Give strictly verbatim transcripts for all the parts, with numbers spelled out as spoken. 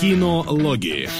Кинологии.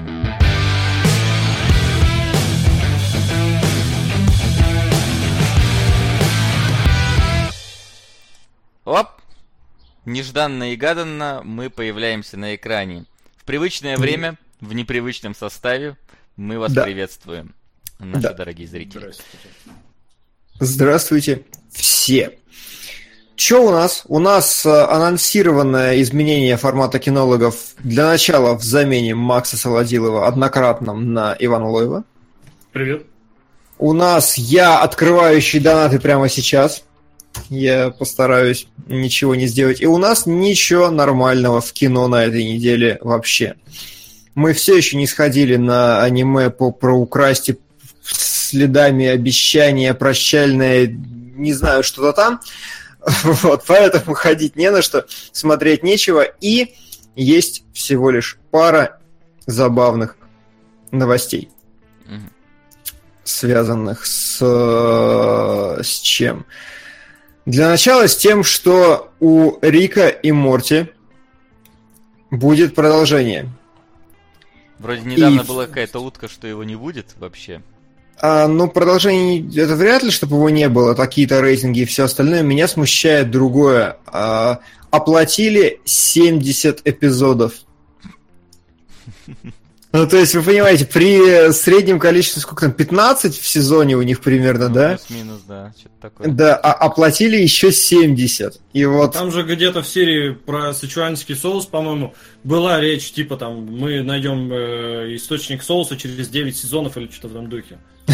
Оп! Нежданно и гаданно мы появляемся на экране. В привычное время, в непривычном составе мы вас да. приветствуем, наши да. дорогие зрители. Здравствуйте. Здравствуйте все. Что у нас? У нас анонсированное изменение формата кинологов для начала в замене Макса Солодилова однократном на Ивана Лоева. Привет. У нас я, открывающий донаты прямо сейчас. Я постараюсь ничего не сделать. И у нас ничего нормального в кино на этой неделе вообще. Мы все еще не сходили на аниме по про украсти следами обещания, прощальное, не знаю, что-то там. Вот, поэтому ходить не на что, смотреть нечего. И есть всего лишь пара забавных новостей, mm-hmm. связанных с... с чем? Для начала с тем, что у Рика и Морти будет продолжение. Вроде недавно и... была какая-то утка, что его не будет вообще. А, ну, продолжение, это вряд ли, чтобы его не было, такие-то рейтинги и все остальное. Меня смущает другое. А, оплатили семьдесят эпизодов. Ну, то есть, вы понимаете, при среднем количестве, сколько там, пятнадцать в сезоне у них примерно, ну, да? Плюс-минус, да, что-то такое. Да, а оплатили еще семьдесят. И вот... Там же где-то в серии про сычуанский соус, по-моему, была речь, типа там, мы найдем э, источник соуса через девять сезонов или что-то в этом духе.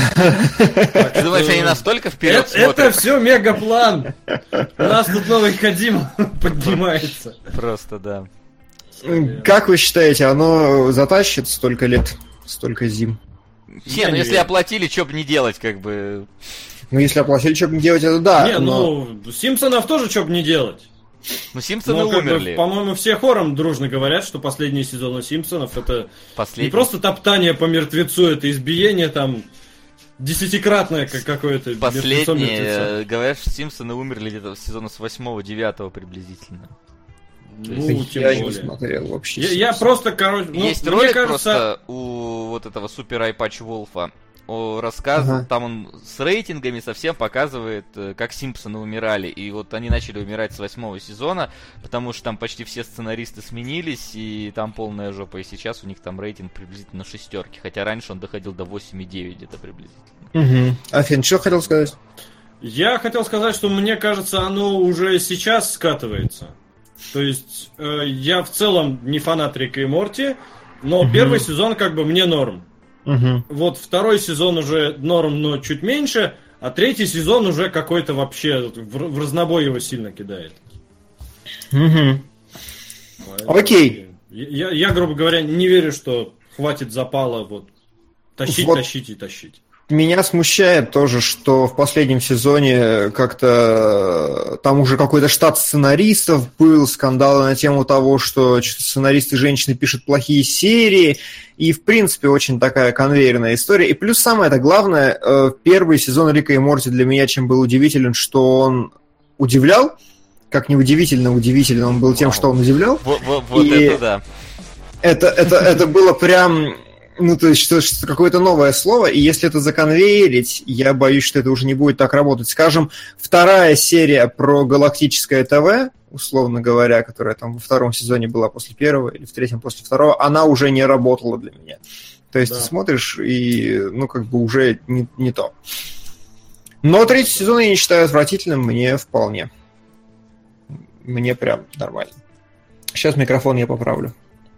Ты думаешь, они настолько вперед смотрят? Это все мегаплан! У нас тут новый Кодзима поднимается. Просто, да. Как вы считаете, оно затащит столько лет, столько зим? Не, ну если оплатили, что бы не делать, как бы... Ну, если оплатили, что бы не делать, это да. Не, ну, Симпсонов тоже что бы не делать. Ну, Симпсоны умерли. По-моему, все хором дружно говорят, что последние сезоны Симпсонов это не просто топтание по мертвецу, это избиение там десятикратное какое-то. Последние, говорят, что Симпсоны умерли где-то с сезона с восьмого-девятого приблизительно. Ну, я не смотрел вообще. Я, я просто, короче... Ну, есть ролик кажется... просто у вот этого супер Айпач Волфа. О, рассказ, ага. Там он с рейтингами совсем показывает, как Симпсоны умирали. И вот они начали умирать с восьмого сезона, потому что там почти все сценаристы сменились, и там полная жопа. И сейчас у них там рейтинг приблизительно шестерки. Хотя раньше он доходил до восемь и девять где-то приблизительно. Угу. Афин, что хотел сказать? Я хотел сказать, что мне кажется, оно уже сейчас скатывается. То есть, э, я в целом не фанат Рика и Морти, но угу. первый сезон как бы мне норм. Угу. Вот второй сезон уже норм, но чуть меньше, а третий сезон уже какой-то вообще в, в разнобой его сильно кидает. Угу. Поэтому окей. Я, я, грубо говоря, не верю, что хватит запала вот тащить, вот. тащить и тащить. Меня смущает тоже, что в последнем сезоне как-то там уже какой-то штат сценаристов был, скандалы на тему того, что сценаристы женщины пишут плохие серии, и, в принципе, очень такая конвейерная история. И плюс самое-то главное, первый сезон Рика и Морти для меня чем был удивителен, что он удивлял, как неудивительно удивителен он был тем, Вау. Что он удивлял. Вот, вот, вот это да. Это, это, это было прям... Ну, то есть, что, что какое-то новое слово, и если это законвейерить, я боюсь, что это уже не будет так работать. Скажем, вторая серия про галактическое ТВ, условно говоря, которая там во втором сезоне была после первого, или в третьем после второго, она уже не работала для меня. То есть, да. Ты смотришь, и, ну, как бы уже не, не то. Но третий сезон я не считаю отвратительным, мне вполне. Мне прям нормально. Сейчас микрофон я поправлю.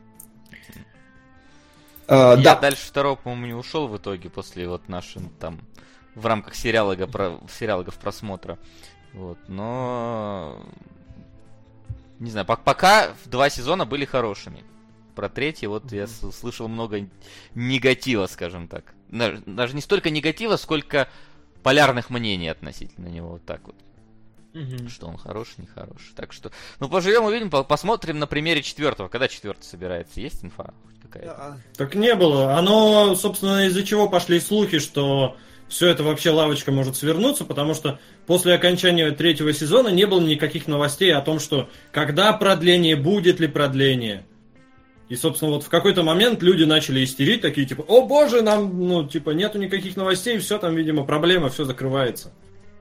Uh, я да. дальше второго, по-моему, не ушел в итоге после вот нашего там в рамках сериалога, про, сериалогов просмотра. Вот, но не знаю, пока два сезона были хорошими. Про третий вот я слышал много негатива, скажем так. Даже не столько негатива, сколько полярных мнений относительно него, вот так вот. Mm-hmm. Что он хороший, не хороший. Так что, ну, поживем, увидим, посмотрим на примере четвертого. Когда четвертый собирается? Есть инфа какая-то? Yeah. Так не было. Оно, собственно, из-за чего пошли слухи, что все это вообще лавочка может свернуться, потому что после окончания третьего сезона не было никаких новостей о том, что когда продление, будет ли продление. И, собственно, вот в какой-то момент люди начали истерить, такие, типа, о боже, нам, ну, типа, нету никаких новостей, все там, видимо, проблема, все закрывается.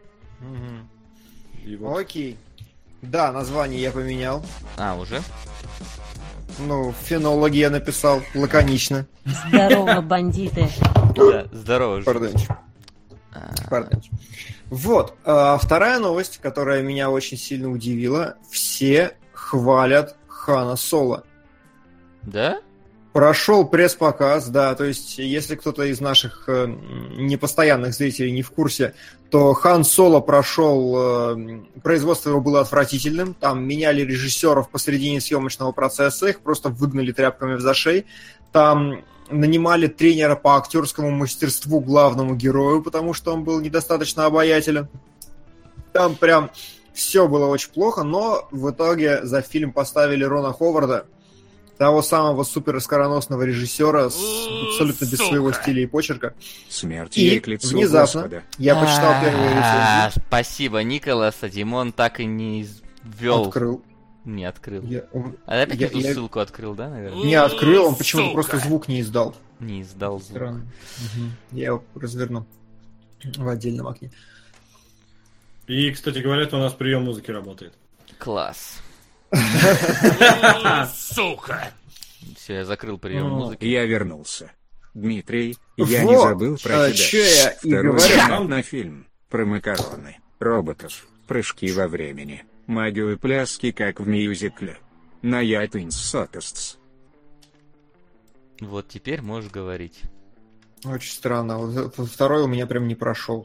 И вот. Окей. Да, название я поменял. А, уже? Ну, фенологи я написал лаконично. Здорово, бандиты. Да, здорово. Пардончик. Пардончик. Вот, а, вторая новость, которая меня очень сильно удивила. Все хвалят Хана Соло. Да? Прошел пресс-показ, да, то есть, если кто-то из наших э, непостоянных зрителей не в курсе, то Хан Соло прошел, э, производство его было отвратительным, там меняли режиссеров посредине съемочного процесса, их просто выгнали тряпками в зашей, там нанимали тренера по актерскому мастерству главному герою, потому что он был недостаточно обаятелен, там прям все было очень плохо, но в итоге за фильм поставили Рона Ховарда, того самого суперскороносного режиссера, с абсолютно без своего стиля и почерка. Смерть и ей к лицу, внезапно Господа. я почитал первую А, рецензию. Спасибо, Николас, а Димон так и не ввел. Открыл. Не открыл. Я, он- А опять я- эту я- ссылку открыл, да, наверное? Не открыл, он почему-то просто звук не издал. Не издал звук. Странно. Мгм. Я его разверну в отдельном окне. И, кстати, говорят, у нас прием музыки работает. Класс. Сука! Все, я закрыл прием Ну, музыки. Я вернулся. Дмитрий, я Вот, не забыл про а, тебя. чё я и Второй говорю. взгляд на фильм про макароны, роботов, прыжки во времени, магию и пляски, как в мюзикле. На Ятынс Сотестс. Вот теперь можешь говорить. Очень странно. Вот второй у меня прям не прошел.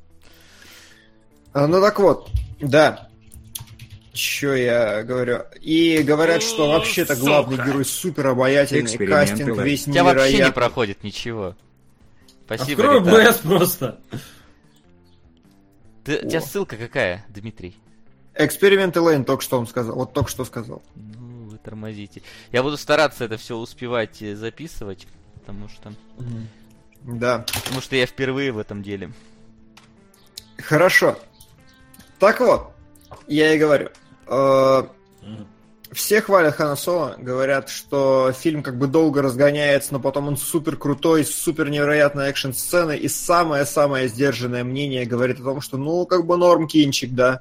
А, ну так вот, да. Чё я говорю? И говорят, что вообще-то главный герой супер обаятельный, Эксперименты, кастинг ладно. весь У тебя вообще не невероятный. проходит ничего. Спасибо, Открой Ритар. БС просто. Ты- У тебя ссылка какая, Дмитрий? Эксперименты Лейн только что он сказал. Вот только что сказал. Ну, вы тормозите. Я буду стараться это все успевать э, записывать, потому что... Да. Потому что я впервые в этом деле. Хорошо. Так вот, я и говорю. э, Все хвалят Хана Соло, говорят, что фильм как бы долго разгоняется, но потом он супер крутой, с супер невероятной экшн-сценой, и самое-самое сдержанное мнение говорит о том, что ну как бы норм кинчик, да.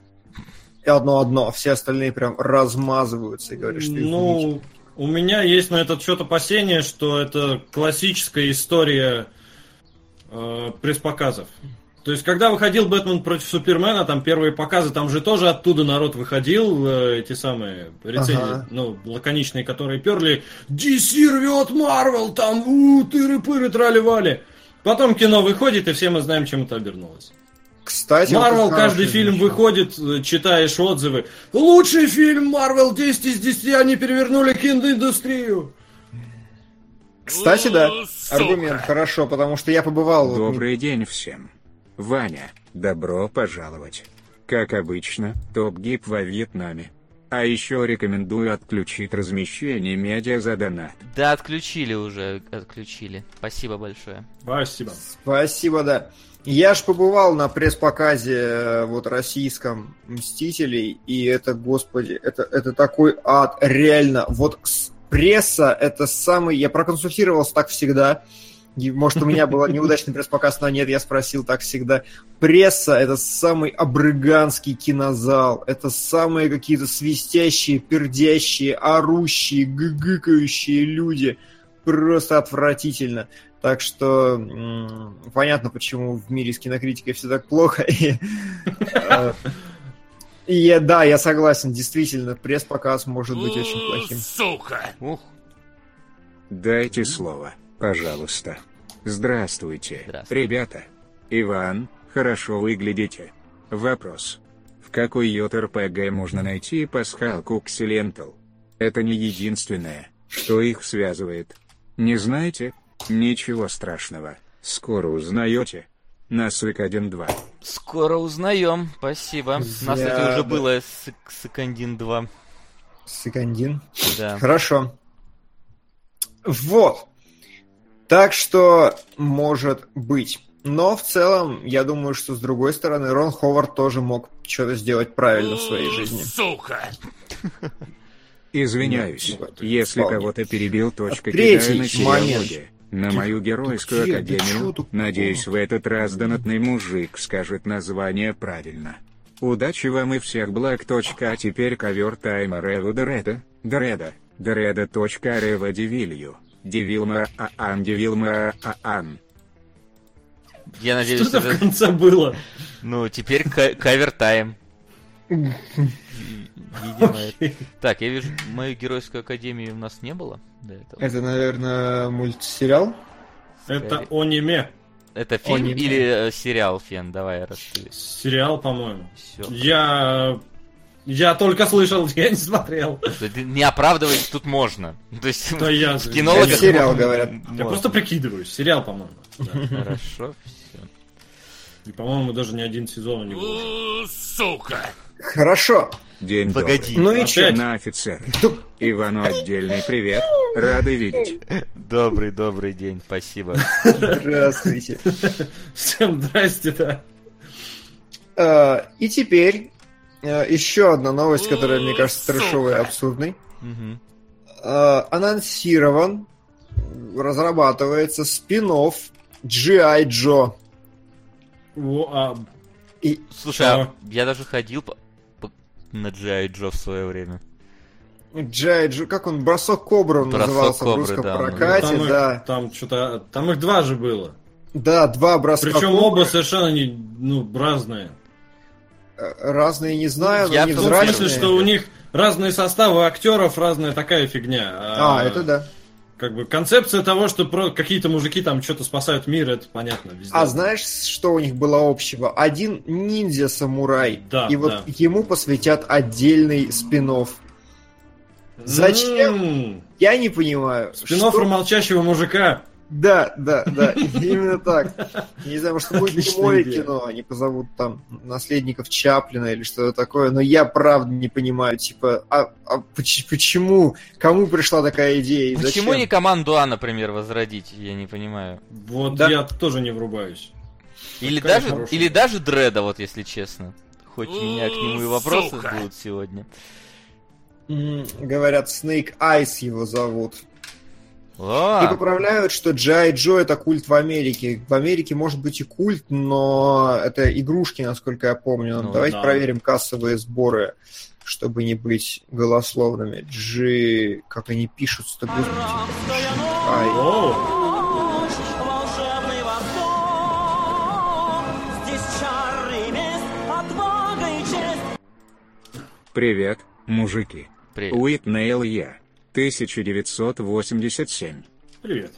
И одно-одно, все остальные прям размазываются и говорят, что их ничего. Ну, у меня есть на этот счет опасение, что это классическая история э, пресс-показов. То есть, когда выходил Бэтмен против Супермена, там первые показы, там же тоже оттуда народ выходил, э, эти самые рецензии, Ага. ну, лаконичные, которые перли, ди си рвет Марвел, там, у, тыры-пыры, трали-вали. Потом кино выходит, и все мы знаем, чем это обернулось. Кстати, Марвел, вот каждый хороший фильм замечание. выходит, э, читаешь отзывы. Лучший фильм Марвел, десять из десяти, они перевернули киноиндустрию. Кстати, да, Сука. аргумент хорошо, потому что я побывал... вот, Добрый день всем. Ваня, добро пожаловать. Как обычно, топ-гип во Вьетнаме. А еще рекомендую отключить размещение медиа за донат. Да, отключили уже, отключили. Спасибо большое. Спасибо. Спасибо, да. Я ж побывал на пресс-показе э, вот российском «Мстителей», и это, господи, это, это такой ад, реально. Вот с- пресса — это самый... Я проконсультировался так всегда. И, может, у меня был неудачный пресс-показ, но нет, я спросил так всегда. Пресса — это самый обрыганский кинозал. Это самые какие-то свистящие, пердящие, орущие, гыгыкающие люди. Просто отвратительно. Так что м, понятно, почему в мире с кинокритикой все так плохо. И, э, и я- да, я согласен, действительно, пресс-показ может быть очень плохим. Сука! Ух, Дайте слово, пожалуйста. Здравствуйте, Здравствуйте. ребята. Иван, хорошо выглядите. Вопрос. В какой йота-эр пэ гэ можно найти пасхалку Ксилентал? Это не единственное, что их связывает. Не знаете? Ничего страшного. Скоро узнаете. На Сык один два. скоро узнаем. Спасибо. У нас, кстати, Я- уже было Сыкандин два. Секундин. Да. Хорошо. Вот. Так что может быть. Но в целом, я думаю, что с другой стороны, Рон Ховард тоже мог что-то сделать правильно в своей жизни. Сука! Извиняюсь, Ну, типа, если вполне. кого-то перебил, точка Третий кидаю на момент. сериалоги. На мою геройскую Где? Да чё академию, тут? надеюсь, в этот раз донатный мужик скажет название правильно. Удачи вам и всех благ. А теперь ковер тайма Реву Дреда, Дреда, Дреда. Рева Дивилью, Дивилма Аан, Дивилма Аан. Я надеюсь, Что-то в это... конце было. Ну, теперь ка- кавер-тайм. Видимо, это- Так, я вижу, мою геройскую академию у нас не было до этого. Это, наверное, мультсериал? Это аниме. Это фильм Аниме. или э, сериал, Фен? Давай, раз ты... Сериал, по-моему. Все. Я... Я только слышал, я не смотрел. Не оправдывать тут можно. То есть Да я... в кинологах... Это сериал, говорят. Я можно. просто прикидываюсь. Сериал, по-моему. Да. Хорошо, все. И, по-моему, даже ни один сезон не будет. Хорошо. День Погоди. добрый. Ну и Опять? чё? На офицера. Да- Ивану отдельный привет. Рады видеть. Добрый, добрый день, спасибо. Здравствуйте. Всем здрасте, да. Э, И теперь э, еще одна новость, которая, мне кажется, трэшовой и абсурдной. Мгм. Э, Анонсирован, разрабатывается спин-офф джи ай. Joe. О, а, И Слушай, а А. я даже ходил по- по- на джи ай. Joe в свое время. джи ай. Joe, как он, бросок кобры он Бросок назывался кобры, в русском да, прокате, там, их, да. там что-то... Там их два же было. Да, два броска Причем кобры. оба совершенно не, ну, разные. Э, Разные не знаю, Я но в В том том невзрачные. смысле, что у них разные составы актеров, разная такая фигня. А, это да. Как бы концепция того, что про какие-то мужики там что-то спасают мир, это понятно везде. А знаешь, что у них было общего? Один ниндзя-самурай, Да, и вот да. ему посвятят отдельный спин-офф. Зачем? М-м-м. Я не понимаю. Спин-офф Что- про молчащего мужика. Да, да, да, именно так. Я не знаю, может, будет Отличная прямое идея. кино, они позовут там наследников Чаплина или что-то такое, но я правда не понимаю, типа, а, а поч- почему, кому пришла такая идея и Почему зачем? не команду А, например, возродить? Я не понимаю. Вот Да. я тоже не врубаюсь. Или Какая даже, хорошая или идея. даже Дреда, вот если честно. Хоть у меня к нему и вопросы будут сегодня. М, Говорят, Snake Eyes его зовут. И А, поправляют, что джи ай. Joe это культ в Америке. В Америке может быть и культ, но это игрушки, насколько я помню. Ну, Давайте да. проверим кассовые сборы, чтобы не быть голословными. G... Как они пишутся-то, господи. Ай. О, Волшебный восторг, здесь чары, месть, отвага и честь. Привет, мужики. привет. Уитнейл я. тысяча девятьсот восемьдесят семь. привет.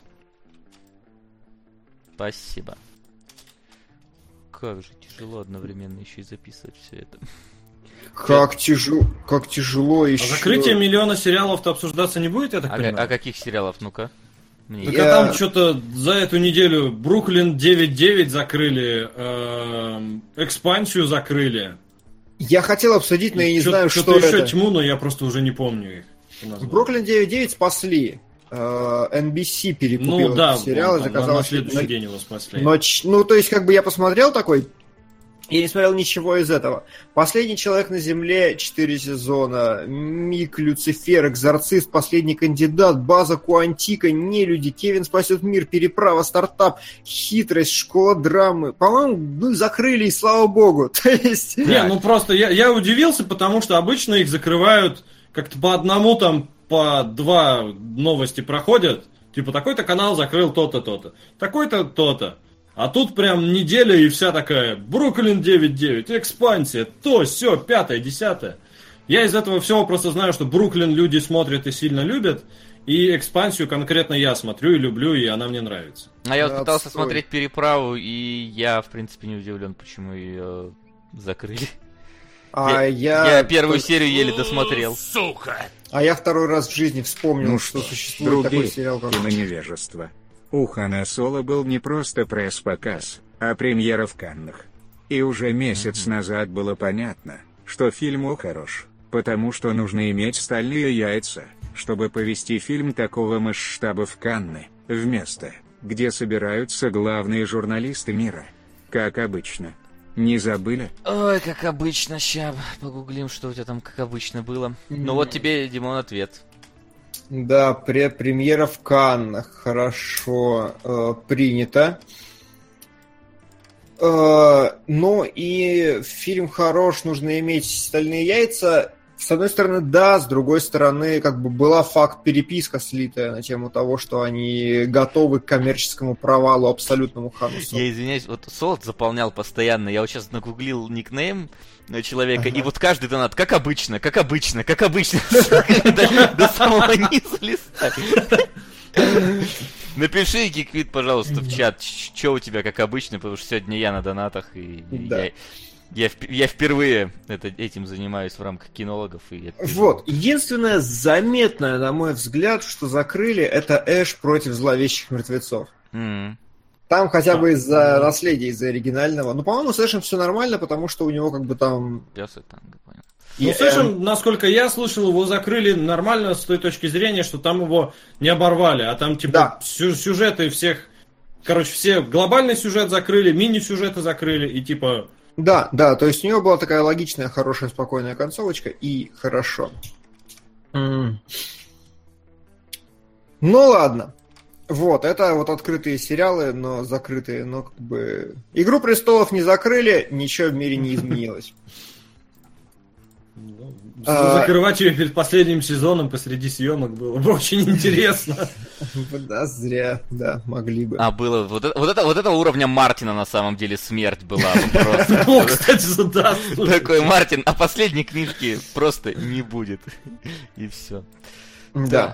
Спасибо. Как же тяжело одновременно еще и записывать все это. Как тяжело, как тяжело А еще. закрытие миллиона сериалов-то обсуждаться не будет, я так А, понимаю? ка- а каких сериалов? Ну-ка. Мне Так Я- а там что-то за эту неделю Бруклин девять девять закрыли, эм, экспансию закрыли. Я хотел обсудить, но я не Чё- знаю, что-то что еще это. тьму, но я просто уже не помню их. названия. Бруклин девять девять спасли. Э, эн би си перекупил Ну да, этот сериал и он там заказал... на следующий но- день его спасли. но ч- ну, то есть, как бы я посмотрел такой, я не смотрел ничего из этого. Последний человек на Земле, четыре сезона, Мик, Люцифер, Экзорцист, Последний кандидат, База Куантика, Нелюди, Кевин спасет мир, Переправа, Стартап, Хитрость, Школа драмы. По-моему, ну, закрыли, и слава богу. То есть... Не, ну просто я, я удивился, потому что обычно их закрывают как-то по одному, там по два новости проходят. Типа такой-то канал закрыл то-то, то-то. Такой-то, то-то. А тут прям неделя и вся такая. Бруклин девять девять, экспансия, то, все, пятое, десятое. Я из этого всего просто знаю, что Бруклин люди смотрят и сильно любят. И экспансию конкретно я смотрю и люблю, и она мне нравится. А я вот Да, пытался отстой. смотреть «Переправу», и я, в принципе, не удивлен, почему ее закрыли. А Я, я... я первую только- серию еле досмотрел. А я второй раз в жизни вспомнил, Ну что что, существует такой другие сериал, как... киноневежество. У Хана Соло был не просто пресс-показ, а премьера в Каннах. И уже месяц назад было понятно, что фильм хорош, потому что нужно иметь стальные яйца, чтобы повести фильм такого масштаба в Канны, в место, где собираются главные журналисты мира. Как обычно. Не забыли? Ой, как обычно, ща погуглим, что у тебя там как обычно было. Ну вот тебе, Димон, ответ. Да, пре премьера в Каннах. Хорошо, э, принято. Э, ну и фильм хорош, нужно иметь стальные яйца. С одной стороны, да, с другой стороны, как бы была факт переписка слитая на тему того, что они готовы к коммерческому провалу абсолютному Ханусу. Я извиняюсь, вот Солод заполнял постоянно. Я вот сейчас нагуглил никнейм человека, ага. И вот каждый донат, как обычно, как обычно, как обычно, до самого низа листа. Напиши, Гиквит, пожалуйста, в чат, что у тебя как обычно, потому что сегодня я на донатах, и я... Я, я впервые это, этим занимаюсь в рамках кинологов. И вот, единственное заметное, на мой взгляд, что закрыли, это Эш против зловещих мертвецов. Mm-hmm. Там хотя бы из-за наследия, из-за оригинального. Ну, по-моему, с Эшем все нормально, потому что у него как бы там... Пёс и танго, понял. Ну, с Эшем, насколько я слышал, его закрыли нормально с той точки зрения, что там его не оборвали, а там типа да. сю- сюжеты всех... Короче, все глобальный сюжет закрыли, мини-сюжеты закрыли, и типа... Да, да, то есть у него была такая логичная, хорошая, спокойная концовочка, и хорошо. Mm. Ну ладно. Вот, это вот открытые сериалы, но закрытые, но как бы... Игру престолов не закрыли, ничего в мире не изменилось. Закрывать ее перед последним сезоном посреди съемок было бы очень интересно. Да, зря, да, могли бы. А, было, вот это, вот это, вот этого уровня Мартина на самом деле смерть была. О, кстати, да. Такой Мартин, а последней книжки просто не будет. И все. Да.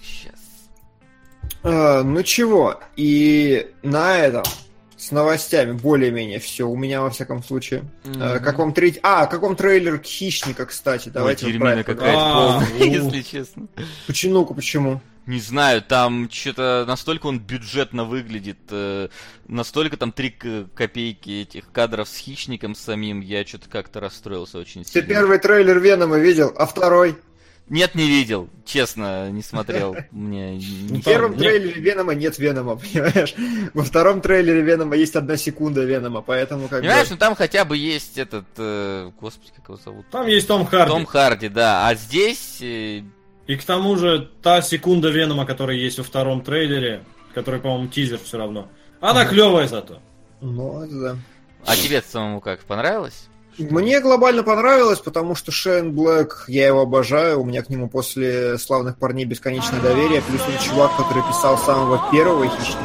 Сейчас. Ну чего, и на этом... С новостями более-менее все. У меня, во всяком случае. Mm-hmm. Как вам третий... А, как вам трейлер Хищника, кстати? Давайте дерьмина какая-то полная, если честно. Почему? Почему? Не знаю, там что-то настолько он бюджетно выглядит, настолько там три копейки этих кадров с Хищником самим, я что-то как-то расстроился очень сильно. Ты первый трейлер Венома видел, а второй? Нет, не видел. Честно, не смотрел. Мне в первом нет. трейлере Венома нет Венома, понимаешь? Во втором трейлере Венома есть одна секунда Венома, поэтому как понимаешь, бы... ну там хотя бы есть этот... Э, господи, как его зовут? Там есть Том Харди. Том Харди, да. А здесь... Э... И к тому же та секунда Венома, которая есть во втором трейлере, который, по-моему, тизер все равно, она mm. клевая зато. Ну, это да. А тебе самому как, понравилось? Что? Мне глобально понравилось, потому что Шейн Блэк, я его обожаю, у меня к нему после «Славных парней» бесконечное доверие, плюс он чувак, который писал самого первого Хищника.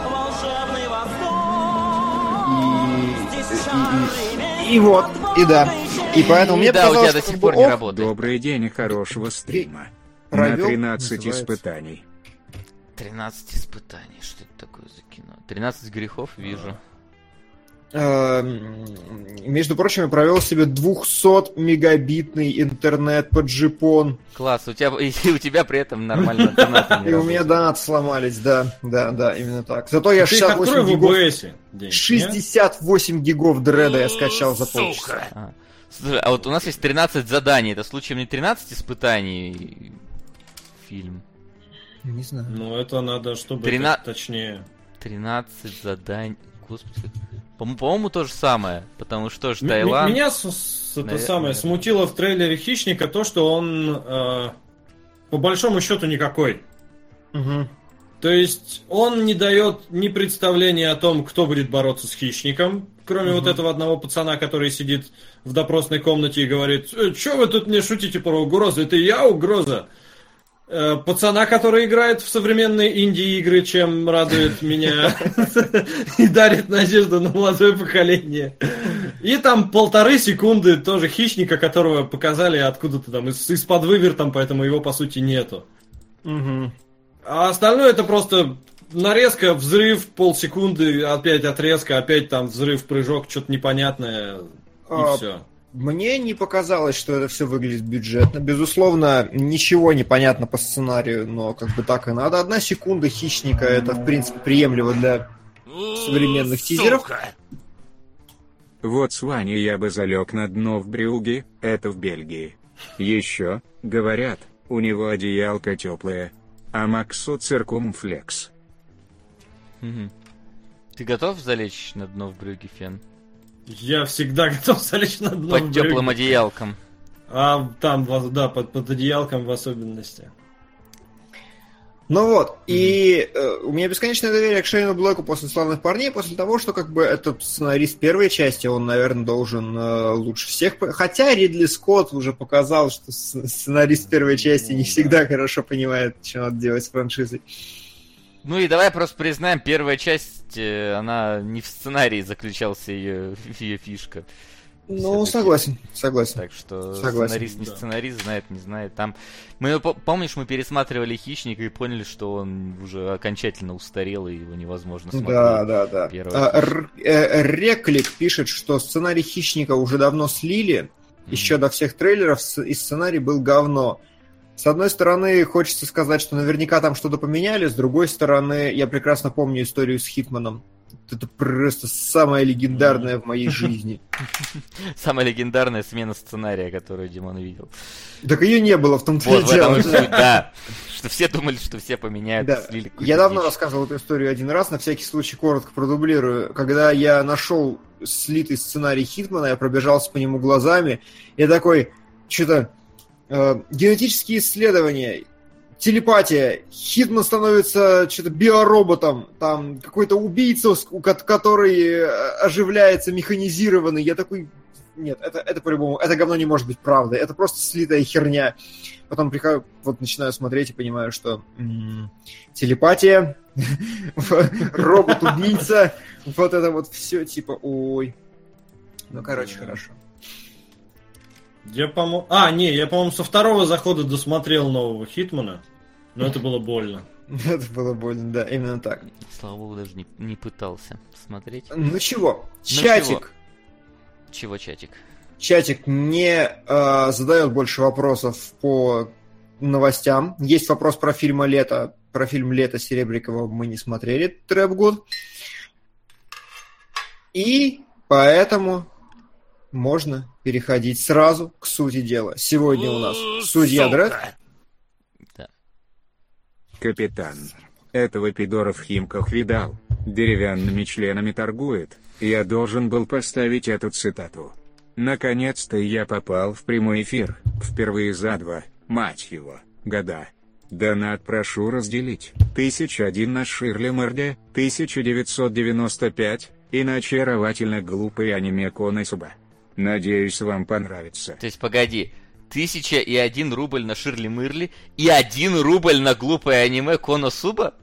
И, и, и, и вот, и да. И поэтому и мне да, показалось, у тебя до сих пор не работает. Добрый день и хорошего стрима. Провел, на тринадцать называется. Испытаний. тринадцать испытаний, что это такое за кино? тринадцать грехов вижу. Между прочим, я провел себе двухсот-мегабитный интернет под джипон. Класс, у тебя, и у тебя при этом нормально донаты. И у меня донаты сломались, да, да, да, именно так. Зато я шестьдесят восемь гигов... шестьдесят восемь гигов дреда я скачал за полчаса. Слушай, а вот у нас есть тринадцать заданий, это случаем не тринадцать испытаний фильм? Не знаю. Ну, это надо, чтобы Трина... точнее. тринадцать заданий, господи. По- по-моему, то же самое, потому что же Таиланд... М- меня с- с- это наверное, самое смутило в трейлере Хищника то, что он э, по большому счету никакой. Угу. То есть он не дает ни представления о том, кто будет бороться с Хищником, кроме угу. вот этого одного пацана, который сидит в допросной комнате и говорит: э, «Чё вы тут мне шутите про угрозу? Это я угроза». Пацана, который играет в современные инди-игры, чем радует меня и дарит надежду на молодое поколение. И там полторы секунды тоже Хищника, которого показали откуда-то там из- из-под вывертом, поэтому его по сути нету. Угу. А остальное это просто нарезка, взрыв, полсекунды, опять отрезка, опять там взрыв, прыжок, что-то непонятное и а... все. Мне не показалось, что это все выглядит бюджетно. Безусловно, ничего не понятно по сценарию, но как бы так и надо. Одна секунда Хищника — это, в принципе, приемлемо для современных тизеров. Вот с Ваней я бы залег на дно в Брюгге, это в Бельгии. Еще, говорят, у него одеялко теплое, а Максу циркумфлекс. Угу. Ты готов залечь на дно в Брюгге, Фен? Я всегда готов залечь на дно. Под в теплым брюки. одеялком. А там, в- да, под, под одеялком в особенности. Ну вот, и э, у меня бесконечное доверие к Шейну Блэку после «Славных парней», после того, что как бы этот сценарист первой части, он, наверное, должен э, лучше всех... по- Хотя Ридли Скотт уже показал, что с- сценарист первой части не всегда хорошо понимает, что надо делать с франшизой. Ну и давай просто признаем, первая часть, э, она не в сценарии заключался ее, ее фишка. Ну, Всё-таки. согласен, согласен. Так что Согласен, сценарист не да. сценарист, знает, не знает. Там мы по- помнишь, мы пересматривали «Хищника» и поняли, что он уже окончательно устарел, и его невозможно смотреть. Да, да, да. Первый А, раз. Р- э, Реклик пишет, что сценарий «Хищника» уже давно слили, Мгм. еще до всех трейлеров, с- и сценарий был говно. С одной стороны, хочется сказать, что наверняка там что-то поменяли, с другой стороны, я прекрасно помню историю с Хитманом. Это просто самое легендарное в моей жизни. Самая легендарная смена сценария, которую Димон видел. Так ее не было в том-то Вот и в этом дело. и суть, да. Что все думали, что все поменяют, Да. слили какую-то Я давно дичь. рассказывал эту историю один раз, на всякий случай коротко продублирую. Когда я нашел слитый сценарий Хитмана, я пробежался по нему глазами, я такой, что-то, э, генетические исследования, телепатия, Хитман становится что-то биороботом, там какой-то убийца, у ко- который э, оживляется, механизированный. Я такой, нет, это, это по-любому, это говно не может быть правдой, это просто слитая херня. Потом прихожу, вот начинаю смотреть и понимаю, что м, телепатия, робот-убийца, вот это вот все, типа, ой. Ну, короче, хорошо. Я, по-моему... А, не, я, по-моему, со второго захода досмотрел нового Хитмана, но это было больно. Это было больно, да, именно так. Слава богу, даже не, не пытался смотреть. Ну чего, чатик, Чего чатик? чатик не э, задает больше вопросов по новостям. Есть вопрос про фильм «Лето». Про фильм «Лето» Серебрякова мы не смотрели, Трэп Гуд. И поэтому можно переходить сразу к сути дела. Сегодня у нас судья Дред. Да. Капитан. Этого пидора в Химках видал. Деревянными членами торгует. Я должен был поставить эту цитату. Наконец-то я попал в прямой эфир. Впервые за два, мать его, года. Донат прошу разделить. тысяча один на Ширли Мэрде, тысяча девятьсот девяносто пять, и на очаровательно глупое аниме Коносуба. Надеюсь, вам понравится. То есть, погоди, тысяча и один рубль на Ширли Мырли и один рубль на глупое аниме Коносуба?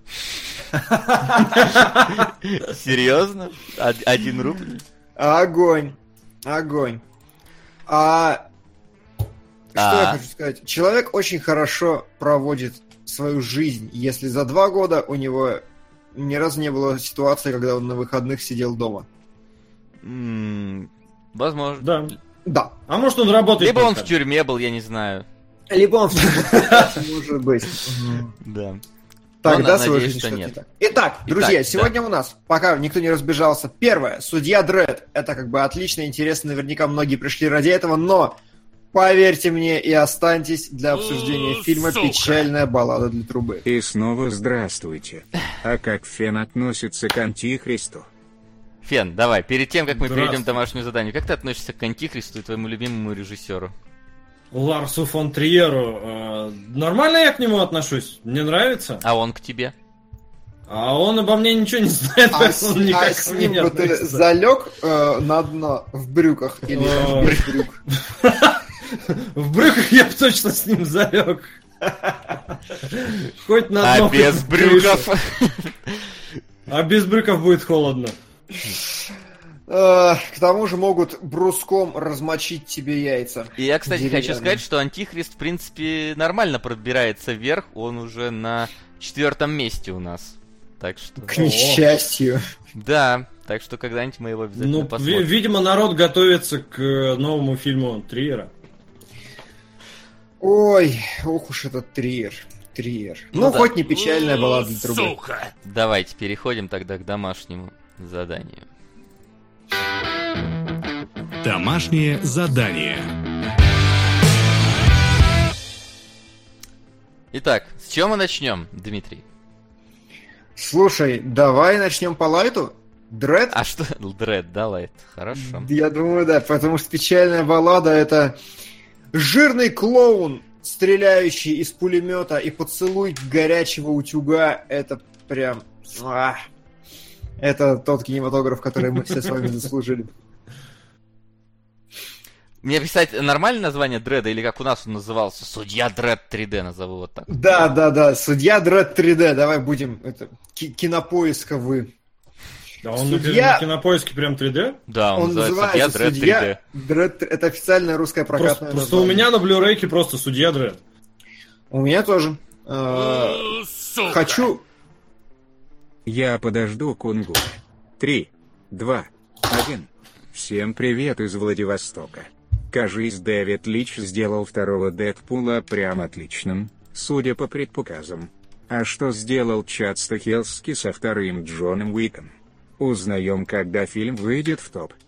Серьезно? Од- Один рубль? Огонь. Огонь. А что А. я хочу сказать? Человек очень хорошо проводит свою жизнь, если за два года у него ни разу не было ситуации, когда он на выходных сидел дома. М, Возможно. Да. Да. А может он работает? Либо он в только? тюрьме был, я не знаю. Либо он может быть. Да. Тогда на- свою надеюсь, жизнь что что-то нет. не так. Итак, друзья, Итак, сегодня у нас, пока никто не разбежался, первое, судья Дред. Это как бы отлично, интересно, наверняка многие пришли ради этого, но поверьте мне и останьтесь для обсуждения фильма «Печальная баллада для трубы». И снова здравствуйте. А как Фен относится к Антихристу? Фен, давай, перед тем, как мы Здравствуй. перейдем к домашнему заданию, как ты относишься к Антихристу и твоему любимому режиссеру? Ларсу фон Триеру. э, Нормально я к нему отношусь. Мне нравится. А он к тебе? А он обо мне ничего не знает, А, поэтому с, он никак а ко с мне ним не бы ты относится. залег э, на дно в брюках или О. без брюк? В брюках я бы точно с ним залег. Хоть на дно, А хоть без в крышу. брюков? А без брюков будет холодно. Э, К тому же могут бруском размочить тебе яйца. И я, кстати, хочу Деревянные. сказать, что Антихрист, в принципе, нормально пробирается вверх. Он уже на четвертом месте у нас. Так что... К несчастью. Да, так что когда-нибудь мы его обязательно Ну, ви- посмотрим. видимо, народ готовится к э, новому фильму Триера. Ой, ох уж этот Триер. Триер. Ну Ну, да. хоть не печальная была для трубы. Давайте переходим тогда к домашнему заданию. Домашнее задание. Итак, с чего мы начнем, Дмитрий? Слушай, давай начнем по лайту. Дред? А что? Дред, да, Лайт? Хорошо. Я думаю, да, потому что печальная баллада — это жирный клоун, стреляющий из пулемета, и поцелуй горячего утюга. Это прям... Ах. Это тот кинематограф, который мы все с вами заслужили. Мне писать нормальное название Дреда, или как у нас он назывался? Судья Дред три дэ, назову вот так. Да, да, да, Судья Дред три дэ. Давай будем это ки- кинопоисковый. Да, он Судья... на кинопоиске прям три дэ? Да, он, Он называется называется Судья Дред три дэ. Судья Дред. Это официальное русское прокатное Просто, просто у название. меня на блюрейке просто Судья Дред. У меня тоже. Э, Хочу... Я подожду кунгу. Три, два, один. Всем привет из Владивостока. Кажись, Дэвид Лич сделал второго Дэдпула прям отличным, судя по предпоказам. А что сделал Чад Стахелски со вторым Джоном Уиком? Узнаем, когда фильм выйдет в топ.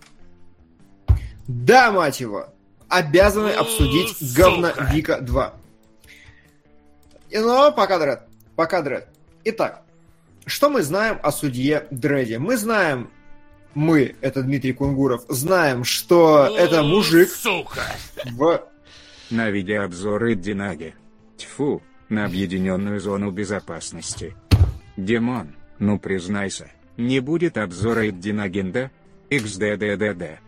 Да, мать его! Обязаны обсудить говно Вика два. И, ну, пока Дред. Пока Дред. Итак, что мы знаем о судье Дредде? Мы знаем, мы, это Дмитрий Кунгуров, знаем, что это мужик в... На видеообзор Эддинаги. Тьфу, на объединенную зону безопасности. Димон, ну признайся, не будет обзора Эддинагенда? икс ди ди ди ди.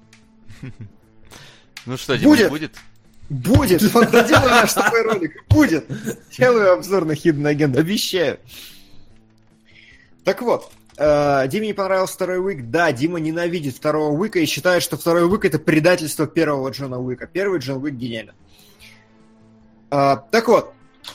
Ну что, Дима, Будет. будет? Будет! Делаю наш такой ролик. Будет! Делаю обзор на Hidden Agenda, обещаю. Так вот, э, Диме не понравился второй Уик. Да, Дима ненавидит второго Уика и считает, что второй Уик — это предательство первого Джона Уика. Первый Джон Уик гениален. Э, так вот,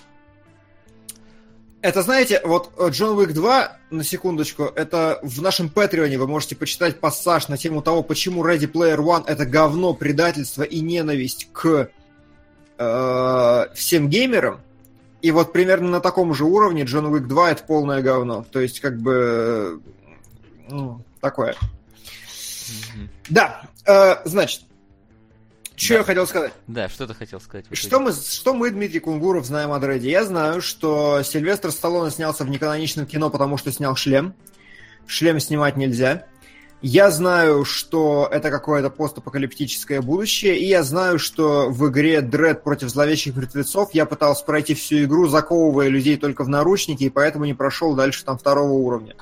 это, знаете, вот Джон Уик два, на секундочку, это в нашем Патреоне вы можете почитать пассаж на тему того, почему Ready Player One — это говно, предательство и ненависть к э, всем геймерам. И вот примерно на таком же уровне Джон Уик два — это полное говно. То есть, как бы, ну, такое. Mm-hmm. Да, э, значит, что да. я хотел сказать? Да, что ты хотел сказать? Что мы, что мы, Дмитрий Кунгуров, знаем о Дредде? Я знаю, что Сильвестр Сталлоне снялся в неканоничном кино, потому что снял шлем. Шлем снимать нельзя. Я знаю, что это какое-то постапокалиптическое будущее, и я знаю, что в игре Дред против зловещих мертвецов я пытался пройти всю игру, заковывая людей только в наручники, и поэтому не прошел дальше там второго уровня.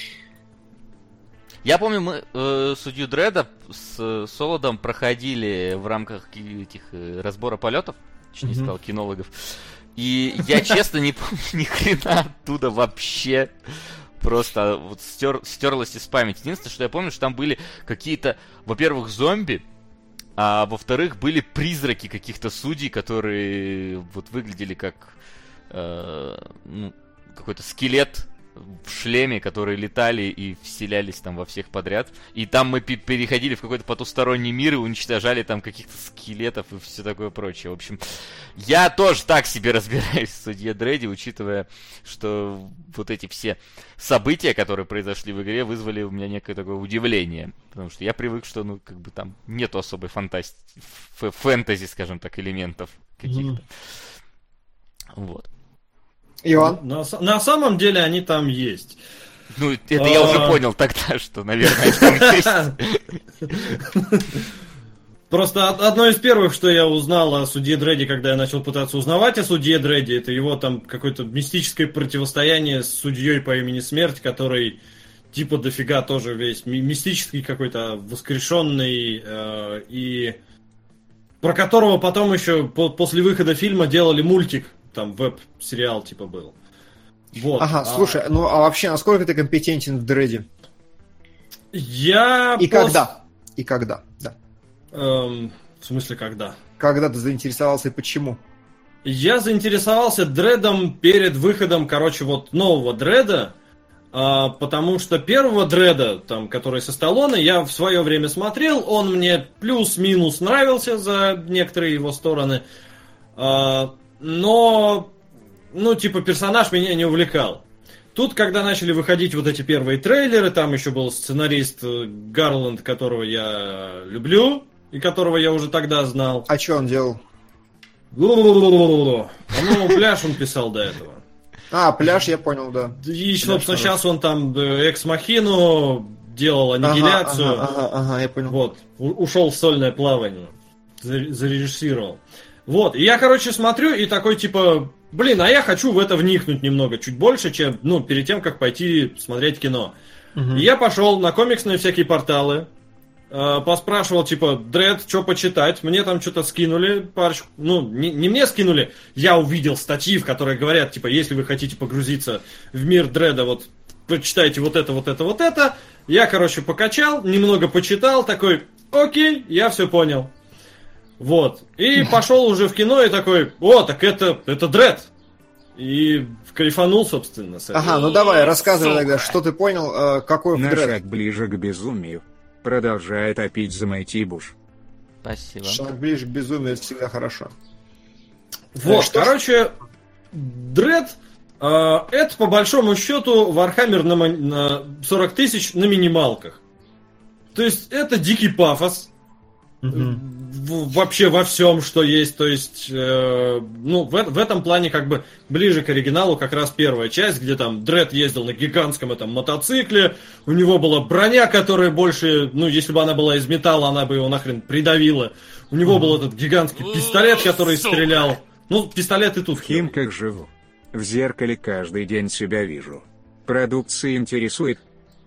Я помню, мы э, судью Дредда с Солодом проходили в рамках этих э, разбора полетов, точнее mm-hmm. сказал, кинологов, и я честно не помню ни хрена оттуда вообще. Просто вот стер, стерлось из памяти. Единственное, что я помню, что там были какие-то, во-первых, зомби, а во-вторых, были призраки каких-то судей, которые вот выглядели как э, ну, какой-то скелет в шлеме, которые летали и вселялись там во всех подряд. И там мы п- переходили в какой-то потусторонний мир и уничтожали там каких-то скелетов и все такое прочее. В общем, я тоже так себе разбираюсь в судье Дредде, учитывая, что вот эти все события, которые произошли в игре, вызвали у меня некое такое удивление. Потому что я привык, что, ну, как бы там нету особой фантастики, ф- фэнтези, скажем так, элементов каких-то. Mm. Вот. Иван? На, на самом деле они там есть. Ну, это я уже понял тогда, что, наверное, там есть. Просто одно из первых, что я узнал о судье Дредде, когда я начал пытаться узнавать о судье Дредде, это его там какое-то мистическое противостояние с судьей по имени Смерть, который типа дофига тоже весь мистический какой-то, воскрешенный, э, и про которого потом еще по- после выхода фильма делали мультик. Там веб-сериал типа был. Вот. Ага, а... слушай, ну а вообще, насколько ты компетентен в Дредде? Я... И пос... когда? И когда, да. Эм, в смысле, когда? Когда ты заинтересовался и почему? Я заинтересовался Дреддом перед выходом, короче, вот нового Дредда, а, потому что первого Дредда, там, который со Сталлоне, я в свое время смотрел, он мне плюс-минус нравился за некоторые его стороны, а, но, ну, типа, персонаж меня не увлекал. Тут, когда начали выходить вот эти первые трейлеры, там еще был сценарист Гарланд, которого я люблю, и которого я уже тогда знал. А что он делал? По-моему, «Пляж» он писал до этого. А, пляж, я понял, да. И, собственно, сейчас он там Экс-Махину делал аннигиляцию. Ага, ага, ага, ага, я понял. Вот, у- ушел в сольное плавание. Заре- Зарежиссировал. Вот, и я, короче, смотрю и такой, типа, блин, а я хочу в это вникнуть немного, чуть больше, чем, ну, перед тем, как пойти смотреть кино. Мгм. И я пошел на комиксные всякие порталы, э, поспрашивал, типа, Дред, что почитать. Мне там что-то скинули, парочку. Ну, не, не мне скинули, я увидел статьи, в которых говорят, типа, если вы хотите погрузиться в мир Дреда, вот, прочитайте вот это, вот это, вот это. Я, короче, покачал, немного почитал, такой, окей, я все понял. Вот. И пошел уже в кино и такой, о, так это, это Дред. И кайфанул, собственно, с этого. Ага, ну давай, рассказывай тогда, что ты понял, э, какой в На Дред. шаг ближе к безумию. Продолжает топить за Майтибуш. Спасибо. Шаг ближе к безумию, это всегда хорошо. Вот, Э, что ж- короче, Дред, э, это по большому счету Warhammer на, ма- на сорок тысяч на минималках. То есть это дикий пафос. В- вообще во всем, что есть. То есть, э, ну, в, в этом плане как бы ближе к оригиналу как раз первая часть, где там Дред ездил на гигантском этом мотоцикле, у него была броня, которая больше, ну, если бы она была из металла, она бы его нахрен придавила. У него был этот гигантский пистолет, который стрелял. Ну, пистолет и тут. В Химках живу. В зеркале каждый день себя вижу. Продукция интересует.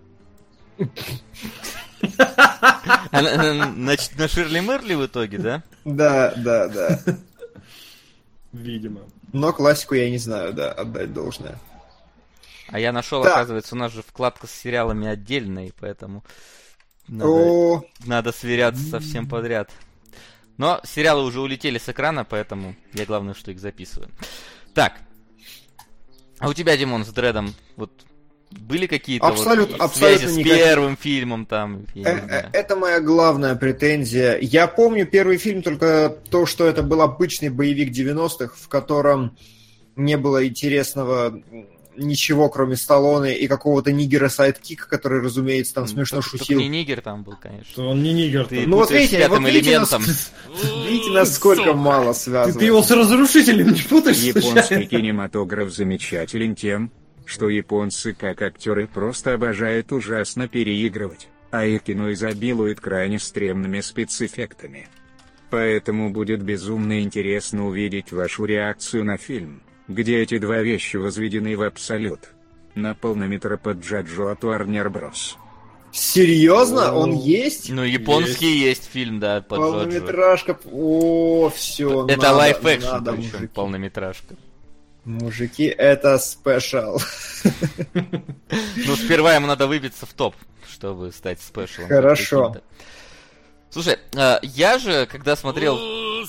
А на, на- на- на Ширли Мерли в итоге, да? Да, да, да. Видимо. Но классику я не знаю, да, отдать должное. А я нашел, Так. оказывается, у нас же вкладка с сериалами отдельная, и поэтому надо, О, надо сверяться со всем подряд. Но сериалы уже улетели с экрана, поэтому я главное, что их записываю. Так. А у тебя, Димон, с Дредом вот были какие-то Абсолют- вот абсолютно связи с никаких. первым фильмом там? Я э, не э, знаю. это моя главная претензия. Я помню первый фильм только то, что это был обычный боевик девяностых, в котором не было интересного ничего, кроме Сталлоне и какого-то нигера-сайдкика, который, разумеется, там смешно Только- только шутил. не нигер там был, конечно. Что он не нигер. Ты Ну вот путаешь с видите, пятым вот видите, элементом. нас- видите, насколько мало Ты, связано. ты его с разрушителем не путаешь? Японский случайно? кинематограф замечателен тем, что японцы как актеры просто обожают ужасно переигрывать, а их кино изобилует крайне стремными спецэффектами. Поэтому будет безумно интересно увидеть вашу реакцию на фильм, где эти два вещи возведены в абсолют. На полнометра под Джаджо от Warner Bros. Серьезно? О. Он есть? Ну, японский есть, фильм, да, под Джоджо. Полнометражка. О, все. Это лайф-экшн, надо, причем, мужики. полнометражка. Мужики, это спешл. Ну, сперва ему надо выбиться в топ, чтобы стать спешалом. Хорошо. каким-то. Слушай, а, я же, когда смотрел...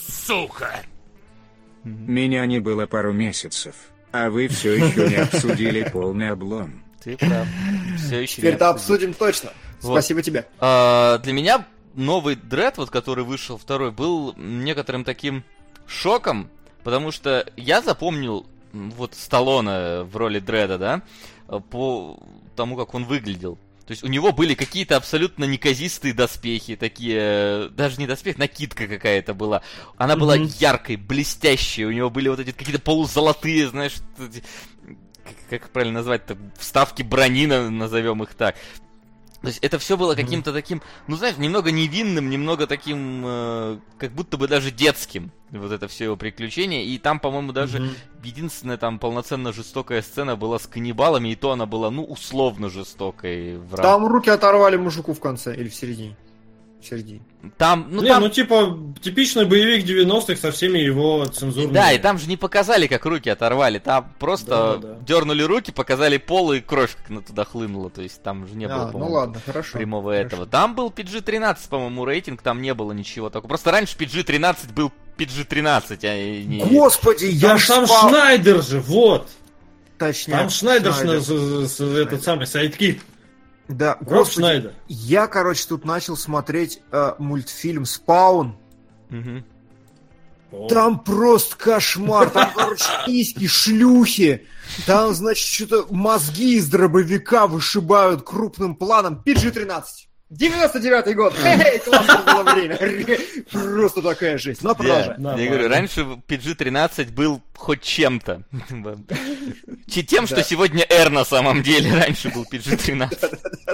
Меня не было пару месяцев, а вы все еще не обсудили полный облом. Ты прав. Все еще Теперь-то обсудим точно. Вот. Спасибо тебе. А, для меня новый Дред, вот который вышел второй, был некоторым таким шоком, потому что я запомнил м, вот Сталлоне в роли Дреда, да, по тому, как он выглядел. То есть у него были какие-то абсолютно неказистые доспехи, такие, даже не доспех, накидка какая-то была. Она была Мгм. яркой, блестящей, у него были вот эти какие-то полузолотые, знаешь, эти, как как правильно назвать-то, вставки брони, на- назовем их так. То есть это все было каким-то таким, ну знаешь, немного невинным, немного таким, э, как будто бы даже детским, вот это все его приключение. И там, по-моему, даже Мгм. единственная там полноценно жестокая сцена была с каннибалами, и то она была, ну, условно жестокой. В рам- Там руки оторвали мужику в конце или в середине. В середине. Там, ну Не, там... ну типа типичный боевик девяностых со всеми его цензурными. Да, и там же не показали, как руки оторвали, там просто Да, да. дернули руки, показали пол, и кровь как на туда хлынула, то есть там же не было, А, ну по-моему, ладно, хорошо. прямого Хорошо. этого. Там был пи джи тринадцать, по-моему, рейтинг, там не было ничего такого. Просто раньше пи джи тринадцать был пи джи тринадцать, а не... Господи, я Там, ж там спал. Шнайдер же, вот. Точнее, Там Шнайдер, Шнайдер. с- с- с- этот самый сайдкик. Да, Роб господи, Шнайдер. я, короче, тут начал смотреть э, мультфильм «Спаун». Мгм. Там просто кошмар. Там, короче, письки, шлюхи. Там, значит, что-то мозги из дробовика вышибают крупным планом. пи джи тринадцать. девяносто девятый год! Хе-хей, классное было время! Просто такая жизнь. Но продолжай. Я, я говорю, раньше пи джи тринадцать был хоть чем-то. Тем, что сегодня R на самом деле. Раньше был пи джи тринадцать.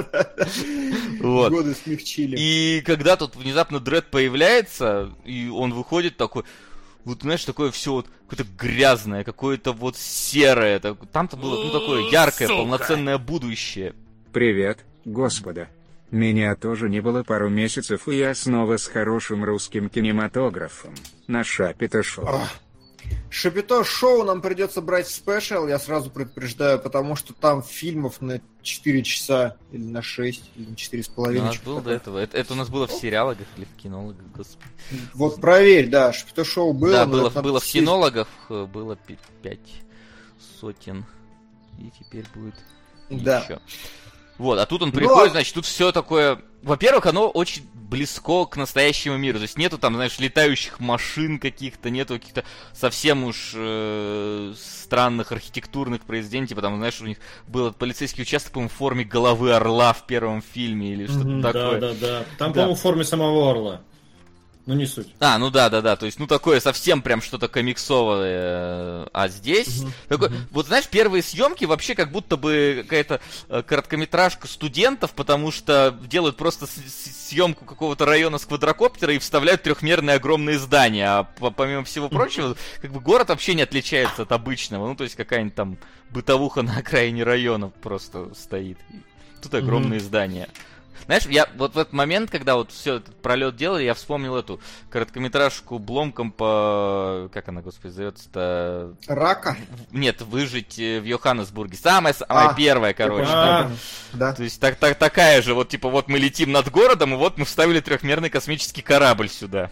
Годы смягчили. И когда тут внезапно Дред появляется, и он выходит такой... Вот, знаешь, такое все вот какое-то грязное, какое-то вот серое. Там-то было ну, такое яркое, Сука. полноценное будущее. Привет, господа. Меня тоже не было пару месяцев, и я снова с хорошим русским кинематографом. На Шапито Шоу. Шапито Шоу нам придется брать в спешл, я сразу предупреждаю, потому что там фильмов на четыре часа, или на шесть, или на четыре с половиной. У нас было до этого. Это, это у нас было в сериалах или в кинологах, господи. Вот проверь, да, Шапито Шоу было. Да, было, было в кинологах, было пять сотен, и теперь будет да. еще. Вот, а тут он приходит, Но... значит, тут все такое... Во-первых, оно очень близко к настоящему миру. То есть нету там, знаешь, летающих машин каких-то, нету каких-то совсем уж э, странных архитектурных произведений. Типа там, знаешь, у них был полицейский участок, по-моему, в форме головы орла в первом фильме или что-то mm-hmm, такое. Да, да, да. Там, да. по-моему, в форме самого орла. Ну, не суть. А, ну да, да, да. То есть, ну, такое совсем прям что-то комиксовое. А здесь... Uh-huh, такой, uh-huh. Вот, знаешь, первые съемки вообще как будто бы какая-то короткометражка студентов, потому что делают просто съемку какого-то района с квадрокоптера и вставляют трехмерные огромные здания. А помимо всего прочего, как бы город вообще не отличается от обычного. Ну, то есть, какая-нибудь там бытовуха на окраине района просто стоит. Тут огромные uh-huh. здания. Знаешь, я вот в этот момент, когда вот все этот пролет делали, я вспомнил эту короткометражку Бломком по... Как она, господи, зовется-то? Рака? Нет, «Выжить в Йоханнесбурге». Самая-самая а, первая, короче. А, да. То есть так, так, такая же, вот типа вот мы летим над городом, и вот мы вставили трехмерный космический корабль сюда.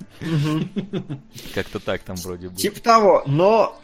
Как-то так там вроде бы. Типа того, но...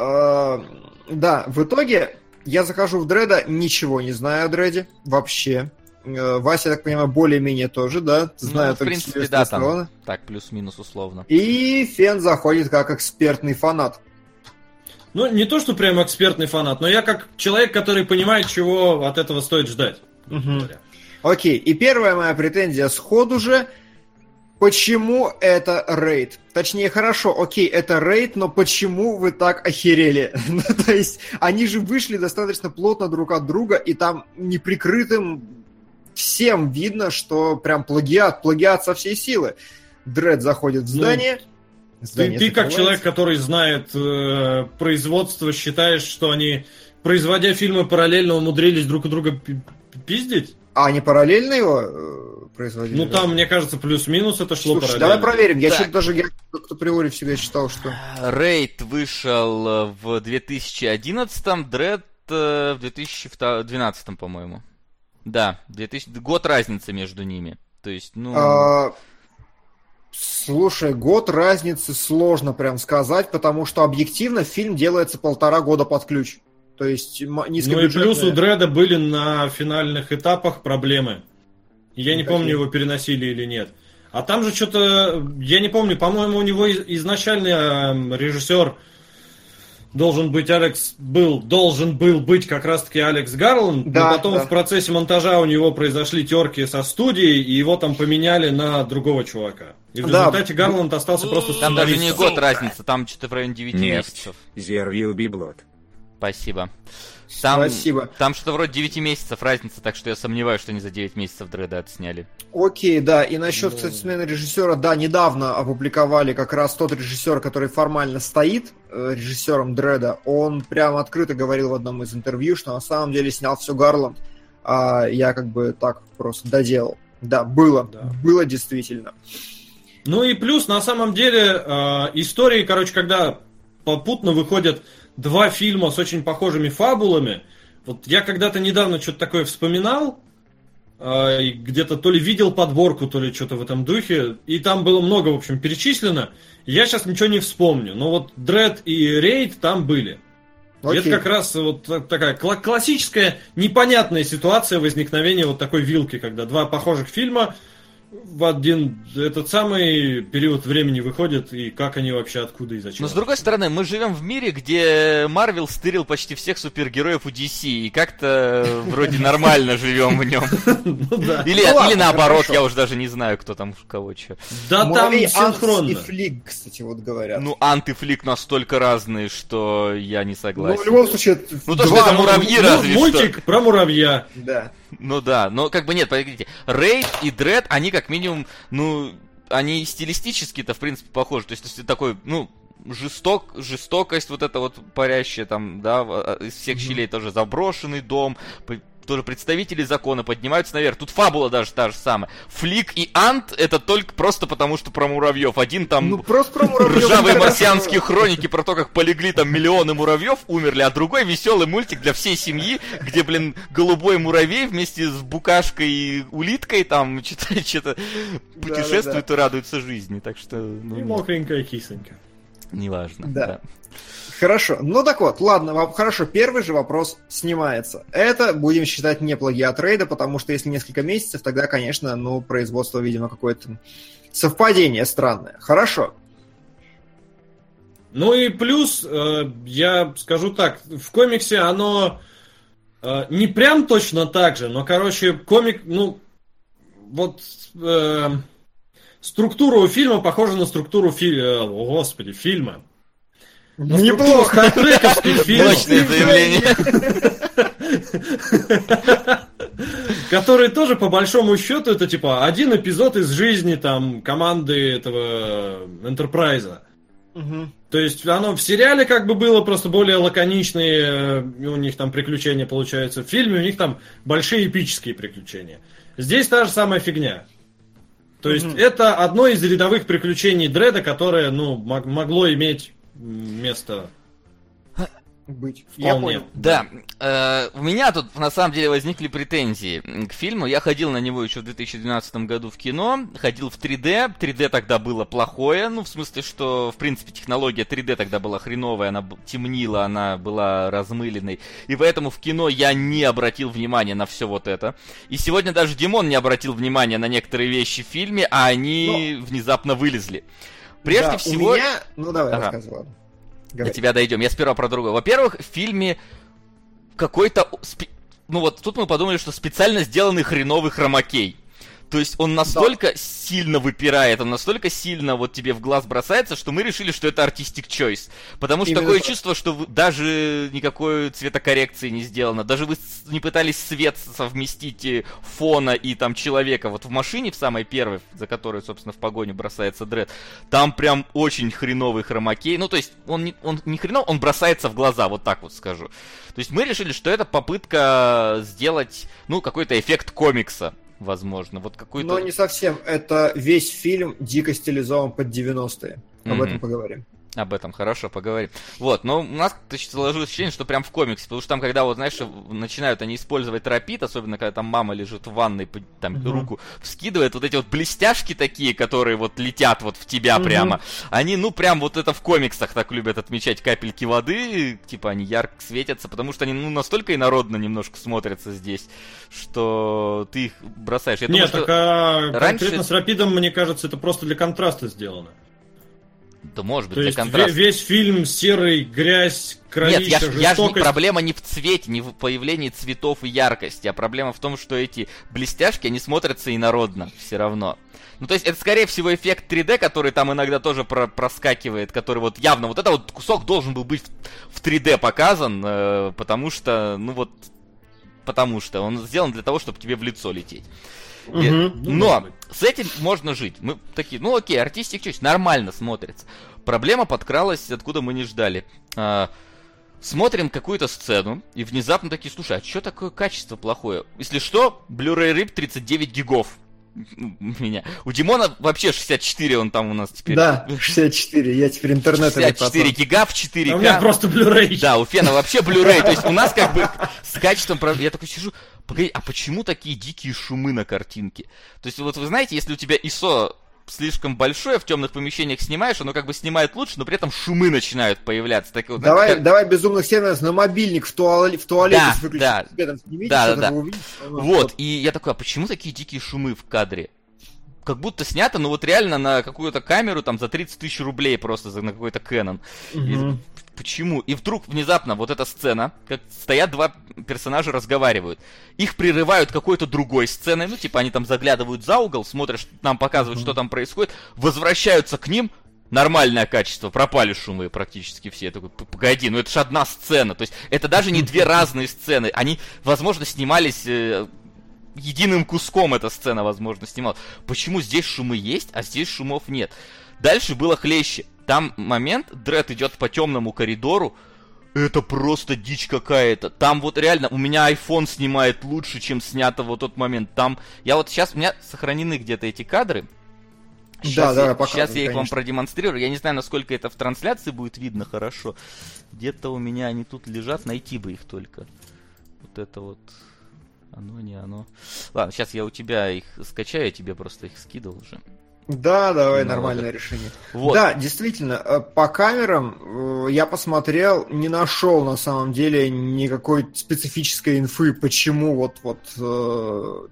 Да, в итоге я захожу в Дреда, ничего не знаю о Дреде, вообще. Вася, я так понимаю, более-менее тоже, да? Знаю, ну, в принципе, да, там так, плюс-минус условно. И Фен заходит как экспертный фанат. Ну, не то, что прям экспертный фанат, но я как человек, который понимает, чего от этого стоит ждать. Угу. Окей, и первая моя претензия сходу же, почему это рейд? Точнее, хорошо, окей, это рейд, но почему вы так охерели? Ну, то есть, они же вышли достаточно плотно друг от друга, и там неприкрытым всем видно, что прям плагиат, плагиат со всей силы. Дред заходит в здание. Ну, здание ты, ты как человек, который знает э, производство, считаешь, что они, производя фильмы параллельно, умудрились друг у друга пиздить? А они параллельно его э, производили? Ну да? Там, мне кажется, плюс-минус это шло. Слушай, параллельно. Давай проверим. Я что-то даже я как-то априори всегда считал, что... Рейд вышел в две тысячи одиннадцатом, Дред в две тысячи двенадцатом, по-моему. Да, две тысячи год разницы между ними. То есть, ну... А, слушай, год разницы сложно прям сказать, потому что объективно фильм делается полтора года под ключ. То есть низкобюджетная... Ну и плюс у Дреда были на финальных этапах проблемы. Я не помню, его переносили или нет. А там же что-то... Я не помню, по-моему, у него изначально режиссер... Должен быть Алекс был, должен был быть как раз-таки Алекс Гарланд, да, но потом да. в процессе монтажа у него произошли терки со студией, и его там поменяли на другого чувака. И в да. результате Гарланд остался просто сценаристом. Там даже не год разница, там что-то в районе девяти месяцев. There will be blood. Спасибо. Там, Спасибо. Там что-то вроде девяти месяцев разница, так что я сомневаюсь, что они за девять месяцев Дреда отсняли. Окей, да. И насчет, ну... кстати, смены режиссера, да, недавно опубликовали как раз тот режиссер, который формально стоит э, режиссером Дреда. Он прямо открыто говорил в одном из интервью, что на самом деле снял все Гарланд, а я как бы так просто доделал. Да, было. Да. Было действительно. Ну и плюс, на самом деле, э, истории, короче, когда попутно выходят два фильма с очень похожими фабулами. Вот я когда-то недавно что-то такое вспоминал, э, где-то то ли видел подборку, то ли что-то в этом духе, и там было много, в общем, перечислено. Я сейчас ничего не вспомню, но вот Дред и Рейд там были. И это как раз вот такая кла- классическая непонятная ситуация возникновения вот такой вилки, когда два похожих фильма в один этот самый период времени выходят, и как они вообще, откуда и зачем. Но с другой стороны, мы живем в мире, где Марвел стырил почти всех супергероев у ди си, и как-то вроде нормально живем в нем. Или наоборот, я уже даже не знаю, кто там кого что. Да там синхронно. И Флик, кстати, вот говорят. Ну, Ант и Флик настолько разные, что я не согласен. Ну, в любом случае, ну то, что это муравьи, разве что. Мультик про муравья. Да. Ну да, но как бы нет, погодите, Рейд и Дред, они как минимум, ну, они стилистически-то, в принципе, похожи. То есть, если такой, ну, жесток, жестокость вот эта вот парящая там, да, из всех mm-hmm. щелей тоже заброшенный дом, тоже представители закона поднимаются наверх. Тут фабула даже та же самая. Флик и Ант это только просто потому, что про муравьев. Один там ну, просто про муравьев. Ржавые марсианские хроники про то, как полегли там миллионы муравьев, умерли, а другой веселый мультик для всей семьи, где, блин, голубой муравей вместе с букашкой и улиткой там что-то, что-то путешествует да, да, да. и радуется жизни. Так что... Ну, и мокренькая кисонька. Неважно. Да. да. Хорошо. Ну так вот, ладно, хорошо, первый же вопрос снимается. Это, будем считать, не плагиат Рейда, потому что если несколько месяцев, тогда, конечно, ну, производство, видимо, какое-то совпадение странное. Хорошо. Ну и плюс, э, я скажу так, в комиксе оно э, не прям точно так же, но, короче, комик, ну, вот... Э, структура у фильма похожа на структуру фильма, о, господи, фильма. Ну, неплохо. Мощное заявление. Который тоже, по большому счету, это типа один эпизод из жизни там команды этого Энтерпрайза. Угу. То есть оно в сериале как бы было просто более лаконичные, у них там приключения получаются. В фильме у них там большие эпические приключения. Здесь та же самая фигня. То есть угу. это одно из рядовых приключений Дреда, которое, ну, мог- могло иметь место быть. Вполне. Я понял. Да, э, у меня тут на самом деле возникли претензии к фильму. Я ходил на него еще в две тысячи двенадцатом году в кино, ходил в три дэ. три дэ тогда было плохое, ну в смысле, что в принципе технология три дэ тогда была хреновая, она темнила, она была размыленной. И поэтому в кино я не обратил внимания на все вот это. И сегодня даже Димон не обратил внимания на некоторые вещи в фильме, а они Но... внезапно вылезли. Прежде да, всего... У меня... Ну давай, ага. рассказывай, ладно. Говори. До тебя дойдем. Я сперва про другое. Во-первых, в фильме какой-то... Спе... Ну вот тут мы подумали, что специально сделанный хреновый хромакей. То есть он настолько да. сильно выпирает, он настолько сильно вот тебе в глаз бросается, что мы решили, что это artistic choice. Потому что Именно такое так. чувство, что вы, даже никакой цветокоррекции не сделано. Даже вы не пытались цвет совместить фона и там человека. Вот в машине, в самой первой, за которой, собственно, в погоню бросается Дред, там прям очень хреновый хромакей. Ну, то есть он не, он не хреновый, он бросается в глаза, вот так вот скажу. То есть мы решили, что это попытка сделать, ну, какой-то эффект комикса. Возможно, вот какой-то... Но не совсем. Это весь фильм дико стилизован под девяностые. Об mm-hmm. этом поговорим. Об этом хорошо поговорим. Вот, но у нас сложилось ощущение, что прям в комиксе, потому что там, когда, вот, знаешь, начинают они использовать рапид, особенно когда там мама лежит в ванной, там uh-huh. руку вскидывает, вот эти вот блестяшки такие, которые вот летят вот в тебя uh-huh. прямо, они, ну, прям вот это в комиксах так любят отмечать капельки воды, типа они ярко светятся, потому что они, ну, настолько инородно немножко смотрятся здесь, что ты их бросаешь. Я Нет, думаю, так а раньше... конкретно с рапидом, мне кажется, это просто для контраста сделано. Да, может быть, То для есть контраста. Весь фильм серый, грязь, кровища, Нет, я, жестокость. я же не, проблема не в цвете, не в появлении цветов и яркости, а проблема в том, что эти блестяшки, они смотрятся инородно все равно. Ну, то есть, это, скорее всего, эффект три дэ, который там иногда тоже про- проскакивает, который вот явно, вот это вот кусок должен был быть в три дэ показан, э, потому что, ну вот, потому что он сделан для того, чтобы тебе в лицо лететь. Угу. И, но с этим можно жить. Мы такие, ну окей, artistic choice, нормально смотрится. Проблема подкралась, откуда мы не ждали. А, смотрим какую-то сцену, и внезапно такие, слушай, а что такое качество плохое? Если что, Blu-ray эр и пи тридцать девять гигов. У меня. У Димона вообще шестьдесят четыре, он там у нас теперь. Да, шестьдесят четыре, я теперь интернетом. шестьдесят четыре гига в четыре ка. А у меня просто Blu-ray. Да, у Фена вообще Blu-ray. То есть у нас как бы с качеством... Я такой сижу, погоди, а почему такие дикие шумы на картинке? То есть вот вы знаете, если у тебя ай эс о слишком большое, в темных помещениях снимаешь, оно как бы снимает лучше, но при этом шумы начинают появляться. Так, вот, давай, как... давай безумных сервисов на мобильник в, туалет, в туалете да, с выключенным да, светом снимите, да, да, да. увидите, вот, и я такой, а почему такие дикие шумы в кадре? как будто снято, ну вот реально на какую-то камеру там за тридцать тысяч рублей просто, за, на какой-то Canon. Мгм. И почему? И вдруг внезапно вот эта сцена, как стоят два персонажа, разговаривают. Их прерывают какой-то другой сценой, ну типа они там заглядывают за угол, смотрят, что- нам показывают, что там происходит, возвращаются к ним, нормальное качество, пропали шумы практически все. Я такой, «П- погоди, ну это же одна сцена. То есть это даже не две разные сцены. Они, возможно, снимались э, единым куском, эта сцена, возможно, снималась. Почему здесь шумы есть, а здесь шумов нет? Дальше было хлеще. Там момент, Дред идет по темному коридору, это просто дичь какая-то. Там вот реально, у меня iPhone снимает лучше, чем снято вот тот момент. Там, я вот сейчас, у меня сохранены где-то эти кадры. Да, Сейчас, да, я, показывай, сейчас я их вам конечно. продемонстрирую. Я не знаю, насколько это в трансляции будет видно хорошо. Где-то у меня они тут лежат, найти бы их только. Вот это вот. Оно, не оно. Ладно, сейчас я у тебя их скачаю, я тебе просто их скидывал уже. Да, давай, Ну, нормальное вот. решение. Вот. Да, действительно, э, по камерам э, я посмотрел, не нашел на самом деле никакой специфической инфы, почему вот вот э,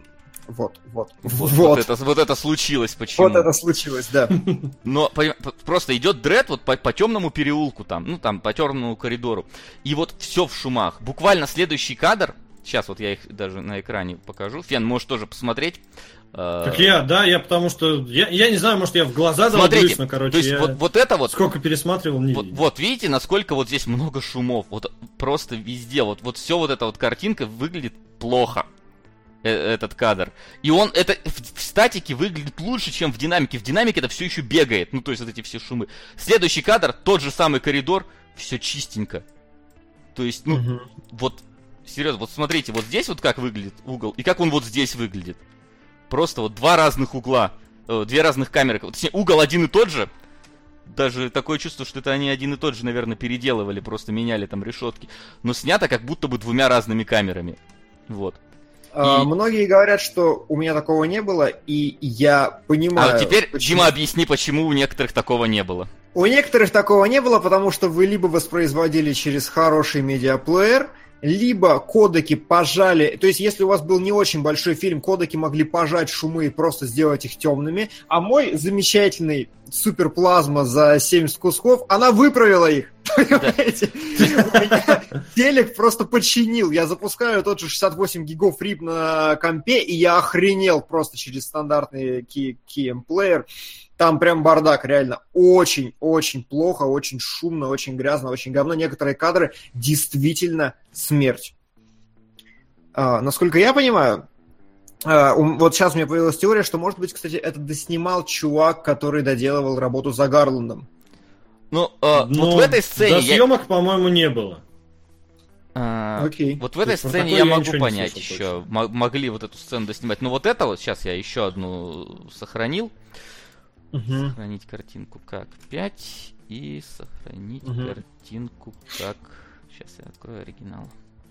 вот вот Вот, вот вот это, вот это случилось, почему. вот это случилось, да. Но по- по- просто идет Дред вот по, по темному переулку там, ну там по темному коридору. И вот все в шумах. Буквально следующий кадр. Сейчас вот я их даже на экране покажу. Фен, можешь тоже посмотреть. Э, Как я, да, я потому что... Я, я не знаю, может, я в глаза Смотрите, долблюсь, но, короче, то есть я вот, вот это вот. сколько пересматривал, не Вот, видел. вот видите, насколько вот здесь много шумов. Вот просто везде. Вот, вот все вот эта вот картинка выглядит плохо. э- Этот кадр. И он это в, в статике выглядит лучше, чем в динамике. В динамике это все еще бегает. Ну, то есть вот эти все шумы. Следующий кадр, тот же самый коридор, все чистенько. То есть, ну, Мгм. вот, серьезно, вот смотрите, вот здесь вот как выглядит угол, и как он вот здесь выглядит. Просто вот два разных угла, э, две разных камеры. Вот, точнее, угол один и тот же. Даже такое чувство, что это они один и тот же, наверное, переделывали, просто меняли там решетки. Но снято как будто бы двумя разными камерами. Вот. А, И- Многие говорят, что у меня такого не было, и я понимаю... А вот теперь, почему. Дима, объясни, почему у некоторых такого не было. У некоторых такого не было, потому что вы либо воспроизводили через хороший медиаплеер, либо кодеки пожали... То есть, если у вас был не очень большой фильм, кодеки могли пожать шумы и просто сделать их темными, а мой замечательный суперплазма за семьдесят кусков, она выправила их. Понимаете? У меня телек просто подчинил. Я запускаю тот же шестьдесят восемь гигов рип на компе, и я охренел просто через стандартный key, key and player. Там прям бардак, реально очень-очень плохо, очень шумно, очень грязно, очень говно. Некоторые кадры действительно смерть. А, насколько я понимаю, а, у- вот сейчас у меня появилась теория, что, может быть, кстати, это доснимал чувак, который доделывал работу за Гарландом. Ну, э, Но вот в этой сцене... До я- съемок, по-моему, не было. А, Окей. Вот в То этой есть про сцене такое я я могу ничего не понять слышал еще. М- могли вот эту сцену доснимать. Но вот это вот, сейчас я еще одну сохранил. Мгм. Сохранить картинку как пять. И сохранить Мгм. картинку как... Сейчас я открою оригинал.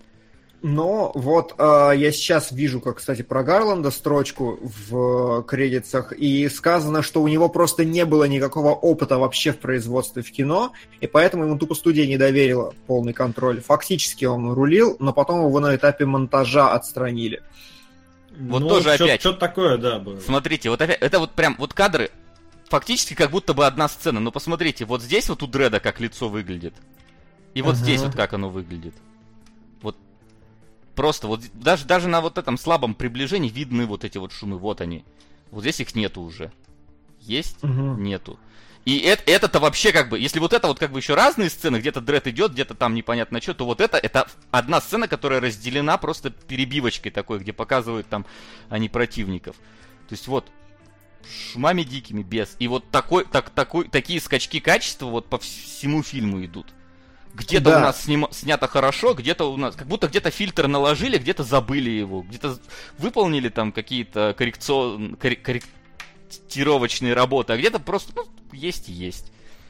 Но вот э, я сейчас вижу, как, кстати, про Гарланда строчку в кредитах, и сказано, что у него просто не было никакого опыта вообще в производстве в кино, и поэтому ему тупо студия не доверила полный контроль. Фактически он рулил, но потом его на этапе монтажа отстранили. Вот Ну, тоже чё- опять. Что-то такое, да, было. Смотрите, вот опять... Это вот прям... Вот кадры... Фактически как будто бы одна сцена. Но посмотрите, вот здесь вот у Дреда как лицо выглядит. И вот Ага. здесь вот как оно выглядит. Вот просто вот даже, даже на вот этом слабом приближении видны вот эти вот шумы. Вот они. Вот здесь их нету уже. Есть? Мгм. Нету. И это, это-то вообще как бы, если вот это вот как бы еще разные сцены, где-то Дред идет, где-то там непонятно что, то вот это, это одна сцена, которая разделена просто перебивочкой такой, где показывают там они противников. То есть вот, шумами дикими, без. И вот такой, так, такой, такие скачки качества вот по всему фильму идут. Где-то Да. у нас сним- снято хорошо, где-то у нас, как будто где-то фильтр наложили, где-то забыли его, где-то выполнили там какие-то коррекцион, коррек- корректировочные работы, а где-то просто, ну, есть и есть.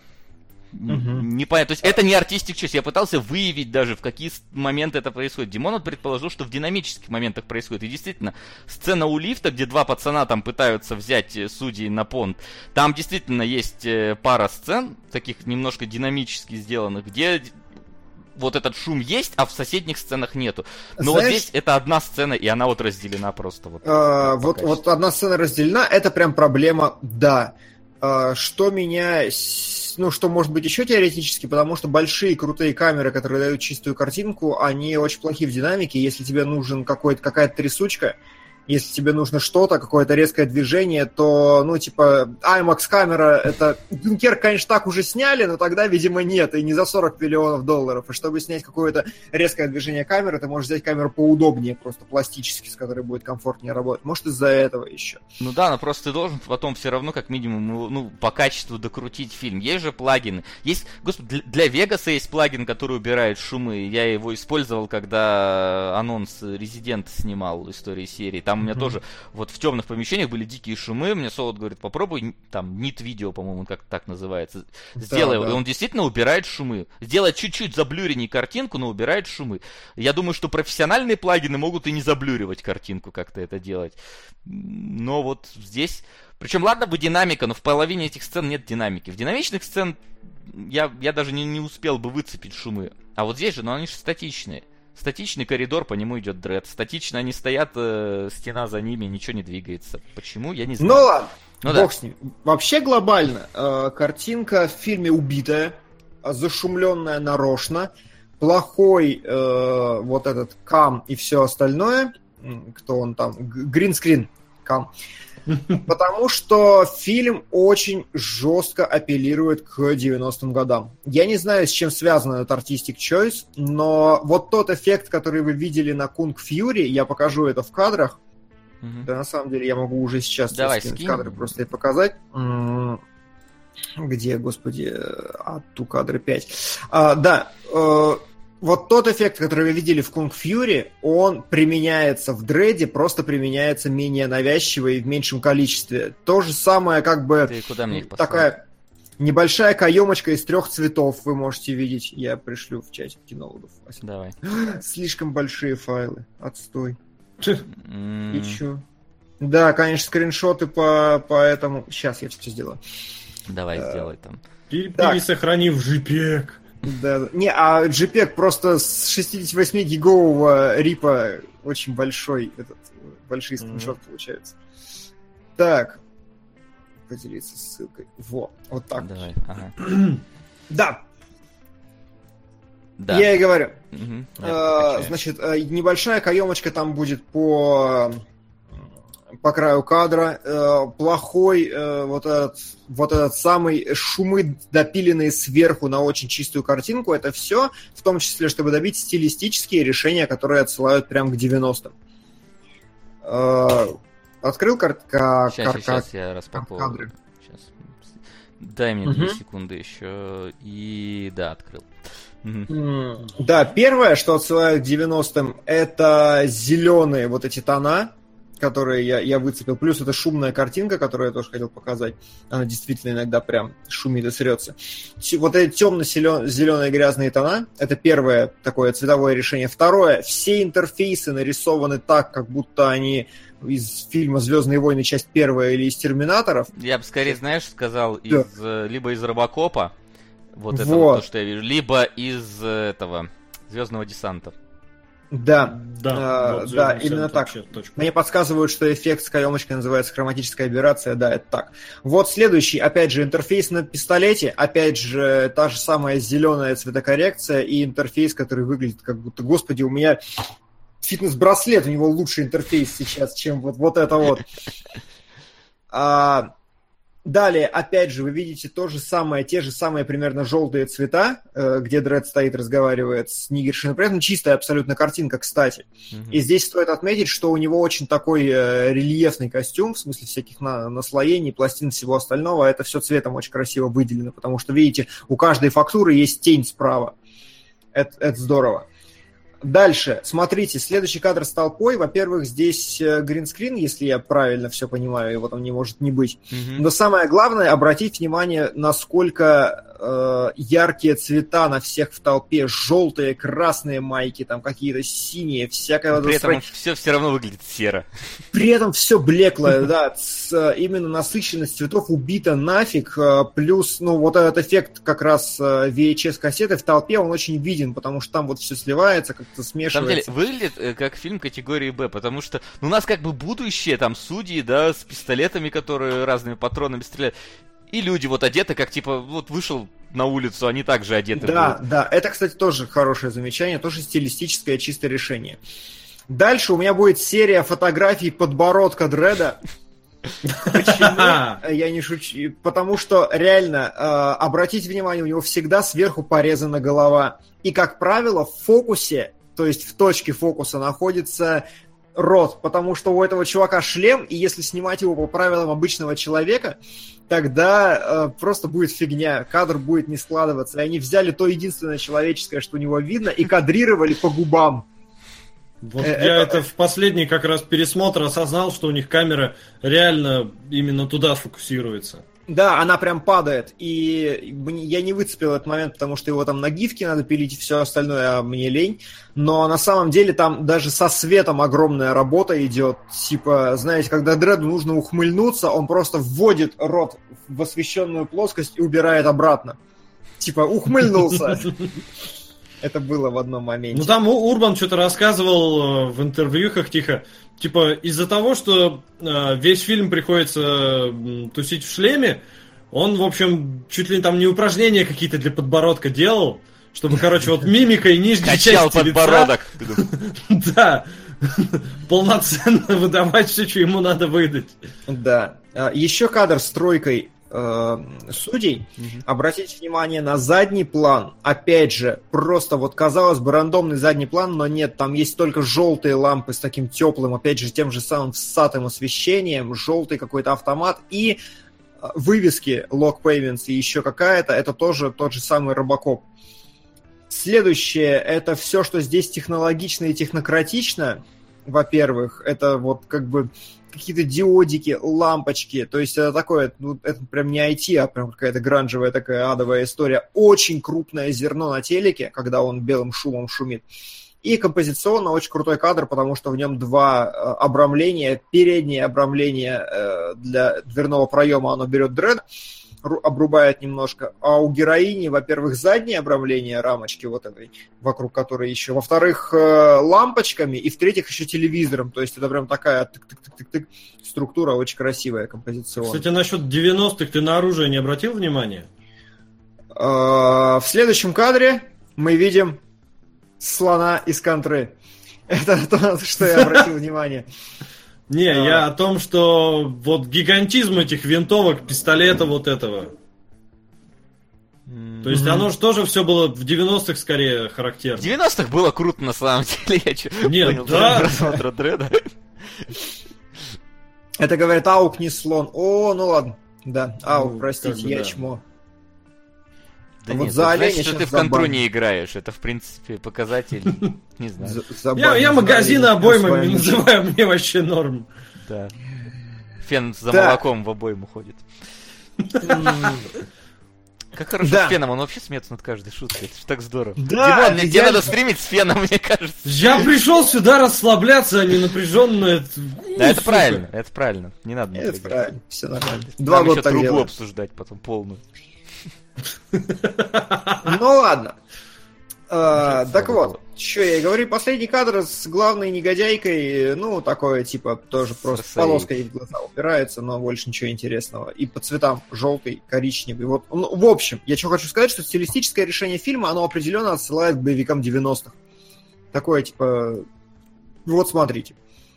Мгм. Непонятно. То есть это не артистик choice. Я пытался выявить даже, в какие с- моменты это происходит. Димон вот предположил, что в динамических моментах происходит. И действительно, сцена у лифта, где два пацана там пытаются взять э, судей на понт, там действительно есть э, пара сцен, таких немножко динамически сделанных, где д- вот этот шум есть, а в соседних сценах нету. Но Знаешь, вот здесь это одна сцена, и она вот разделена просто. Вот, а, по вот, качеству. вот одна сцена разделена, это прям проблема, да. А, что меня... Ну, что может быть еще теоретически, потому что большие крутые камеры, которые дают чистую картинку, они очень плохи в динамике. Если тебе нужен какой-то, какая-то трясучка, если тебе нужно что-то, какое-то резкое движение, то, ну, типа, IMAX-камера, это... Дюнкерк, конечно, так уже сняли, но тогда, видимо, нет, и не за сорок миллионов долларов. И чтобы снять какое-то резкое движение камеры, ты можешь взять камеру поудобнее, просто пластически, с которой будет комфортнее работать. Может, из-за этого еще. Ну да, но просто ты должен потом все равно, как минимум, ну, ну, по качеству докрутить фильм. Есть же плагины. Есть, господи, для Вегаса есть плагин, который убирает шумы. Я его использовал, когда анонс Резидент снимал истории серии. Там у меня mm-hmm. тоже вот в темных помещениях были дикие шумы. Мне Солод говорит, попробуй, там, нит видео, по-моему, как так называется. Сделай. Да, да. И он действительно убирает шумы. Сделает чуть-чуть заблюренней картинку, но убирает шумы. Я думаю, что профессиональные плагины могут и не заблюривать картинку, как-то это делать. Но вот здесь... Причем, ладно бы динамика, но в половине этих сцен нет динамики. В динамичных сцен я, я даже не, не успел бы выцепить шумы. А вот здесь же, ну они же статичные. Статичный коридор, по нему идет дред. Статично они стоят, э, стена за ними, ничего не двигается. Почему? Я не знаю. Ну ладно, ну, бог да. с ним. Вообще глобально, э, картинка в фильме убитая, зашумленная нарочно, плохой э, вот этот кам и все остальное, кто он там, гринскрин кам. Потому что фильм очень жестко апеллирует к девяностым годам. Я не знаю, с чем связан этот Artistic Choice, но вот тот эффект, который вы видели на Kung Fury, я покажу это в кадрах. Mm-hmm. Да, на самом деле, я могу уже сейчас Давай, скинуть скинь. кадры просто и показать. Где, господи, а, ту кадры пять. А, да, э, вот тот эффект, который вы видели в Kung Fury, он применяется в Дредде, просто применяется менее навязчиво и в меньшем количестве. То же самое, как бы... Ты куда мне их послал? Такая небольшая каемочка из трех цветов вы можете видеть. Я пришлю в чатик кинологов. Давай. Слишком большие файлы. Отстой. Mm. И чё? Да, конечно, скриншоты по, по этому... Сейчас я все сделаю. Давай, а... сделай там. Пересохрани в JPEG. Да, не, а JPEG просто с шестидесятивосьмигигового рипа очень большой, этот, большие скриншоты mm-hmm. получаются. Так, поделиться ссылкой. Во, вот так. Давай, ага. Да. Да. Я и говорю. Mm-hmm. А, значит, небольшая каемочка там будет по... по краю кадра, э, плохой э, вот, этот, вот этот самый шумы, допиленные сверху на очень чистую картинку, это все, в том числе, чтобы добить стилистические решения, которые отсылают прям к девяностым. Э, открыл картка... Сейчас, кар- сейчас я распаковываю. кадры. Сейчас. Дай мне две Угу. секунды еще. И да, открыл. Угу. Mm, да, первое, что отсылает к девяностым, это зеленые вот эти тона, которые я, я выцепил. Плюс это шумная картинка, которую я тоже хотел показать. Она действительно иногда прям шумит и срется. Вот эти темно-зеленые грязные тона, это первое такое цветовое решение. Второе, все интерфейсы нарисованы так, как будто они из фильма «Звездные войны. Часть первая» или из «Терминаторов». Я бы скорее, знаешь, сказал, Да. из, либо из «Робокопа», вот это Вот. вот то, что я вижу, либо из этого «Звездного десанта». Да, Да, а, вот да, «Звездный именно десант» так. вообще точка. Мне подсказывают, что эффект с каемочкой называется хроматическая аберрация. Да, это так. Вот следующий, опять же, интерфейс на пистолете. Опять же, та же самая зеленая цветокоррекция и интерфейс, который выглядит как будто, господи, у меня фитнес-браслет, у него лучший интерфейс сейчас, чем вот, вот это вот. А, далее, опять же, вы видите то же самое, те же самые примерно желтые цвета, где Дред стоит, разговаривает с Нигершей, но при этом чистая абсолютно картинка, кстати. Mm-hmm. И здесь стоит отметить, что у него очень такой э, рельефный костюм, в смысле всяких на- наслоений, пластин, всего остального. Это все цветом очень красиво выделено, потому что, видите, у каждой фактуры есть тень справа. Это, это здорово. Дальше, смотрите, следующий кадр с толпой. Во-первых, здесь гринскрин, если я правильно все понимаю, его там не может не быть. Mm-hmm. Но самое главное, обратить внимание, насколько э, яркие цвета на всех в толпе, желтые, красные майки, там какие-то синие, всякое... При этом вот все все равно выглядит серо. При этом все блеклое, да, с, именно насыщенность цветов убита нафиг, плюс, ну, вот этот эффект как раз ви эйч эс-кассеты в толпе, он очень виден, потому что там вот все сливается, как-то смешивается. На самом деле, выглядит как фильм категории Б, потому что ну, у нас как бы будущее, там, судьи, да, с пистолетами, которые разными патронами стреляют, и люди вот одеты, как, типа, вот вышел на улицу, они также одеты. Да, будут. да, это, кстати, тоже хорошее замечание, тоже стилистическое чистое решение. Дальше у меня будет серия фотографий подбородка Дредда. Почему? Я не шучу. Потому что, реально, э, обратите внимание, у него всегда сверху порезана голова. И, как правило, в фокусе, то есть в точке фокуса, находится рот. Потому что у этого чувака шлем, и если снимать его по правилам обычного человека, тогда э, просто будет фигня, кадр будет не складываться. И они взяли то единственное человеческое, что у него видно, и кадрировали по губам. Вот э- я это... это в последний как раз пересмотр осознал, что у них камера реально именно туда фокусируется. Да, она прям падает, и я не выцепил этот момент, потому что его там на гифке надо пилить и все остальное, а мне лень. Но на самом деле там даже со светом огромная работа идет. Типа, знаете, когда Дредду нужно ухмыльнуться, он просто вводит рот в освещенную плоскость и убирает обратно. Типа, ухмыльнулся. Это было в одном моменте. Ну там Урбан что-то рассказывал в интервьюхах тихо. Типа, из-за того, что э, весь фильм приходится э, тусить в шлеме, он, в общем, чуть ли там не упражнения какие-то для подбородка делал, чтобы, короче, вот мимика и нижняя часть лица... подбородок. Да. Полноценно выдавать все, что ему надо выдать. Да. Еще кадр с тройкой судей. Угу. Обратите внимание на задний план. Опять же, просто вот казалось бы рандомный задний план, но нет, там есть только желтые лампы с таким теплым, опять же, тем же самым всатым освещением, желтый какой-то автомат и вывески Lock Payments и еще какая-то, это тоже тот же самый Робокоп. Следующее, это все, что здесь технологично и технократично, во-первых, это вот как бы какие-то диодики, лампочки, то есть это такое, ну, это прям не ай ти, а прям какая-то гранжевая такая адовая история. Очень крупное зерно на телеке, когда он белым шумом шумит. И композиционно очень крутой кадр, потому что в нем два э, обрамления. Переднее обрамление э, для дверного проема оно берет Дред, обрубает немножко, а у героини, во-первых, заднее обрамление рамочки вот этой, вокруг которой еще, во-вторых, лампочками, и в-третьих, еще телевизором, то есть это прям такая тык-тык-тык-тык структура очень красивая, композиционная. Кстати, насчет девяностых ты на оружие не обратил внимания? В следующем кадре мы видим слона из Контры. Это то, что я обратил внимание. Не, а... я о том, что вот гигантизм этих винтовок, пистолета вот этого. Mm-hmm. То есть оно же тоже все было в девяностых скорее характерно. В девяностых было круто на самом деле, я что Нет, понял, да. просмотра Дреда. Это говорит, аук не слон. О, ну ладно. Да, аук, ну, простите, бы, я да. чмо. Да а нет, вот за значит, оленя что ты в контру не играешь. Это, в принципе, показатель, не знаю. Я, я магазины обоймами называю, мне вообще норм. Да. Фен за да. молоком в обойму ходит. Как хорошо да. с Феном, он вообще смеется над каждой шуткой. Это же так здорово. Да, Димон, тебе надо стримить с Феном, мне кажется. Я пришел сюда расслабляться, а не напряженно. Да, это правильно, это правильно. Не надо. Это правильно, все нормально. Два года так трубу обсуждать потом полную. Ну ладно. А, так вот, что я и говорю, последний кадр с главной негодяйкой, ну, такое, типа, тоже просто полоской в глаза упирается, но больше ничего интересного. И по цветам желтый, коричневый. Вот, ну, в общем, я что хочу сказать, что стилистическое решение фильма, оно определенно отсылает к боевикам девяностых. Такое, типа, вот смотрите.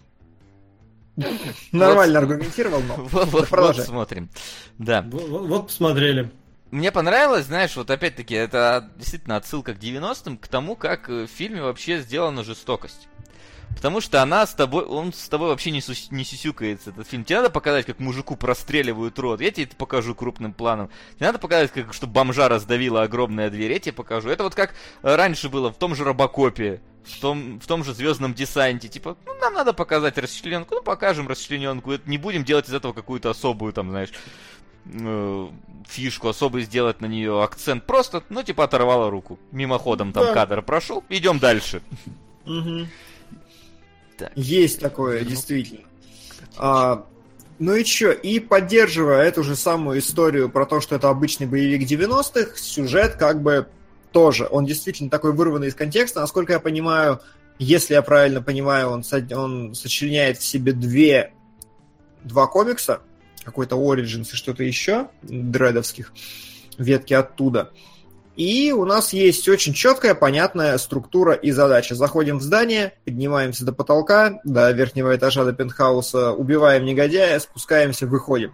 Нормально аргументировал, но вот смотрим. Да. Вот посмотрели. Мне понравилось, знаешь, вот опять-таки, это действительно отсылка к девяностым, к тому, как в фильме вообще сделана жестокость. Потому что она с тобой, он с тобой вообще не, су- не сюсюкается, этот фильм. Тебе надо показать, как мужику простреливают рот, я тебе это покажу крупным планом. Тебе надо показать, как, что бомжа раздавила огромная дверь, я тебе покажу. Это вот как раньше было в том же Робокопе, в том, в том же Звездном десанте. Типа, ну, нам надо показать расчлененку, ну, покажем расчлененку. Не будем делать из этого какую-то особую, там, знаешь... э, фишку, особо сделать на нее акцент. Просто, ну, типа, оторвала руку. Мимоходом там Да. кадр прошел. Идем дальше. Мгм. Так. Есть такое, действительно. А, ну и чё, и поддерживая эту же самую историю про то, что это обычный боевик девяностых, сюжет как бы тоже, он действительно такой вырванный из контекста. Насколько я понимаю, если я правильно понимаю, он, со- он сочленяет в себе две, два комикса, какой-то Origins и что-то еще, дредовских, ветки оттуда. И у нас есть очень четкая, понятная структура и задача. Заходим в здание, поднимаемся до потолка, до верхнего этажа, до пентхауса, убиваем негодяя, спускаемся, выходим.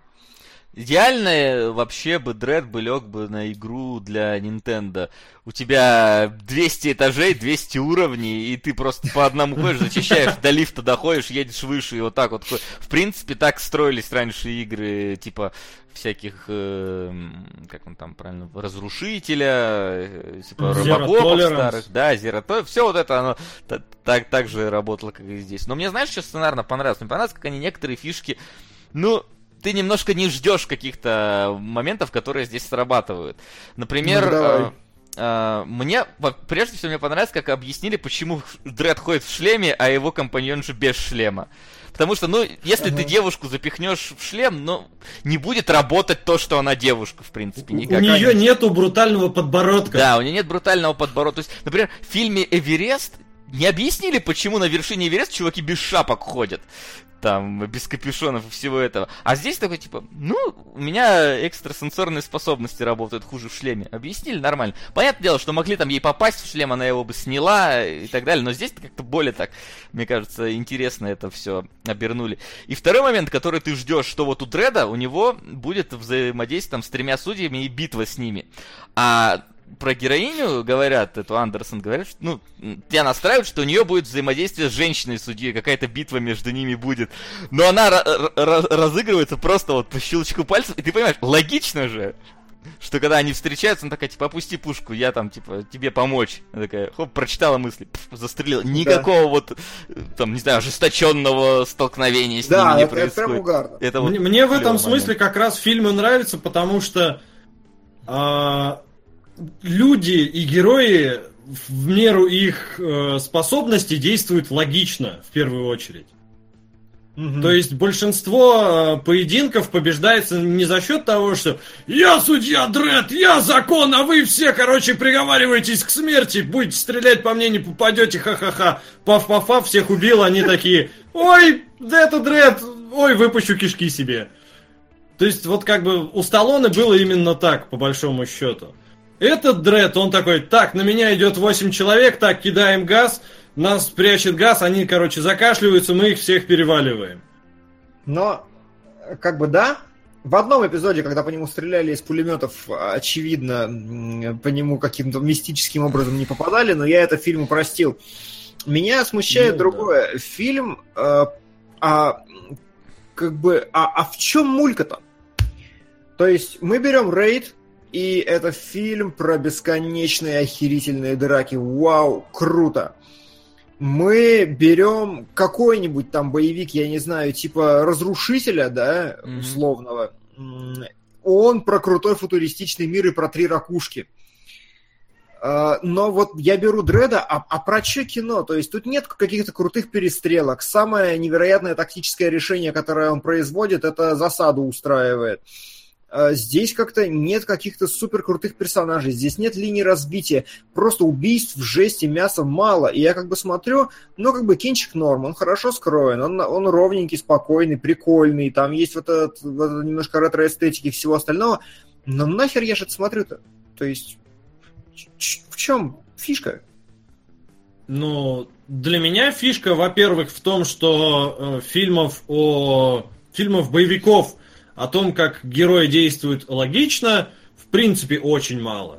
Идеально вообще бы Дред бы лег бы на игру для Nintendo. У тебя двести этажей, двести уровней, и ты просто по одному ходишь, зачищаешь, до лифта доходишь, едешь выше, и вот так вот. В принципе, так строились раньше игры, типа всяких, э, как он там правильно, разрушителя, э, типа Zero робокопов Tolerance. старых, да, Zero Tolerance, все вот это, оно та- так, так же работало, как и здесь. Но мне, знаешь, что сценарно понравилось? Мне понравилось, как они некоторые фишки, ну, ты немножко не ждешь каких-то моментов, которые здесь срабатывают. Например, Ну, давай. э, э, мне, во- прежде всего, мне понравилось, как объяснили, почему Дред ходит в шлеме, а его компаньонша без шлема. Потому что, ну, если ты девушку запихнешь в шлем, ну, не будет работать то, что она девушка, в принципе, никак. У нее нету брутального подбородка. Да, у нее нет брутального подбородка. То есть, например, в фильме «Эверест» не объяснили, почему на вершине Эвереста чуваки без шапок ходят. Там, без капюшонов и всего этого. А здесь такой, типа, ну, у меня экстрасенсорные способности работают хуже в шлеме. Объяснили нормально. Понятное дело, что могли там ей попасть в шлем, она его бы сняла и так далее. Но здесь как-то более так, мне кажется, интересно это все обернули. И второй момент, который ты ждешь, что вот у Дреда, у него будет взаимодействие там с тремя судьями и битва с ними. А про героиню говорят, эту Андерсон говорят, что, ну, тебя настраивают, что у нее будет взаимодействие с женщиной-судьей, какая-то битва между ними будет. Но она ра- ра- разыгрывается просто вот по щелчку пальцев, и ты понимаешь, логично же, что когда они встречаются, она такая, типа, опусти пушку, я там, типа, тебе помочь. Она такая, хоп, прочитала мысли, пф, застрелила. Никакого да. вот, там, не знаю, ожесточенного столкновения с да, ними не это, происходит. Это прям угарно. Это вот мне мне в этом момент. смысле как раз фильмы нравятся, потому что а, люди и герои в меру их э, способностей действуют логично, в первую очередь. Мгм. То есть большинство э, поединков побеждается не за счет того, что «Я судья Дред, я закон, а вы все, короче, приговариваетесь к смерти, будете стрелять по мне, не попадете, ха-ха-ха, паф-паф-паф, всех убил», они такие «Ой, да это Дред, ой, выпущу кишки себе». То есть вот как бы у Сталлоне было именно так, по большому счету. Этот Дред, он такой, так, на меня идет восемь человек, так, кидаем газ, нас прячет газ, они, короче, закашливаются, мы их всех переваливаем. Но, как бы да, в одном эпизоде, когда по нему стреляли из пулеметов, очевидно, м, по нему каким-то мистическим образом не попадали, но я это фильму простил. Меня смущает Ну, другое. Да. Фильм, э, а, как бы, а, а в чем мулька-то? То есть мы берем рейд, и это фильм про бесконечные охерительные драки. Вау, круто! Мы берем какой-нибудь там боевик, я не знаю, типа Разрушителя, да, Mm-hmm. условного. Он про крутой футуристичный мир и про три ракушки. Но вот я беру Дреда, а, а про что кино? То есть тут нет каких-то крутых перестрелок. Самое невероятное тактическое решение, которое он производит, это засаду устраивает. Здесь как-то нет каких-то супер крутых персонажей, здесь нет линии разбития, просто убийств, жести, мяса мало. И я как бы смотрю, ну как бы кинчик норм, он хорошо скроен, он, он ровненький, спокойный, прикольный, там есть вот этот, вот этот немножко ретро-эстетики и всего остального. Но нахер я же это смотрю-то? То есть в чем фишка? Ну, для меня фишка, во-первых, в том, что э, фильмов о фильмов боевиков о том, как герои действуют логично, в принципе, очень мало.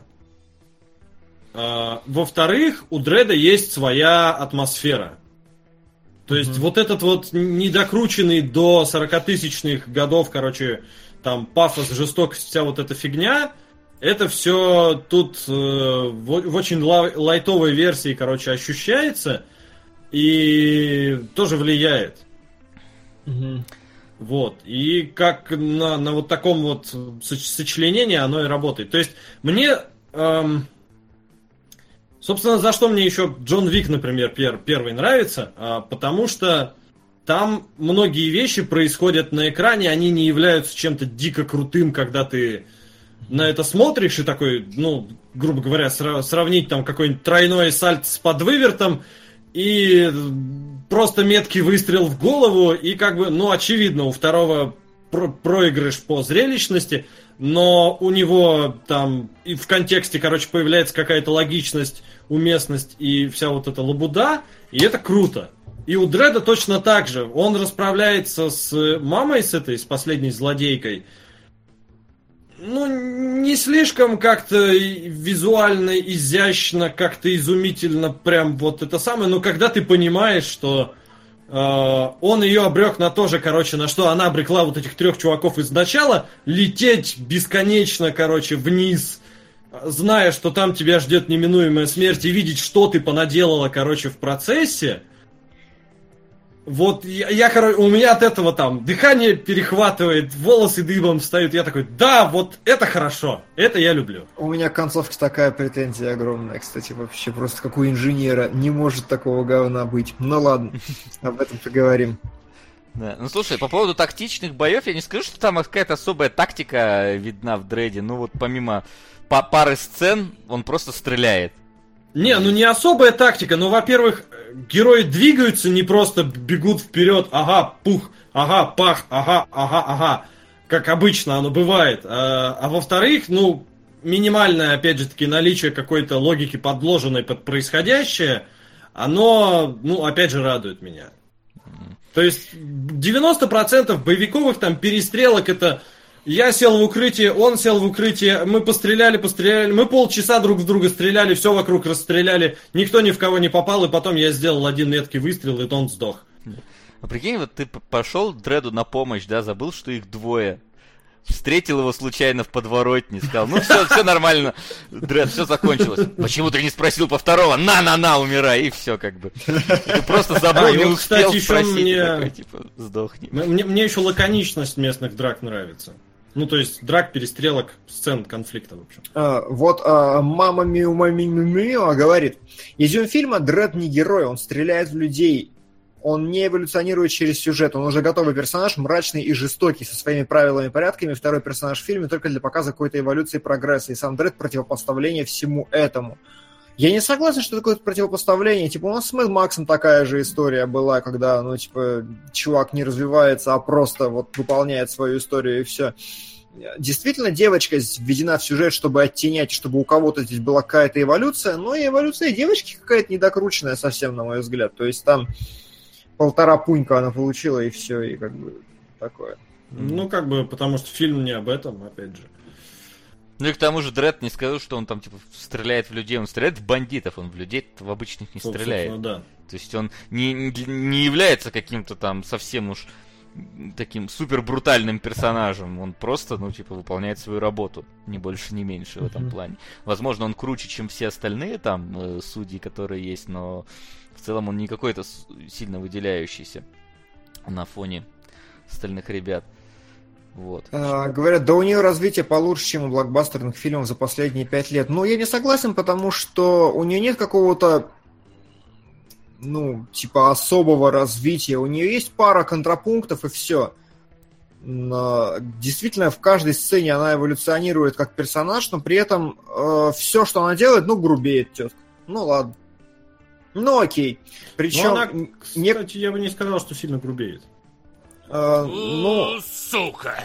А, во-вторых, у Дреда есть своя атмосфера. То есть mm-hmm. вот этот вот недокрученный до сорокатысячных годов, короче, там пафос, жестокость, вся вот эта фигня, это все тут э, в, в очень ла- лайтовой версии, короче, ощущается и тоже влияет. Mm-hmm. Вот. И как на, на вот таком вот сочленении оно и работает. То есть мне... Эм, собственно, за что мне еще Джон Уик, например, пер, первый нравится, а, потому что там многие вещи происходят на экране, они не являются чем-то дико крутым, когда ты на это смотришь и такой, ну, грубо говоря, сра- сравнить там какой-нибудь тройной сальто с подвывертом и просто меткий выстрел в голову, и как бы, ну, очевидно, у второго про- проигрыш по зрелищности, но у него там и в контексте, короче, появляется какая-то логичность, уместность и вся вот эта лабуда, и это круто. И у Дредда точно так же. Он расправляется с мамой, с этой, с последней злодейкой. Ну, не слишком как-то визуально, изящно, как-то изумительно, прям вот это самое. Но когда ты понимаешь, что э, он ее обрек на то же, короче, на что она обрекла вот этих трех чуваков изначала, лететь бесконечно, короче, вниз, зная, что там тебя ждет неминуемая смерть, и видеть, что ты понаделала, короче, в процессе. Вот я, я, короче, у меня от этого там дыхание перехватывает, волосы дыбом встают. Я такой, да, вот это хорошо, это я люблю. У меня к концовке такая претензия огромная, кстати, вообще просто как у инженера. Не может такого говна быть. Ну ладно, об этом поговорим. Да. Ну слушай, по поводу тактичных боев, я не скажу, что там какая-то особая тактика видна в Дредде. Ну вот помимо па- пары сцен, он просто стреляет. Не, ну не особая тактика, но, во-первых, герои двигаются, не просто бегут вперед, ага, пух, ага, пах, ага, ага, ага, как обычно оно бывает. А, а во-вторых, ну, минимальное, опять же таки, наличие какой-то логики, подложенной под происходящее, оно, ну, опять же, радует меня. То есть девяносто процентов боевиковых там перестрелок это... Я сел в укрытие, он сел в укрытие, мы постреляли, постреляли, мы полчаса друг в друга стреляли, все вокруг расстреляли, никто ни в кого не попал, и потом я сделал один меткий выстрел, и он сдох. А прикинь, вот ты пошел Дредду на помощь, да, забыл, что их двое. Встретил его случайно в подворотне, сказал, ну все, все нормально, Дред, все закончилось. Почему ты не спросил по второго? На-на-на, умирай, и все как бы. Ты просто забыл, А, не вот, успел кстати, спросить, еще мне... такой, типа, сдохни. Мне, мне еще лаконичность местных драк нравится. Ну, то есть, драк, перестрелок, сцен конфликта, в общем. А, вот а, мама Миу Мами Миу говорит, изюм фильма Дред не герой, он стреляет в людей. Он не эволюционирует через сюжет, он уже готовый персонаж, мрачный и жестокий, со своими правилами и порядками. Второй персонаж в фильме только для показа какой-то эволюции и прогресса. И сам Дред противопоставление всему этому. Я не согласен, что такое противопоставление. Типа, у нас с Мэд Максом такая же история была, когда, ну, типа, чувак не развивается, а просто вот выполняет свою историю и все. Действительно, девочка введена в сюжет, чтобы оттенять, чтобы у кого-то здесь была какая-то эволюция, но и эволюция девочки какая-то недокрученная совсем, на мой взгляд. То есть там полтора пунька она получила, и все, и как бы такое. Ну, как бы, потому что фильм не об этом, опять же. Ну и к тому же Дред не скажу, что он там типа стреляет в людей, он стреляет в бандитов, он в людей в обычных не стреляет. Да. То есть он не, не является каким-то там совсем уж таким супер брутальным персонажем, он просто, ну, типа, выполняет свою работу, ни больше, ни меньше в этом плане. Возможно, он круче, чем все остальные там э, судьи, которые есть, но в целом он не какой-то сильно выделяющийся на фоне остальных ребят. Вот. А, говорят, да у нее развитие получше, чем у блокбастерных фильмов за последние пять лет. Но я не согласен, потому что у нее нет какого-то, ну, типа особого развития. У нее есть пара контрапунктов и все. Но действительно, в каждой сцене она эволюционирует как персонаж, но при этом э, все, что она делает, ну, грубеет тетка. Ну, ладно. Ну, окей. Причем... Она, кстати, не... я бы не сказал, что сильно грубеет. Э, ну... Сука!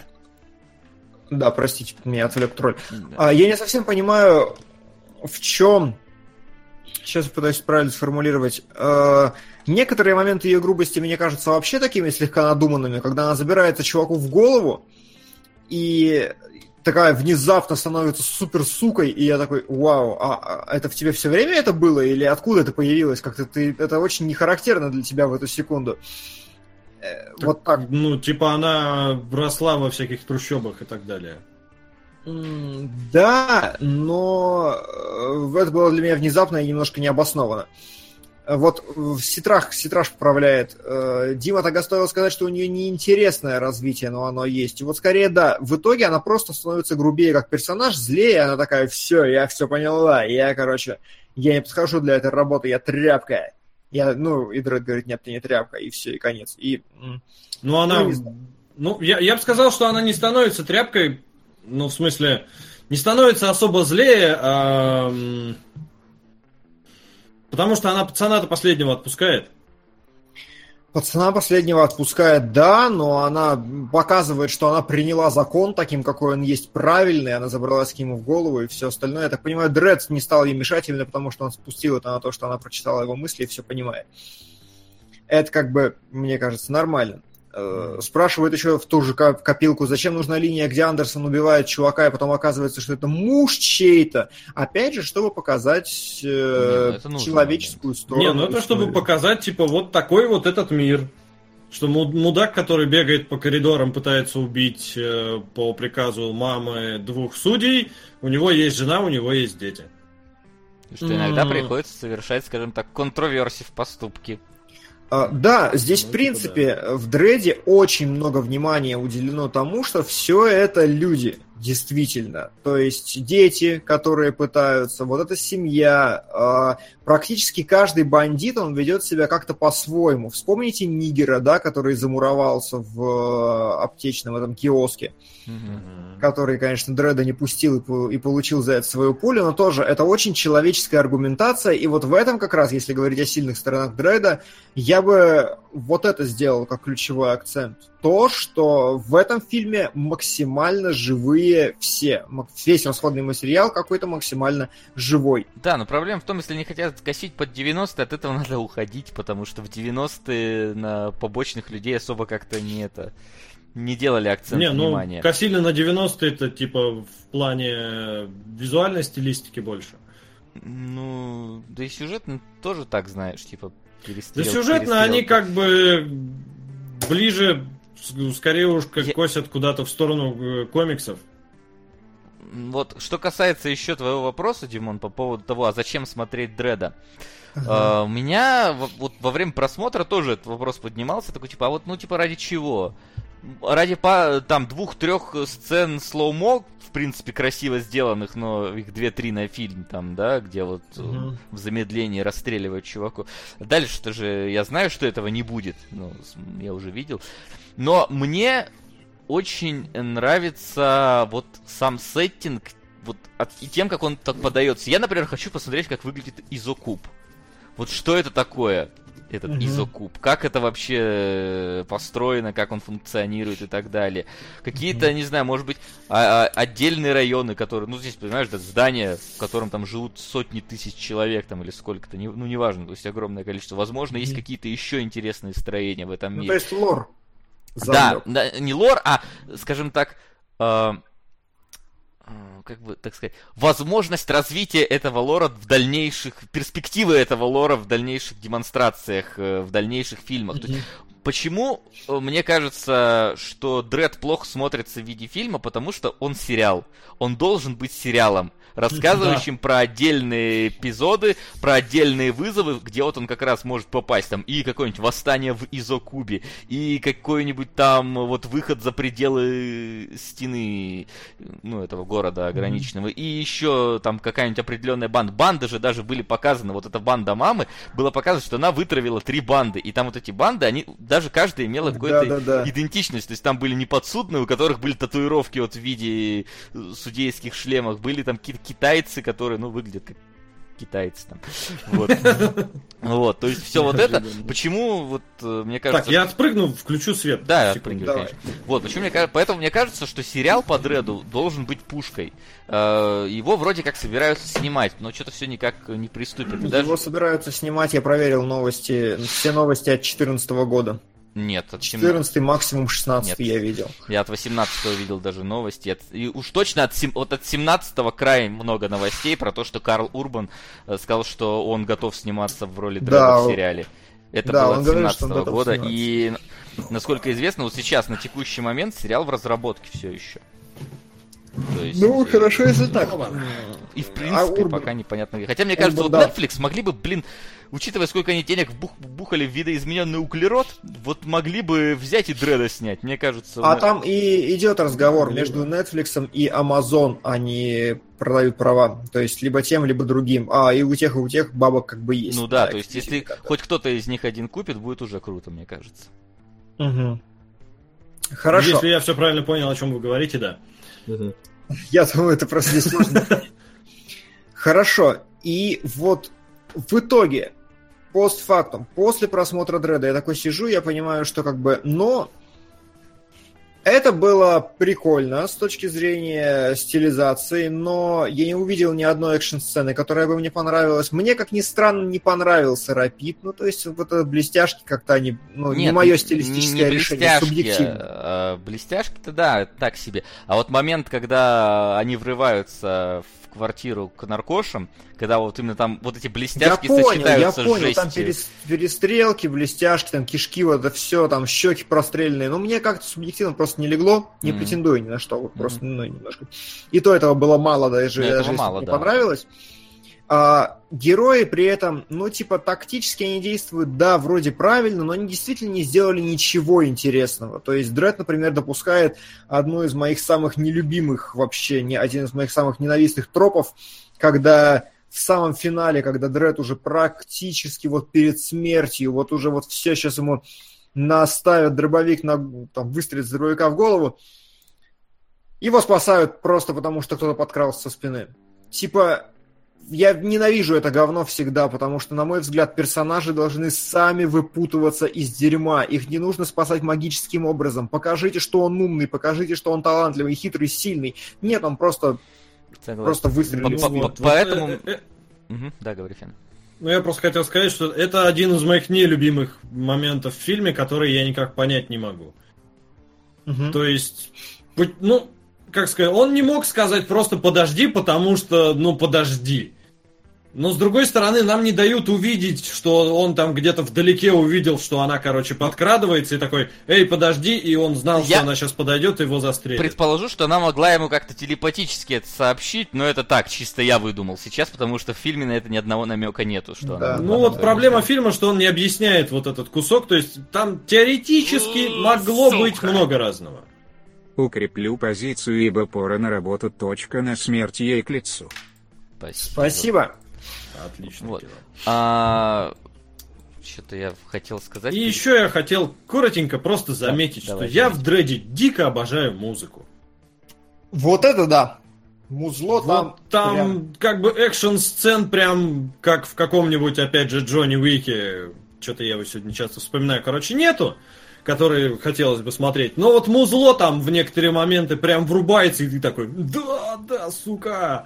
Да, простите, меня отвлек тролль. Да. А, я не совсем понимаю, в чем... Сейчас я пытаюсь правильно сформулировать. Э, некоторые моменты ее грубости мне кажутся вообще такими слегка надуманными, когда она забирается чуваку в голову и такая внезапно становится супер сукой, и я такой, вау, а, а это в тебе все время это было, или откуда это появилось? Как-то ты, это очень не характерно для тебя в эту секунду. Э, так, вот так. Ну, типа она росла во всяких трущобах и так далее. Да, но это было для меня внезапно и немножко необоснованно. Вот Ситраж, Ситраж поправляет. Дима тогда стоило сказать, что у нее неинтересное развитие, но оно есть. И вот скорее, да, в итоге она просто становится грубее как персонаж, злее, она такая, все, я все поняла, я, короче, я не подхожу для этой работы, я тряпка. Я, ну, и Дред говорит, нет, ты не тряпка, и все, и конец. И, ну, она, ну, я, я бы сказал, что она не становится тряпкой, ну, в смысле, не становится особо злее, а... потому что она пацана-то последнего отпускает. Пацана последнего отпускает, да, но она показывает, что она приняла закон таким, какой он есть, правильный, она забралась к нему в голову и все остальное. Я так понимаю, Дред не стал ей мешать именно потому, что он спустил это на то, что она прочитала его мысли и все понимает. Это как бы, мне кажется, нормально. Спрашивают еще в ту же копилку, зачем нужна линия, где Андерсон убивает чувака, и потом оказывается, что это муж чей-то. Опять же, чтобы показать э, не, ну человеческую нужно, сторону. Не, ну это истории. Чтобы показать, типа, вот такой вот этот мир. Что мудак, который бегает по коридорам, пытается убить э, по приказу мамы двух судей, у него есть жена, у него есть дети. Что иногда mm-hmm. приходится совершать, скажем так, контроверсии в поступке. Да, здесь, ну, в принципе, да. в Дредде очень много внимания уделено тому, что все это люди, действительно. То есть дети, которые пытаются, вот эта семья. Практически каждый бандит, он ведет себя как-то по-своему. Вспомните Нигера, да, который замуровался в аптечном этом киоске. Mm-hmm. Который, конечно, Дредда не пустил и получил за это свою пулю, но тоже это очень человеческая аргументация, и вот в этом как раз, если говорить о сильных сторонах Дредда, я бы вот это сделал как ключевой акцент. То, что в этом фильме максимально живые все. Весь расходный материал какой-то максимально живой. Да, но проблема в том, если они хотят косить под девяностые, от этого надо уходить, потому что в девяностые на побочных людей особо как-то не это... не делали акцент не, внимания. Ну, косили на девяностые, это типа в плане визуальной стилистики больше. Ну, да и сюжетно тоже так, знаешь, типа перестрел. Да сюжетно они как бы ближе, скорее уж как Я... косят куда-то в сторону комиксов. Вот, что касается еще твоего вопроса, Димон, по поводу того, а зачем смотреть Дредда? Uh-huh. Uh, у меня вот во время просмотра тоже этот вопрос поднимался, такой типа, а вот, ну типа ради чего? Ради там двух-трех сцен слоумо, в принципе, красиво сделанных, но их две-три на фильм там, да, где вот uh-huh. в замедлении расстреливают чуваку. Дальше-то же я знаю, что этого не будет, ну, я уже видел. Но мне очень нравится вот сам сеттинг, вот от, и тем, как он так подается. Я, например, хочу посмотреть, как выглядит изокуб. Вот что это такое, этот uh-huh. изокуб? Как это вообще построено, как он функционирует и так далее. Какие-то, uh-huh. не знаю, может быть, а- а- отдельные районы, которые... Ну, здесь, понимаешь, это здание, в котором там живут сотни тысяч человек, там, или сколько-то, не, ну, неважно, то есть огромное количество. Возможно, uh-huh. есть какие-то еще интересные строения в этом мире. Ну, то есть лор. Да, да, не лор, а, скажем так... Э- как бы, так сказать, возможность развития этого лора в дальнейших, перспективы этого лора в дальнейших демонстрациях, в дальнейших фильмах. Mm-hmm. То есть, почему мне кажется, что Дред плохо смотрится в виде фильма? Потому что он сериал. Он должен быть сериалом, рассказывающим да. про отдельные эпизоды, про отдельные вызовы, где вот он как раз может попасть там и какое-нибудь восстание в Изокубе, и какой-нибудь там вот выход за пределы стены, ну, этого города ограниченного, mm-hmm. и еще там какая-нибудь определенная банда. Банды же даже были показаны, вот эта банда мамы, было показано, что она вытравила три банды, и там вот эти банды, они, даже каждая имела какую-то да, да, да. идентичность, то есть там были неподсудные, у которых были татуировки вот в виде судейских шлемов, были там какие-то китайцы, которые, ну, выглядят как китайцы там. Вот. Вот, то есть все вот это. Почему, вот, мне кажется... Так, я отпрыгну, включу свет. Да, я отпрыгну, конечно. Вот, почему мне кажется... Поэтому мне кажется, что сериал по Дреду должен быть пушкой. Его вроде как собираются снимать, но что-то все никак не приступит. Его даже... собираются снимать, я проверил новости, все новости от четырнадцатого года. Нет, от четырнадцатый, максимум шестнадцатый я видел. Я от восемнадцатого видел даже новости. От, и уж точно от, вот от семнадцатого крайне много новостей про то, что Карл Урбан сказал, что он готов сниматься в роли Дреда да, в сериале. Это да, было от семнадцатого года. Сниматься. И, насколько известно, вот сейчас, на текущий момент, сериал в разработке все еще. То есть, Ну, э, хорошо, если так. И в А принципе Урбан- пока непонятно. Хотя мне кажется, вот Урбан, да. Netflix могли бы, блин, учитывая, сколько они денег вбух- вбухали в видоизмененный углерод, вот могли бы взять и Дреда снять. Мне кажется... А мы- там и идет разговор между Netflix и Amazon, они продают права. То есть либо тем, либо другим. А и у тех, и у тех бабок как бы есть. Ну да, то есть если хоть кто-то из них один купит, будет уже круто, мне кажется. Угу. Хорошо. Если я все правильно понял, о чем вы говорите, да. Я думаю, это просто здесь сложно. Хорошо. И вот в итоге, постфактум, после просмотра Дреда, я такой сижу, я понимаю, что как бы... Но это было прикольно с точки зрения стилизации, но я не увидел ни одной экшн-сцены, которая бы мне понравилась. Мне, как ни странно, не понравился Рапид. Ну, то есть, вот это блестяшки как-то они... Ну, не Нет, мое не- стилистическое не решение, блестяшки, субъективно. а, блестяшки-то да, так себе. А вот момент, когда они врываются в квартиру к наркошам, когда вот именно там вот эти Я блестяшки понял, я сочетаются с понял, там жестью. перес- перестрелки, блестяшки, там кишки, вот это все, там щеки простреленные. Но мне как-то субъективно просто не легло, не Мгм. претендую ни на что, вот Мгм. просто, ну, немножко. И то этого было мало, даже, Ну, этого даже если мало, мне да. понравилось. А, герои при этом, ну, типа, тактически они действуют, да, вроде правильно, но они действительно не сделали ничего интересного. То есть Дред, например, допускает одну из моих самых нелюбимых вообще, не один из моих самых ненавистных тропов, когда в самом финале, когда Дред уже практически вот перед смертью, вот уже вот все, сейчас ему наставят дробовик, на, там, выстрелит с дробовика в голову, его спасают просто потому, что кто-то подкрался со спины. Типа, я ненавижу это говно всегда, потому что, на мой взгляд, персонажи должны сами выпутываться из дерьма. Их не нужно спасать магическим образом. Покажите, что он умный, покажите, что он талантливый, хитрый, сильный. Нет, он просто, Согласен. просто выстрелил. По- по- из него. по- Поэтому... э, э, Мгм, да, говори, Фен. Ну, я просто хотел сказать, что это один из моих нелюбимых моментов в фильме, который я никак понять не могу. Мгм. То есть, пу- ну, как сказать, он не мог сказать просто подожди, потому что, ну, подожди. Но, с другой стороны, нам не дают увидеть, что он там где-то вдалеке увидел, что она, короче, подкрадывается, и такой, эй, подожди, и он знал, Я- что она сейчас подойдет и его застрелит. Предположу, что она могла ему как-то телепатически это сообщить, но это так, чисто я выдумал сейчас, потому что в фильме на это ни одного намека нету, что Да. она... Ну вот проблема фильма, что он не объясняет вот этот кусок, то есть там теоретически могло быть много разного. Укреплю позицию, ибо пора на работу. Точка на смерть ей к лицу. Спасибо. Спасибо. Отлично. Вот. кино. А... Что-то я хотел сказать. И еще я хотел коротенько просто заметить, давай, что я давай. в Дреде дико обожаю музыку. Вот это да. Музло там. Вот там прям- как бы экшн-сцен прям как в каком-нибудь, опять же, Джонни Уике. Что-то я его сегодня часто вспоминаю, короче, нету, которые хотелось бы смотреть. Но вот музло там в некоторые моменты прям врубается, и ты такой, да, да, сука.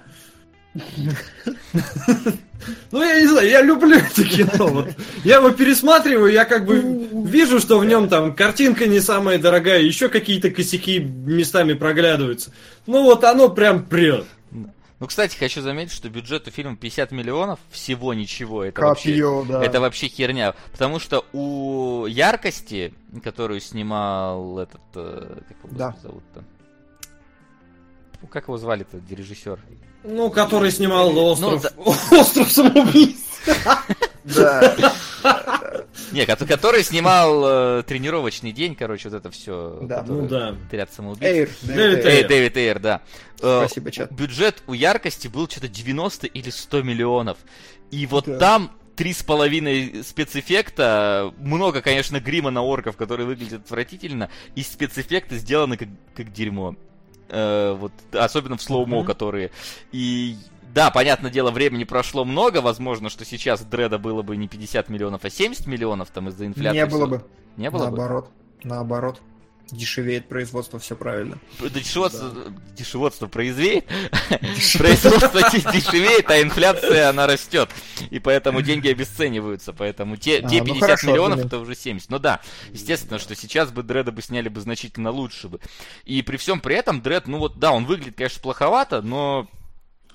Ну, я не знаю, я люблю это кино. Вот. Я его пересматриваю, я как бы вижу, что в нем там картинка не самая дорогая, еще какие-то косяки местами проглядываются. Ну, вот оно прям прет. Ну, кстати, хочу заметить, что бюджет у фильма пятьдесят миллионов, всего ничего. Это Копье, вообще, да. это вообще херня. Потому что у яркости, которую снимал этот... э, Как его Да. зовут-то? Ну, как его звали-то, режиссер? Ну, который снимал остров. Ну, Остров самоубийц. Да. Не, ко- который снимал э, тренировочный день, короче, вот это все. Да. Ну да. Отряд самоубийц. Эйр. Дэвид Дэвид Эй, Эйр. Дэвид Эйр, да. Э, Спасибо, чат. Бюджет у яркости был что-то девяносто или сто миллионов. И вот Да. там три с половиной спецэффекта, много, конечно, грима на орков, которые выглядят отвратительно, и спецэффекты сделаны как, как дерьмо. Э, вот, особенно в слоумо, Мгм. которые... И да, понятное дело, времени прошло много, возможно, что сейчас Дреда было бы не пятьдесят миллионов, а семьдесят миллионов там из-за инфляции. Не было всего. бы. Не было бы? Наоборот. Наоборот. Дешевеет производство, все правильно. Дешеводство, дешеводство произвеет, производство де- дешевеет, а инфляция, она растет. И поэтому деньги обесцениваются. Поэтому те, А, те ну пятьдесят хорошо, миллионов, блин. это уже семьдесят. Ну да, естественно, что сейчас бы Дреда бы сняли бы значительно лучше бы. И при всем при этом Дред, ну вот да, он выглядит, конечно, плоховато, но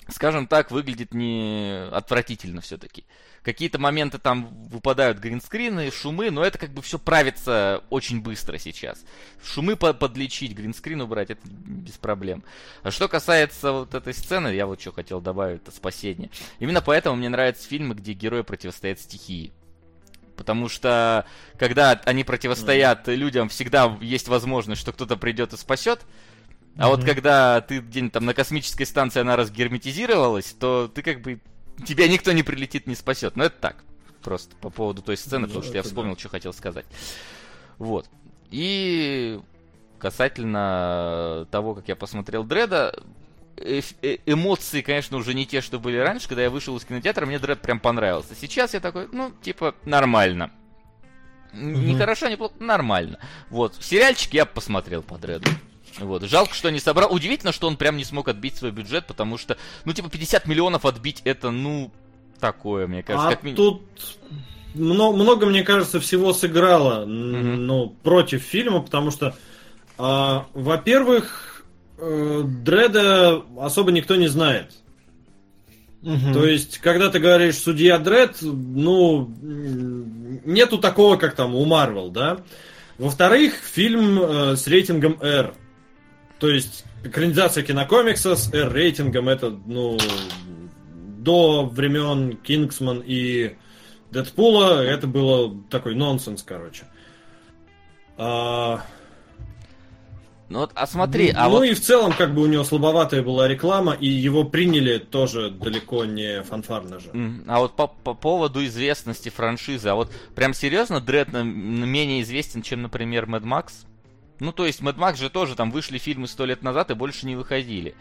скажем так, выглядит не отвратительно все-таки. Какие-то моменты там выпадают гринскрины, шумы, но это как бы все правится очень быстро сейчас. Шумы по- подлечить, гринскрин убрать, это без проблем. А что касается вот этой сцены, я вот что хотел добавить, это спасение. Именно поэтому мне нравятся фильмы, где герои противостоят стихии. Потому что, когда они противостоят mm-hmm. людям, всегда есть возможность, что кто-то придет и спасет. А mm-hmm. вот когда ты где-нибудь там на космической станции, она разгерметизировалась, то ты как бы... Тебя никто не прилетит, не спасет. Но это так. Просто по поводу той сцены, ну, потому что я вспомнил, да. что хотел сказать. Вот. И касательно того, как я посмотрел Дредда, э- э- эмоции, конечно, уже не те, что были раньше. Когда я вышел из кинотеатра, мне Дред прям понравился. Сейчас я такой, ну, типа, нормально. Mm-hmm. Не хорошо, не плохо, нормально. Вот. Сериальчик я посмотрел по Дредду. Вот. Жалко, что не собрал. Удивительно, что он прям не смог отбить свой бюджет, потому что, ну, типа, пятьдесят миллионов отбить, это, ну, такое, мне кажется. А как ми... тут много, много, мне кажется, всего сыграло, mm-hmm. ну, против фильма, потому что, а, во-первых, э, Дредда особо никто не знает. Mm-hmm. То есть, когда ты говоришь «Судья Дред», ну, нету такого, как там у Марвел, да? Во-вторых, фильм э, с рейтингом R. То есть, экранизация кинокомикса с R-рейтингом, это, ну, до времен Кингсман и Дэдпула, это было такой нонсенс, короче. А... Ну, вот, а смотри, а ну вот... и в целом, как бы у него слабоватая была реклама, и его приняли тоже далеко не фанфарно же. А вот по, по поводу известности франшизы, а вот прям серьезно Дред менее известен, чем, например, Мэд Макс? Ну, то есть, Мэд Макс же тоже там вышли фильмы сто лет назад и больше не выходили.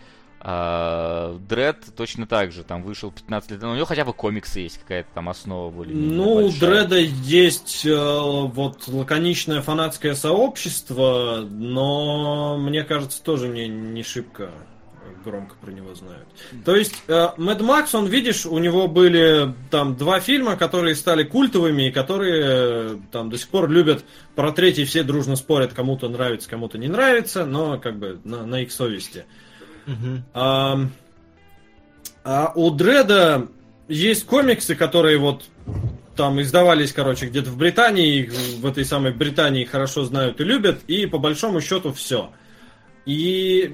А Дред точно так же, там вышел пятнадцать лет, но у него хотя бы комиксы есть, какая-то там основа более-менее Ну, большая. у Дредда есть э, вот лаконичное фанатское сообщество, но мне кажется, тоже не, не шибко громко про него знают. То есть, Мэд Макс, он, видишь, у него были там два фильма, которые стали культовыми, и которые там до сих пор любят. Про третий все дружно спорят, кому-то нравится, кому-то не нравится, но как бы на, на их совести. Uh-huh. А, а у Дредда есть комиксы, которые вот там издавались, короче, где-то в Британии, в этой самой Британии хорошо знают и любят, и по большому счету все. И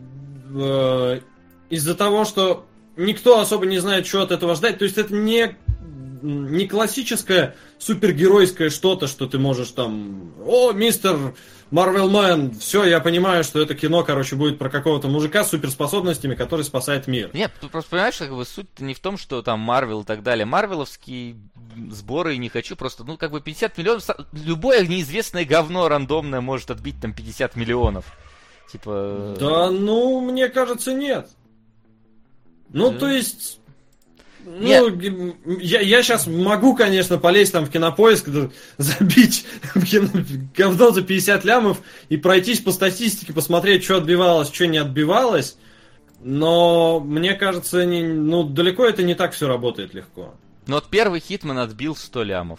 э, из-за того, что никто особо не знает, что от этого ждать, то есть это не, не классическое супергеройское что-то, что ты можешь там, о, мистер Марвелмен, все, я понимаю, что это кино, короче, будет про какого-то мужика с суперспособностями, который спасает мир. Нет, ты просто понимаешь, как бы суть-то не в том, что там Марвел и так далее. Марвеловские сборы не хочу, просто, ну, как бы пятьдесят миллионов, любое неизвестное говно рандомное может отбить там пятьдесят миллионов. Типа... Да, ну, мне кажется, нет. Ну, да. То есть... Нет. Ну, я, я сейчас могу, конечно, полезть там в Кинопоиск, забить говно за пятьдесят лямов и пройтись по статистике, посмотреть, что отбивалось, что не отбивалось. Но мне кажется, не, ну, далеко это не так все работает легко. Ну вот первый Хитман отбил сто лямов.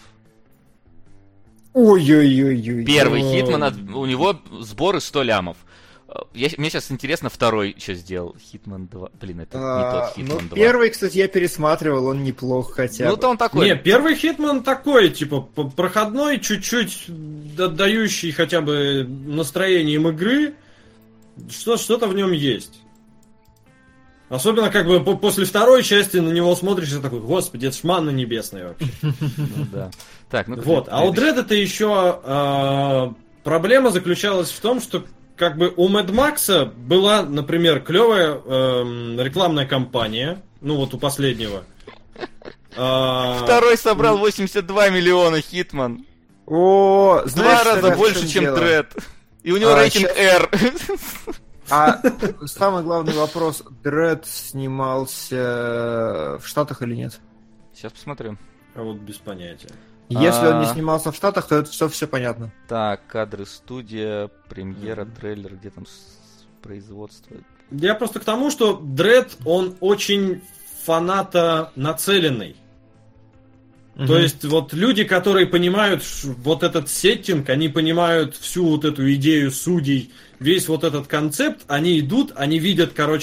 Ой-ой-ой-ой. Первый Хитман, от... у него сборы сто лямов. Я, мне сейчас интересно, второй что сделал? Хитман два. Блин, это а, не тот Хитман ну, два. Первый, кстати, я пересматривал, он неплох хотя бы. Ну-то он такой. Не, первый Хитман такой, типа, проходной, чуть-чуть отдающий хотя бы настроением игры. Что, что-то в нем есть. Особенно, как бы, после второй части на него смотришь и такой, господи, это ж манна небесная вообще. Да. Так, ну вот, а у Дредда-то еще проблема заключалась в том, что как бы у Мэд Макса была, например, клевая э, рекламная кампания, ну вот у последнего. Второй собрал восемьдесят два миллиона, Хитман. О, в два раза больше, чем Дред. И у него а, рейтинг R. А самый главный вопрос, Дред снимался в Штатах или нет? Сейчас посмотрим. А вот без понятия. Если он не снимался в Штатах, то это все, все понятно. Так, кадры, студия, премьера, mm-hmm. трейлер, где там производство. Я просто к тому, что Дред, он очень фаната нацеленный. Mm-hmm. То есть вот люди, которые понимают вот этот сеттинг, они понимают всю вот эту идею судей, весь вот этот концепт, они идут, они видят, короче,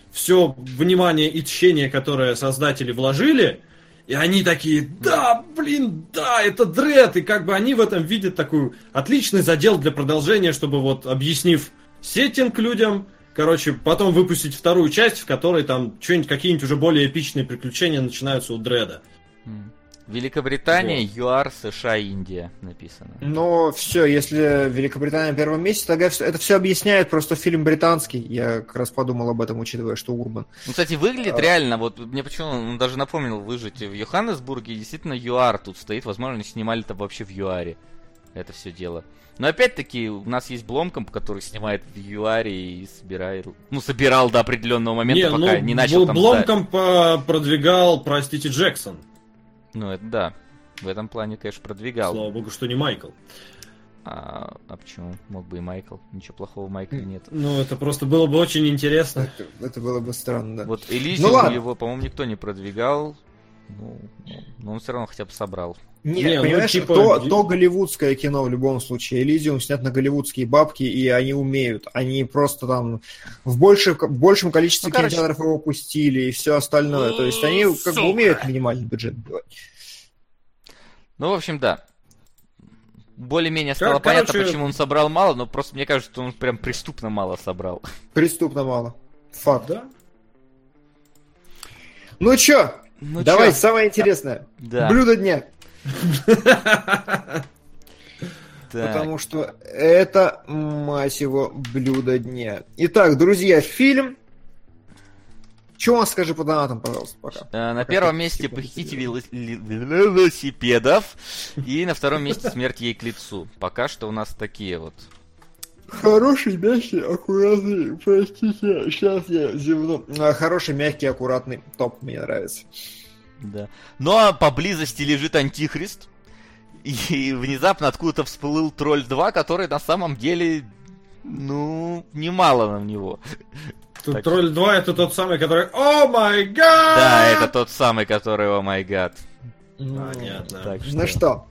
все внимание и тщение, которое создатели вложили, и они такие, да, блин, да, это Дред, и как бы они в этом видят такой отличный задел для продолжения, чтобы вот, объяснив сеттинг людям, короче, потом выпустить вторую часть, в которой там что-нибудь, какие-нибудь уже более эпичные приключения начинаются у Дреда. Великобритания, Вот. ЮАР, США, Индия написано. Но все, если Великобритания на первом месте, тогда всё- это все объясняет, просто фильм британский. Я как раз подумал об этом, учитывая, что Урбан. Ну, кстати, выглядит А. реально, вот мне почему он даже напомнил выжить в Йоханнесбурге, и действительно ЮАР тут стоит, возможно, они снимали это вообще в ЮАРе, это все дело. Но опять-таки, у нас есть Бломкомп, который снимает в ЮАРе и собирает, ну, собирал до определенного момента, пока ну, не начал Бл- там... Бломкомп по- продвигал, простите, Джексон. Ну, это да, в этом плане, конечно, продвигал. Слава богу, что не Майкл. А, а почему? Мог бы и Майкл. Ничего плохого в Майкле нет. Ну, это просто было бы очень интересно. Это, это было бы странно, да. Вот Элизиум Ну ладно. его, по-моему, никто не продвигал. Ну, ну, но он все равно хотя бы собрал. Не, Не, ну, понимаешь, типа, то, ди- то голливудское кино в любом случае. Элизиум снят на голливудские бабки, и они умеют. Они просто там в, больше, в большем количестве Ну, короче- кинотеатров его пустили и все остальное. То есть они как бы умеют минимальный бюджет делать. Ну, в общем, да. Более-менее стало Кор- понятно, короче- почему он собрал мало, но просто мне кажется, что он прям преступно мало собрал. Преступно мало. Факт. Да? Ну чё, Ну давай чё? самое интересное. Да. Блюдо дня. Так. Потому что это, мать его, блюдо дня. Итак, друзья, фильм. Чего у нас, скажи по донатам, пожалуйста, пока. Э, На Пока первом ты месте секунду похититель вело- ли- велосипедов. И на втором месте смерть ей к лицу. Пока что у нас такие вот. Хороший, мягкий, аккуратный, простите, сейчас я зевну. А, Хороший, мягкий, аккуратный топ, мне нравится. Да. Ну а поблизости лежит Антихрист. И внезапно откуда-то всплыл Тролль два, который на самом деле, ну, немало на него. Тут Так. Тролль два это тот самый, который «О май гад!» Да, это тот самый, который, о май гад. Понятно. Так Ну что?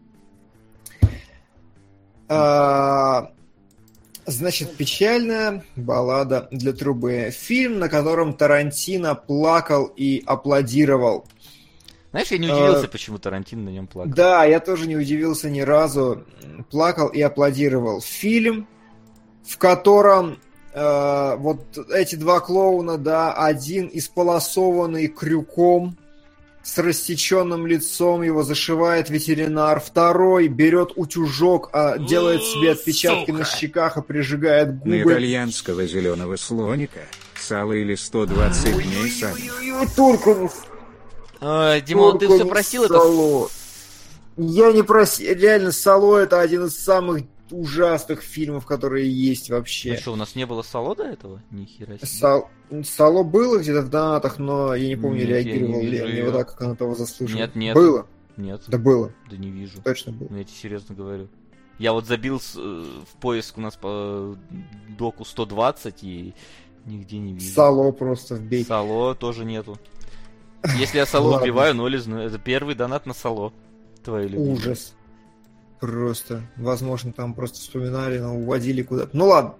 А, Значит, печальная баллада для трубы. Фильм, на котором Тарантино плакал и аплодировал. Знаешь, я не удивился, А, почему Тарантино на нем плакал. Да, я тоже не удивился ни разу. Плакал и аплодировал. Фильм, в котором э, вот эти два клоуна, да, один исполосованный крюком с рассеченным лицом, его зашивает ветеринар, второй берет утюжок, а делает себе отпечатки на щеках и прижигает На губы. итальянского зеленого слоника, сало или сто двадцать дней сада. Ой-ой-ой, Туркунов, Ой, Димон, ты все Туркунов, просил это? Сало. Я не просил. Реально, Сало это один из самых ужасных фильмов, которые есть Ну вообще. что, у нас не было Сало до этого? Ни хера себе. Сал- Сало было где-то в донатах, но я не помню, Нет, я реагировал не ли вижу я не её. вот так, как она того заслужила. Нет, нет. Было. Нет, Да было. да не вижу. Точно было. Ну, я тебе серьезно говорю. Я вот забил с- э, в поиск у нас по доку сто двадцать и нигде не вижу. Сало просто вбей. Сало тоже нету. Если я Сало Ладно. вбиваю, ноль из нуля. Это первый донат на Сало. Твои любимые. Ужас. Просто. Возможно, там просто вспоминали, но уводили куда-то. Ну ладно.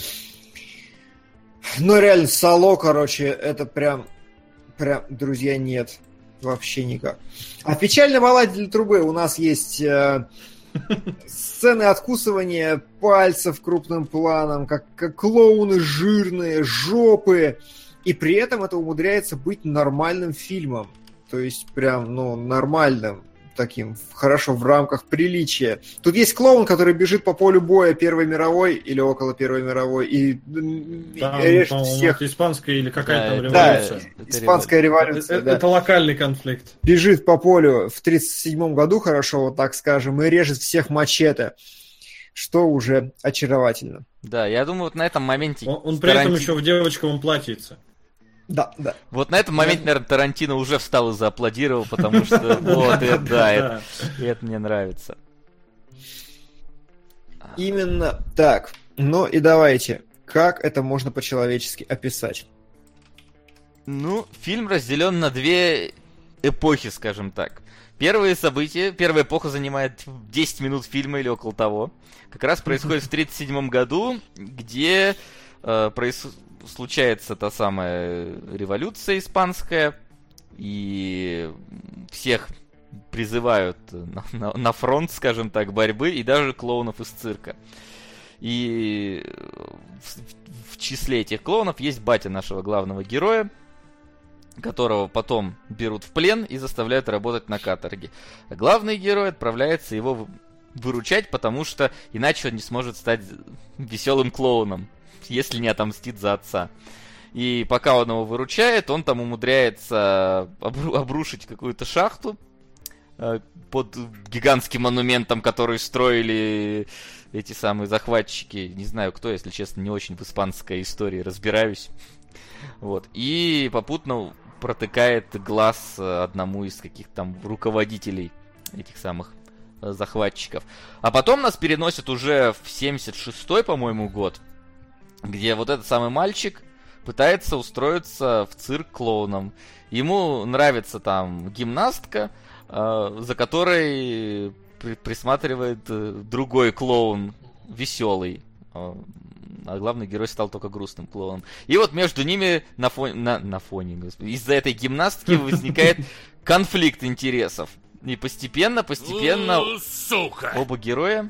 Ну реально, Сало, короче, это прям... Прям, друзья, нет. Вообще никак. А в печальной балладе для трубы у нас есть э, сцены откусывания пальцев крупным планом, как, как клоуны жирные, жопы. И при этом это умудряется быть нормальным фильмом. То есть прям, ну, нормальным. Таким, хорошо, в рамках приличия. Тут есть клоун, который бежит по полю боя Первой мировой или около Первой мировой и м, Там, режет по-моему, всех. это испанская или какая там это- Да, революция. это испанская революция, Это, да. это локальный конфликт. Бежит по полю в тридцать седьмом году, хорошо, вот так скажем, и режет всех мачете, что уже очаровательно. Да, я думаю, вот на этом моменте... Он, он при этом Тарантино- еще в девочковом платьице. Да, да. Вот на этом моменте, наверное, Тарантино уже встал и зааплодировал, потому что вот, это, да, это, это мне нравится. Именно так. Ну и давайте, как это можно по-человечески описать? Ну, фильм разделен на две эпохи, скажем так. Первые события, первая эпоха занимает десять минут фильма или около того. Как раз происходит в тридцать седьмом году, где э, проис... случается та самая революция испанская, и всех призывают на, на, на фронт, скажем так, борьбы, и даже клоунов из цирка. И в, в числе этих клоунов есть батя нашего главного героя, которого потом берут в плен и заставляют работать на каторге. А главный герой отправляется его выручать, потому что иначе он не сможет стать веселым клоуном, если не отомстит за отца. И пока он его выручает, он там умудряется обру- обрушить какую-то шахту э, под гигантским монументом, который строили эти самые захватчики. Не знаю кто, если честно, не очень в испанской истории разбираюсь. Вот. И попутно протыкает глаз одному из каких-то там руководителей этих самых захватчиков. А потом нас переносят уже в семьдесят шестой, по-моему, год, где вот этот самый мальчик пытается устроиться в цирк клоуном. Ему нравится там гимнастка, э, за которой при- присматривает э, другой клоун, веселый. Э, а главный герой стал только грустным клоуном. И вот между ними на фоне, на, на фоне, господи, из-за этой гимнастки возникает конфликт интересов. И постепенно, постепенно Сука! оба героя...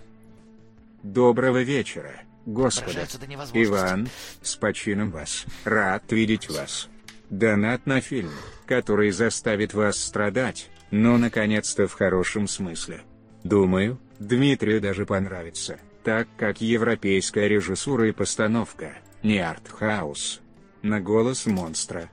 Доброго вечера, господа. Поражаются до невозможности. Иван, с почином вас. Рад видеть вас. Донат на фильм, который заставит вас страдать, но наконец-то в хорошем смысле. Думаю, Дмитрию даже понравится, так как европейская режиссура и постановка, не артхаус. На голос монстра.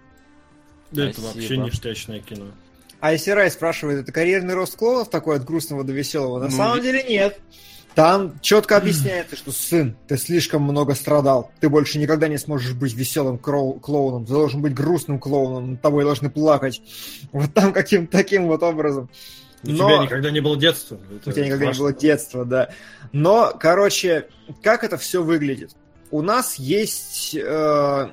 Да это Спасибо. вообще ништячное кино. Айси Рай спрашивает, это карьерный рост клоунов такой от грустного до веселого? На Ну, самом деле нет. Там четко объясняется, что сын, ты слишком много страдал. Ты больше никогда не сможешь быть веселым кроу- клоуном. Ты должен быть грустным клоуном. Над тобой должны плакать. Вот там каким-то таким вот образом. У Но... тебя никогда не было детства. Это У тебя никогда важно. не было детства, да. Но, короче, как это все выглядит? У нас есть э,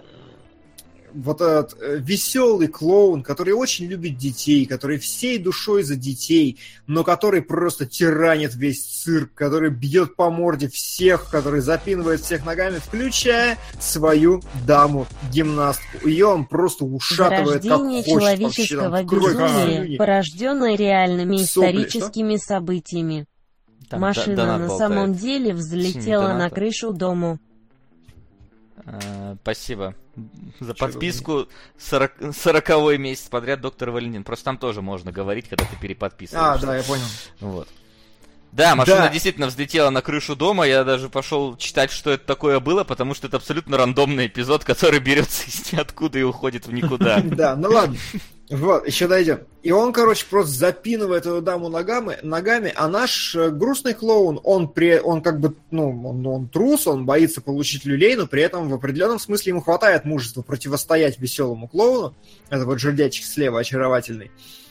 вот этот э, веселый клоун, который очень любит детей, который всей душой за детей, но который просто тиранит весь цирк, который бьет по морде всех, который запинывает всех ногами, включая свою даму-гимнастку. Ее он просто ушатывает, как Зарождение хочет. Вообще, человеческого там, кровь, безумия, слюни. порожденное реальными Сопли, историческими событиями. Там Машина донат на болтает. самом деле взлетела Синий на донат. крышу дома. А, спасибо за Чё подписку. сорок, сороковой месяц подряд, доктор Валентин. Просто там тоже можно говорить, когда ты переподписываешь. А, да, я понял. Вот. Да, машина Да. действительно взлетела на крышу дома. Я даже пошел читать, что это такое было, потому что это абсолютно рандомный эпизод, который берется из ниоткуда и уходит в никуда. Да, ну ладно. Вот, еще дойдем. И он, короче, просто запинывает эту даму ногами, ногами, а наш э, грустный клоун, он, при, он как бы, ну, он, он трус, он боится получить люлей, но при этом в определенном смысле ему хватает мужества противостоять веселому клоуну. Это вот жердячик слева очаровательный.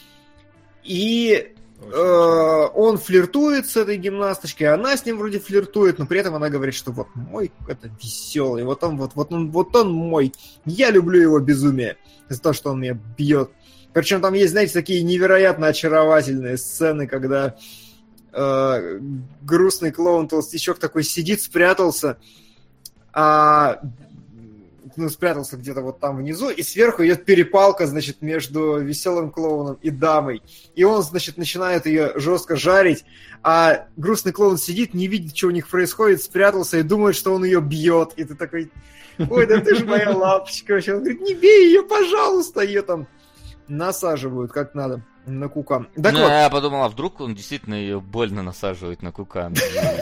И э, он флиртует с этой гимнасточкой, она с ним вроде флиртует, но при этом она говорит, что вот мой это веселый, вот он, вот, вот он, вот он мой, я люблю его безумие за то, что он меня бьет. Причем там есть, знаете, такие невероятно очаровательные сцены, когда э, грустный клоун-толстячок такой сидит, спрятался, а, ну, спрятался где-то вот там внизу, и сверху идет перепалка, значит, между веселым клоуном и дамой. И он, значит, начинает ее жестко жарить, а грустный клоун сидит, не видит, что у них происходит, спрятался и думает, что он ее бьет. И ты такой, ой, да ты же моя лапочка вообще. Он говорит, не бей ее, пожалуйста, ее там насаживают как надо на кукан. Так Ну, вот, я подумал, а вдруг он действительно ее больно насаживает на кукан.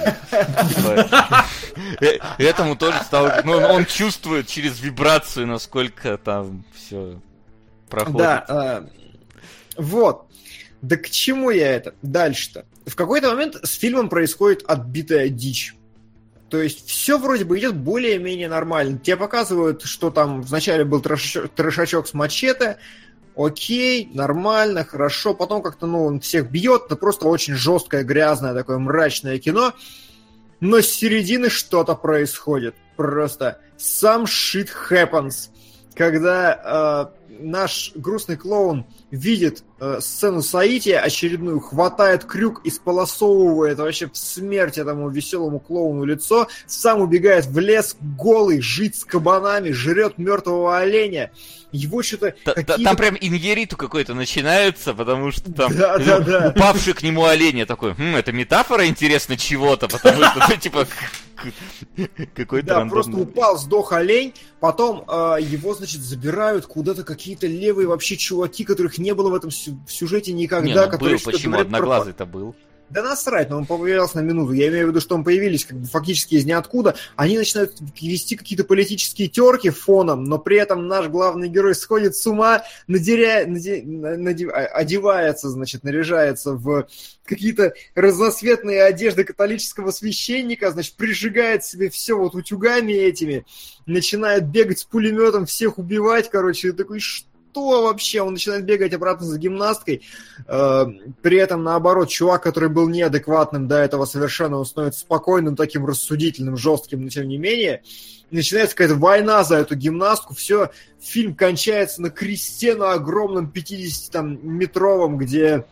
Этому тоже стало... Ну, он чувствует через вибрацию, насколько там все проходит. да, а, вот. Да к чему я это? Дальше-то. В какой-то момент с фильмом происходит отбитая дичь. То есть все вроде бы идет более-менее нормально. Тебе показывают, что там вначале был трэш- трэшачок с мачете. Окей, нормально, хорошо. Потом как-то, ну, он всех бьет. Это просто очень жесткое, грязное, такое мрачное кино. Но с середины что-то происходит. Просто some shit happens. когда э, наш грустный клоун видит э, сцену соития очередную, хватает крюк и сполосовывает вообще в смерть этому веселому клоуну лицо, сам убегает в лес голый, жить с кабанами, жрет мертвого оленя. Его что-то... Та- какие-то... Там прям ингериту какой-то начинается, потому что там Да, да, да. упавший к нему олень. Я такой, хм, это метафора, интересно, чего-то, потому что, ну, типа, какой-то Да, рандомный. просто упал, сдох олень, потом э, его, значит, забирают куда-то какие-то левые вообще чуваки, которых не было в этом сю- в сюжете никогда. Не, ну которые был, что-то почему? говорят про- Одноглазый-то был. Да насрать, но он появлялся на минуту. Я имею в виду, что он появились как бы фактически из ниоткуда. Они начинают вести какие-то политические терки фоном, но при этом наш главный герой сходит с ума, надеря... наде... наде... одевается, значит, наряжается в какие-то разноцветные одежды католического священника, значит, прижигает себе все вот утюгами этими, начинает бегать с пулеметом, всех убивать, короче, такой, что Что вообще? Он начинает бегать обратно за гимнасткой. Э, при этом, наоборот, чувак, который был неадекватным до этого совершенно, он становится спокойным, таким рассудительным, жестким, но тем не менее. Начинается какая-то война за эту гимнастку. Все, фильм кончается на кресте на огромном пятидесятиметровом, где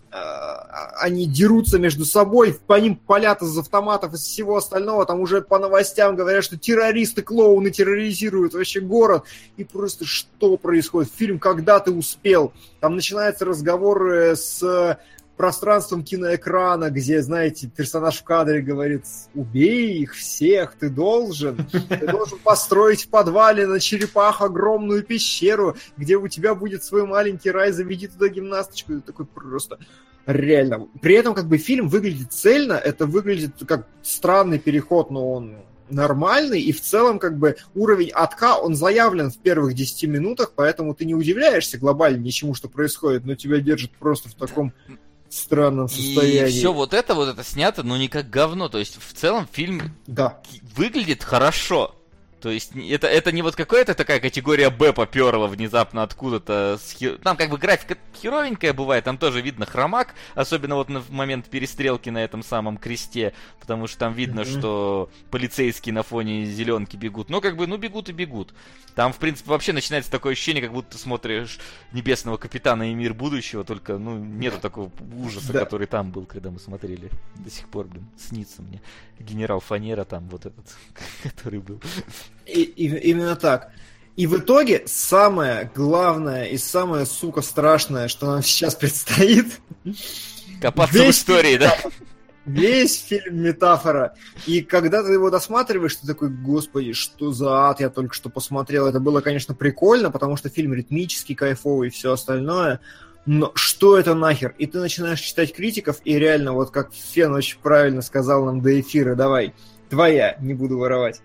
они дерутся между собой, по ним палят из автоматов, из всего остального, там уже по новостям говорят, что террористы-клоуны терроризируют вообще город, и просто что происходит? Фильм «Когда ты успел?» Там начинается разговор с пространством киноэкрана, где, знаете, персонаж в кадре говорит: убей их всех, ты должен. Ты должен построить в подвале на черепах огромную пещеру, где у тебя будет свой маленький рай, заведи туда гимнасточку. Это такой просто... Реально. При этом как бы фильм выглядит цельно, это выглядит как странный переход, но он нормальный, и в целом как бы уровень адка, он заявлен в первых десяти минутах, поэтому ты не удивляешься глобально ничему, что происходит, но тебя держит просто в таком странном состоянии. И все вот это, вот это снято, но не как говно, то есть в целом фильм да. выглядит хорошо. То есть это, это не вот какая-то такая категория Б поперла внезапно откуда-то. С хер... Там как бы графика херовенькая бывает, там тоже видно хромак, особенно вот на, в момент перестрелки на этом самом кресте, потому что там видно, mm-hmm. что полицейские на фоне зеленки бегут. Но как бы, ну бегут и бегут. Там, в принципе, вообще начинается такое ощущение, как будто ты смотришь Небесного Капитана и Мир Будущего, только, ну, нету такого ужаса, да. который там был, когда мы смотрели. До сих пор, блин, снится мне. Генерал Фанера там, вот этот, который был. И, и, именно так. И в итоге самое главное и самое, сука, страшное, что нам сейчас предстоит... Копаться в истории, да? Весь фильм метафора. И когда ты его досматриваешь, ты такой: господи, что за ад я только что посмотрел. Это было, конечно, прикольно, потому что фильм ритмический, кайфовый и все остальное. Но что это нахер? И ты начинаешь читать критиков, и реально, вот как Фен очень правильно сказал нам до эфира, давай, твоя, не буду воровать.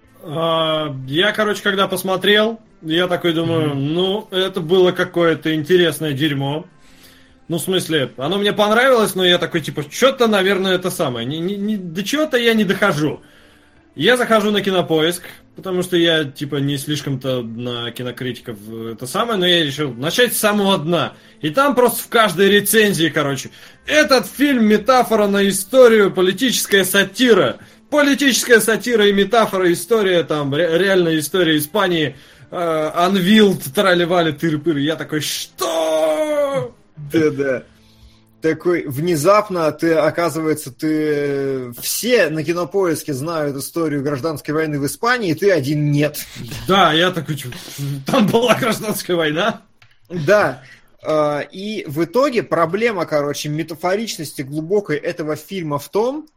Я, короче, когда посмотрел, я такой думаю, mm-hmm. ну, это было какое-то интересное дерьмо. Ну, в смысле, оно мне понравилось, но я такой, типа, что-то, наверное, это самое. Не, не, не, до чего-то я не дохожу. Я захожу на Кинопоиск, потому что я, типа, не слишком-то на кинокритиков это самое, но я решил начать с самого дна. И там просто в каждой рецензии, короче, этот фильм метафора на историю, политическая сатира. Политическая сатира и метафора, история, там, ре- реальная история Испании, э, Unveiled, трали-вали, тыры-пыры. Я такой, что? Да-да. Такой, внезапно ты, оказывается, ты... Все на Кинопоиске знают историю гражданской войны в Испании, и ты один нет. Да, я такой, там была гражданская война? Да. И в итоге проблема, короче, метафоричности глубокой этого фильма в том,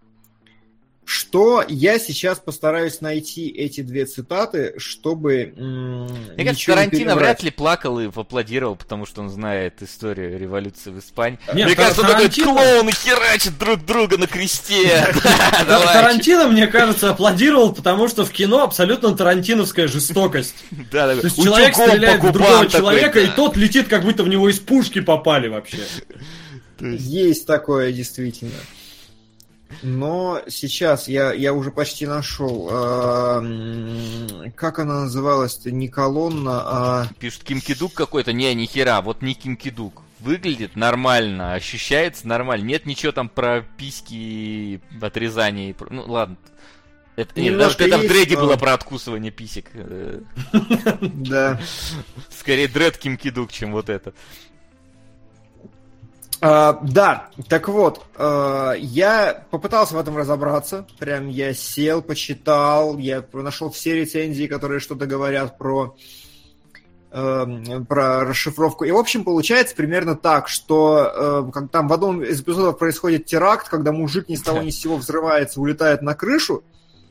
что я сейчас постараюсь найти эти две цитаты, чтобы м- Мне кажется, Тарантино вряд ли плакал и поаплодировал, потому что он знает историю революции в Испании. Нет, мне кажется, Тарантино... он такой: клоуны херачат друг друга на кресте. Тарантино, мне кажется, аплодировал, потому что в кино абсолютно тарантиновская жестокость. То есть человек стреляет в другого человека, и тот летит, как будто в него из пушки попали вообще. Есть такое, действительно. Но сейчас я, я уже почти нашел. А, как она называлась-то? Не колонна, а... Пишут Ким-Ки-Дук какой-то. Не, ни хера, вот не Ким-Ки-Дук. Выглядит нормально, ощущается нормально. Нет ничего там про письки, отрезание. Ну ладно. Это, нет, Немножко это в есть, дреде но- было про откусывание писек. Э, Да. Скорее дред Ким Ки-дук, чем вот это. А, да, так вот, а, я попытался в этом разобраться. Прям я сел, почитал, я нашел все рецензии, которые что-то говорят про, э, про расшифровку. И, в общем, получается примерно так, что э, как там в одном из эпизодов происходит теракт, когда мужик ни с того ни с сего взрывается, улетает на крышу.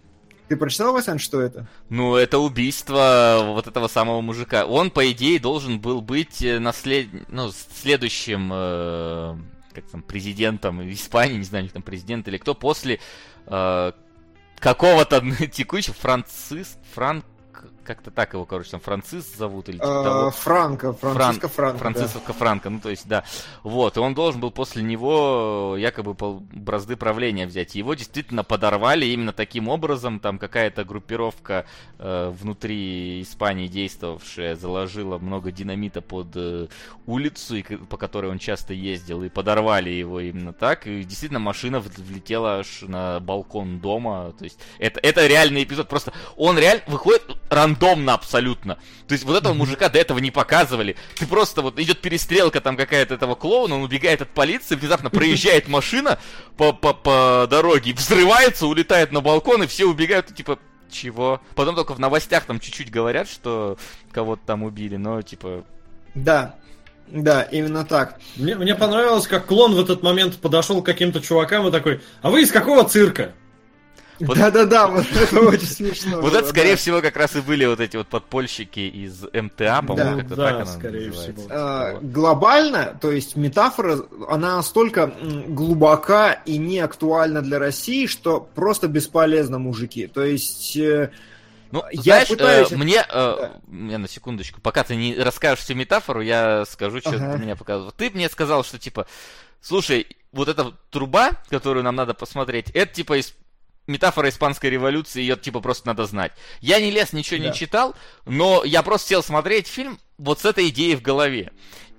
Ты прочитал, Васян, что это? Ну, это убийство вот этого самого мужика. Он, по идее, должен был быть наслед... ну, следующим э, как там, президентом Испании, не знаю, у них там президент или кто, после э, какого-то текущего Франциск... Франк... Как-то так его, короче, там Францис зовут или типа того. Франко, Франциско Франко. Франциско Франко, ну то есть, да. Вот, и он должен был после него якобы пол- бразды правления взять. И его действительно подорвали именно таким образом. Там какая-то группировка э, внутри Испании действовавшая заложила много динамита под э, улицу, и, по которой он часто ездил, и подорвали его именно так. И действительно машина влетела аж на балкон дома. То есть, это, это реальный эпизод. Просто он реально выходит рандомно абсолютно. То есть вот этого мужика до этого не показывали. Ты просто вот идет перестрелка там какая-то этого клоуна, он убегает от полиции, внезапно проезжает машина по, по, по дороге, взрывается, улетает на балкон, и все убегают, и типа, чего? Потом только в новостях там чуть-чуть говорят, что кого-то там убили, но типа... Да, да, именно так. Мне, мне понравилось, как клон в этот момент подошел к каким-то чувакам и такой: а вы из какого цирка? Вот- Да-да-да, вот это очень смешно. Вот было, это, скорее да. всего, как раз и были вот эти вот подпольщики из эм тэ а, по-моему, Да, как-то да, так она скорее называется. всего. Э, глобально, то есть метафора, она настолько м, глубока и не актуальна для России, что просто бесполезно, мужики. То есть... э, Ну, Я знаешь, пытаюсь- э, мне, э, Да. мне на секундочку, пока ты не расскажешь всю метафору, я скажу, что Ага. ты меня показывал. Ты мне сказал, что типа, слушай, вот эта труба, которую нам надо посмотреть, это типа из метафора испанской революции, ее типа просто надо знать. Я не лез, ничего Да. не читал, но я просто сел смотреть фильм вот с этой идеей в голове.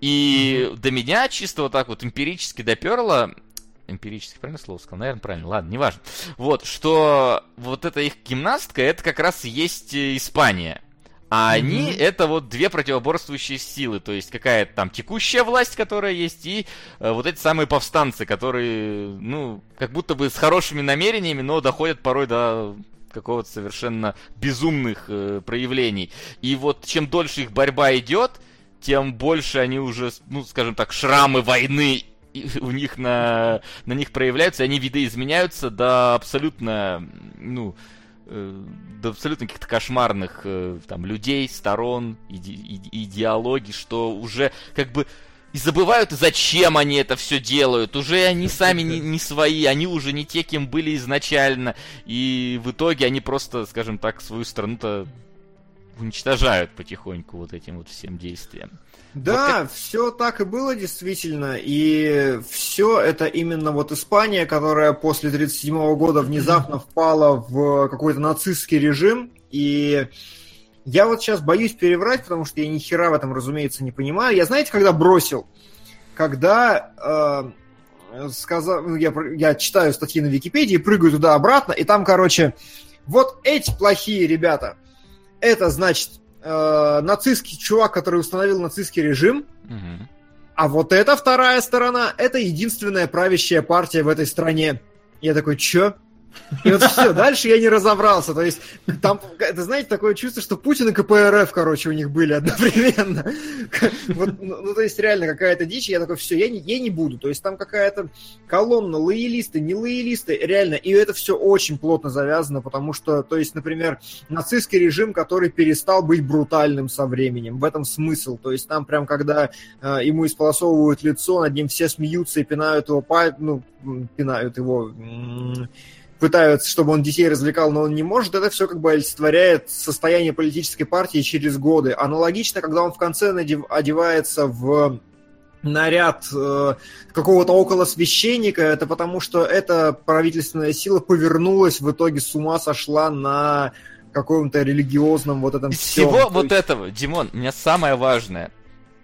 И до меня чисто вот так вот эмпирически доперло, эмпирически, правильно слово сказал? Наверное, правильно, ладно, неважно. Вот, что вот эта их гимнастка, это как раз и есть э, Испания. А они, это вот две противоборствующие силы, то есть какая-то там текущая власть, которая есть, и э, вот эти самые повстанцы, которые, ну, как будто бы с хорошими намерениями, но доходят порой до какого-то совершенно безумных э, проявлений. И вот чем дольше их борьба идет, тем больше они уже, ну, скажем так, шрамы войны и у них на, на них проявляются, и они видоизменяются до абсолютно, ну, э, до абсолютно каких-то кошмарных э, там людей, сторон, иде, иде, идеологий, что уже как бы и забывают, зачем они это все делают. Уже они сами не, не свои, они уже не те, кем были изначально, и в итоге они просто, скажем так, свою страну-то уничтожают потихоньку вот этим вот всем действием. Да, вот все так и было действительно, и все это именно вот Испания, которая после тридцать седьмого года внезапно впала в какой-то нацистский режим, и я вот сейчас боюсь переврать, потому что я ни хера в этом, разумеется, не понимаю. Я, знаете, когда бросил? Когда э, сказал, ну, я, я читаю статьи на Википедии, прыгаю туда-обратно, и там, короче, вот эти плохие ребята, это, значит, э, нацистский чувак, который установил нацистский режим, Угу. а вот эта вторая сторона, это единственная правящая партия в этой стране. Я такой, чё? И вот все, дальше я не разобрался. То есть, там, это, знаете, такое чувство, что Путин и ка пэ эр эф, короче, у них были одновременно. Вот, ну, ну, то есть, реально какая-то дичь. Я такой, все, я не, я не буду. То есть, там какая-то колонна, лоялисты, не лоялисты, реально. И это все очень плотно завязано, потому что, то есть, например, нацистский режим, который перестал быть брутальным со временем. В этом смысл. То есть, там прям, когда э, ему исполосовывают лицо, над ним все смеются и пинают его, ну, пинают его... пытаются, чтобы он детей развлекал, но он не может, это все как бы олицетворяет состояние политической партии через годы. Аналогично, когда он в конце надев... одевается в наряд э, какого-то околосвященника, это потому что эта правительственная сила повернулась, в итоге с ума сошла на каком-то религиозном вот этом Из всем. всего То вот есть... этого, Димон, у меня самое важное.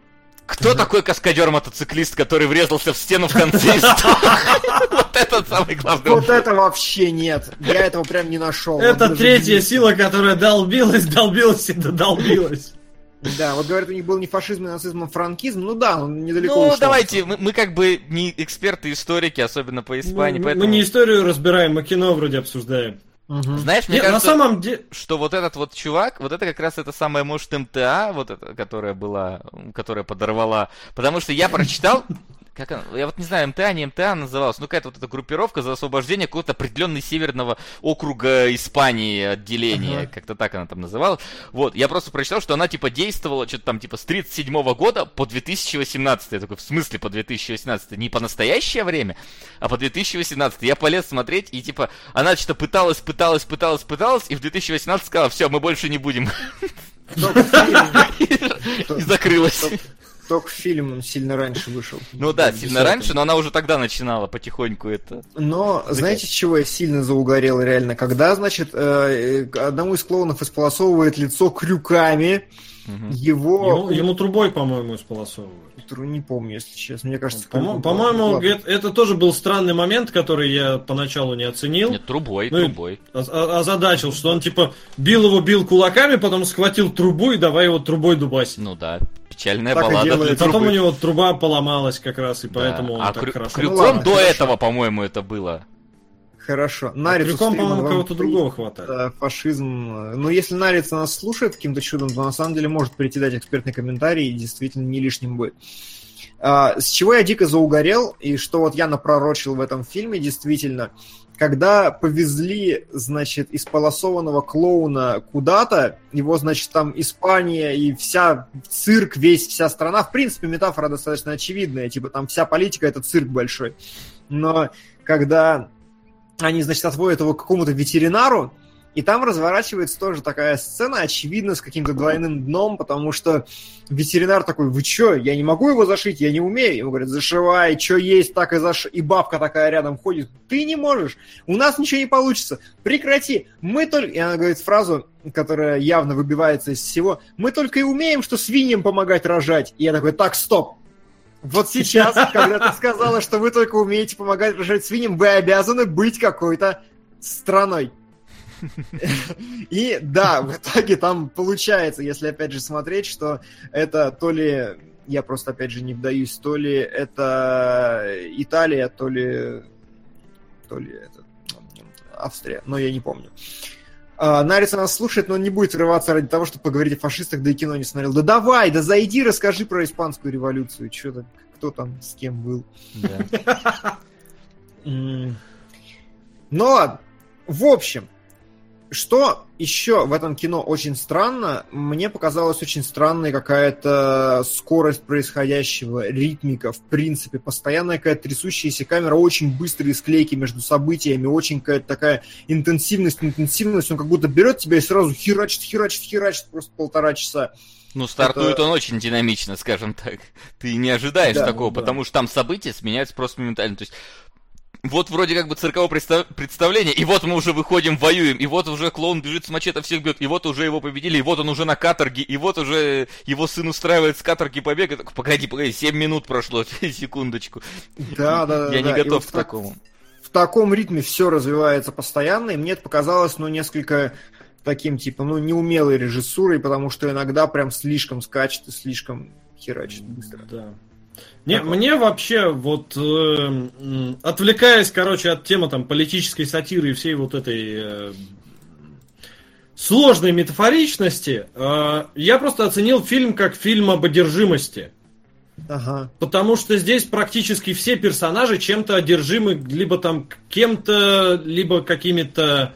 Кто такой каскадер-мотоциклист, который врезался в стену в конце истории? Вот это самый главный. Вот это вообще нет. Я этого прям не нашел. Это третья сила, которая долбилась, долбилась и додолбилась. Да, вот говорят, у них был не фашизм, а нацизм, а франкизм. Ну да, он недалеко Ну, ушел. давайте, мы, мы как бы не эксперты-историки, особенно по Испании, Мы, поэтому... мы не историю разбираем, мы кино вроде обсуждаем. Угу. Знаешь, мне Нет, кажется, на самом деле... что вот этот вот чувак, вот это как раз это самая, может, МТА, вот эта, которая была, которая подорвала. Потому что я прочитал, как она, я вот не знаю, МТА, не МТА называлась, ну какая-то вот эта группировка за освобождение какого-то определенного северного округа Испании, отделения, Ага. как-то так она там называлась. Вот, я просто прочитал, что она типа действовала что-то там типа с тридцать седьмого года по две тысячи восемнадцатый. Я такой, в смысле по две тысячи восемнадцатый? Не по настоящее время, а по две тысячи восемнадцатый. Я полез смотреть, и типа она что-то пыталась, пыталась, пыталась, пыталась, и в две тысячи восемнадцатом сказала, все, мы больше не будем. И закрылась. Только фильм он сильно раньше вышел. Ну да, сильно раньше, но она уже тогда начинала потихоньку это. Но знаете, с чего я сильно заугорел реально? Когда, значит, э, одному из клоунов исполосовывает лицо крюками, Мгм. его... Ему, ему трубой, по-моему, исполосовывают. Не помню, если честно. Мне кажется, По- крюком По-моему, было. это, это тоже был странный момент, который я поначалу не оценил. Нет, трубой, Ну и трубой. оз- о- озадачил, что он типа бил его, бил кулаками, потом схватил трубу и давай его трубой дубасить. Ну да, печальная Так и баллада делает. для Потом трубы. у него труба поломалась как раз, и Да. поэтому он а так крю- хорошо... крюком Ну ладно, до хорошо. этого, по-моему, это было. Хорошо. А Нарицу крюком, стримом по-моему, вам кого-то при- другого хватает. э, Фашизм. Ну, если Нарица нас слушает каким-то чудом, то на самом деле может прийти дать экспертный комментарий, и действительно не лишним будет. А, с чего я дико заугорел, и что вот я напророчил в этом фильме, действительно, когда повезли, значит, исполосованного клоуна куда-то, его, значит, там Испания и вся цирк, весь, вся страна, в принципе, метафора достаточно очевидная, типа там вся политика — это цирк большой. Но когда они, значит, отводят его к какому-то ветеринару, и там разворачивается тоже такая сцена, очевидно, с каким-то двойным дном, потому что ветеринар такой: вы чё, я не могу его зашить, я не умею. Ему говорят: зашивай, чё есть, так и зашивай. И бабка такая рядом ходит: ты не можешь, у нас ничего не получится, прекрати, мы только... И она говорит фразу, которая явно выбивается из всего: мы только и умеем, что свиньям помогать рожать. И я такой: так, стоп. Вот сейчас, когда ты сказала, что вы только умеете помогать рожать свиньям, вы обязаны быть какой-то страной. И да, в итоге там получается, если опять же смотреть, что это то ли, я просто опять же не вдаюсь, то ли это Италия, то ли, то ли это Австрия, но я не помню. А, Нарица нас слушает, но он не будет врываться ради того, чтобы поговорить о фашистах, да и кино не смотрел. Да давай, да зайди, расскажи про испанскую революцию, что там, кто там с кем был. Да. М. Ну ладно, в общем, что еще в этом кино очень странно, мне показалась очень странной какая-то скорость происходящего, ритмика, в принципе, постоянная какая-то трясущаяся камера, очень быстрые склейки между событиями, очень какая-то такая интенсивность, интенсивность, он как будто берет тебя и сразу херачит, херачит, херачит просто полтора часа. Ну, стартует Это- он очень динамично, скажем так. Ты не ожидаешь Да, такого, да. потому что там события сменяются просто моментально. То есть, вот вроде как бы цирковое представ- представление, и вот мы уже выходим, воюем, и вот уже клоун бежит с мачете, всех бьет, и вот уже его победили, и вот он уже на каторге, и вот уже его сын устраивает с каторги побег. И такой: погоди, погоди, семь минут прошло, секундочку. Да, да, да. Я не да. И готов вот к так- такому. В таком ритме все развивается постоянно, и мне это показалось, ну, несколько таким, типа, ну, неумелой режиссурой, потому что иногда прям слишком скачет и слишком херачит быстро. Да. Не, Так. мне вообще вот, э, м, отвлекаясь, короче, от темы там политической сатиры и всей вот этой э, сложной метафоричности, э, я просто оценил фильм как фильм об одержимости. Ага. Потому что здесь практически все персонажи чем-то одержимы, либо там кем-то, либо какими-то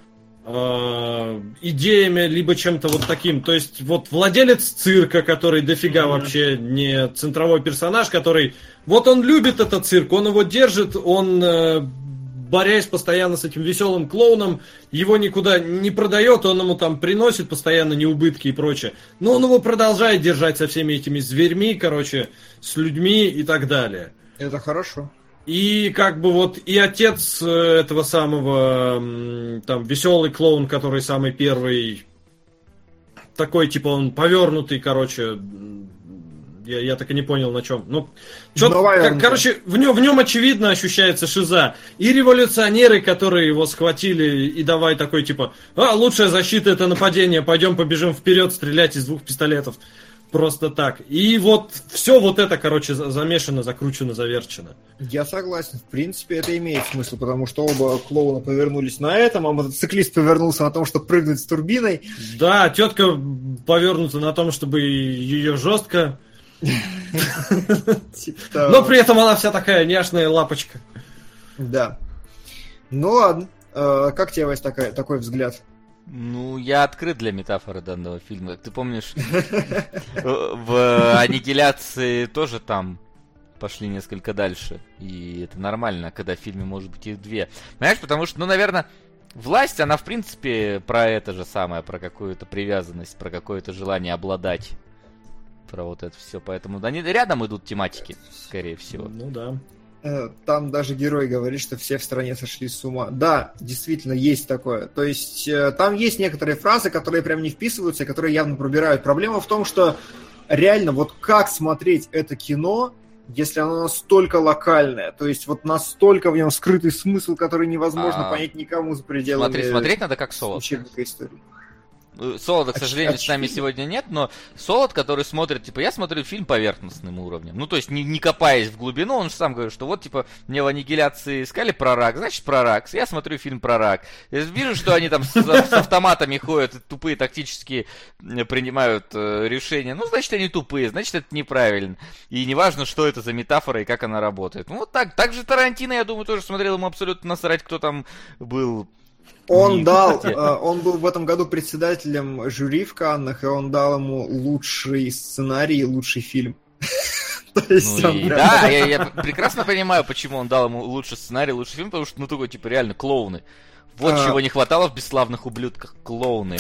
э, идеями, либо чем-то вот таким. То есть вот владелец цирка, который дофига вообще не центровой персонаж, который вот он любит этот цирк, он его держит, он, э, борясь постоянно с этим веселым клоуном, его никуда не продает, он ему там приносит постоянно неубытки и прочее. Но он его продолжает держать со всеми этими зверьми, короче, с людьми и так далее. Это хорошо. И как бы вот и отец э, этого самого м, там веселый клоун, который самый первый, такой типа он повернутый, короче, м, Я, я так и не понял, на чем. Ну, чё, Ну, как, наверное. короче, в нем, в нем очевидно ощущается шиза. И революционеры, которые его схватили, и давай такой, типа, а, лучшая защита — это нападение, пойдем побежим вперед стрелять из двух пистолетов. Просто так. И вот все вот это, короче, за- замешано, закручено, заверчено. Я согласен, в принципе, это имеет смысл, потому что оба клоуна повернулись на этом, а мотоциклист повернулся на том, чтобы прыгнуть с турбиной. Да, тетка повернута на том, чтобы ее жестко, Типа того. но при этом она вся такая няшная лапочка. Да. Ну ладно. Э, Как тебе, Вась, такая- такой взгляд? Ну, я открыт для метафоры данного фильма. Ты помнишь, в «Аннигиляции» тоже там пошли несколько дальше. И это нормально, когда в фильме может быть их две. Понимаешь, потому что, ну, наверное, власть, она, в принципе, про это же самое, про какую-то привязанность, про какое-то желание обладать. Про вот это все. Поэтому они рядом идут тематики, скорее всего. Ну да. Э, Там даже герой говорит, что все в стране сошли с ума. Да, действительно, есть такое. То есть, э, там есть некоторые фразы, которые прям не вписываются, и которые явно пробирают. Проблема в том, что реально, вот как смотреть это кино, если оно настолько локальное, то есть вот настолько в нем скрытый смысл, который невозможно А, понять никому за пределами Смотри, смотреть надо как Солод. учебника истории. Солода, к Оч- сожалению, с нами очевидно. сегодня нет, но Солод, который смотрит, типа, я смотрю фильм поверхностным уровнем. Ну, то есть, не, не копаясь в глубину, он же сам говорит, что вот, типа, мне в «Аннигиляции» сказали про рак, значит, про рак. Я смотрю фильм про рак. Я вижу, что они там с, с автоматами ходят, и тупые тактически э, принимают э, решения. Ну, значит, они тупые, значит, это неправильно. И неважно, что это за метафора и как она работает. Ну, вот так. Так же Тарантино, я думаю, тоже смотрел, ему абсолютно насрать, кто там был. Он Не, дал, кстати. э, он был в этом году председателем жюри в Каннах, и он дал ему лучший сценарий и лучший фильм. То есть Ну он и прям- да, я, я прекрасно понимаю, почему он дал ему лучший сценарий, лучший фильм, потому что, ну, такой, типа, реально, клоуны. Вот А. чего не хватало в «Бесславных ублюдках», клоуны.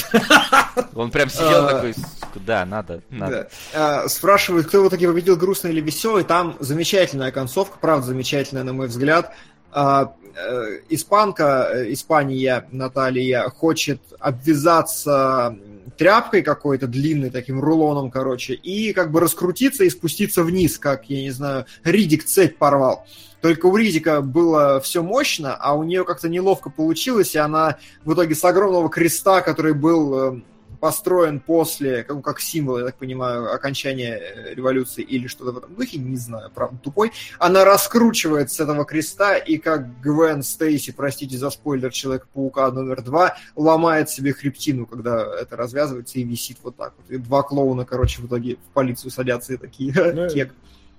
Он прям сидел А. такой, сука, да, надо, надо. Да. А, Спрашивают, кто в итоге победил, грустный или веселый. Там замечательная концовка, правда замечательная, на мой взгляд. А, э, Испанка, э, Испания, Наталья, хочет обвязаться тряпкой какой-то длинной, таким рулоном, короче, и как бы раскрутиться и спуститься вниз, как, я не знаю, Ридик цепь порвал. Только у Ридика было все мощно, а у нее как-то неловко получилось, и она в итоге с огромного креста, который был э, построен после, как, как символ, я так понимаю, окончания э, революции или что-то в этом духе, не знаю, правда, тупой, она раскручивает с этого креста, и как Гвен Стейси, простите за спойлер, Человека-паука номер два, ломает себе хребтину, когда это развязывается и висит вот так вот. И два клоуна, короче, в итоге в полицию садятся и такие, Ну, кек.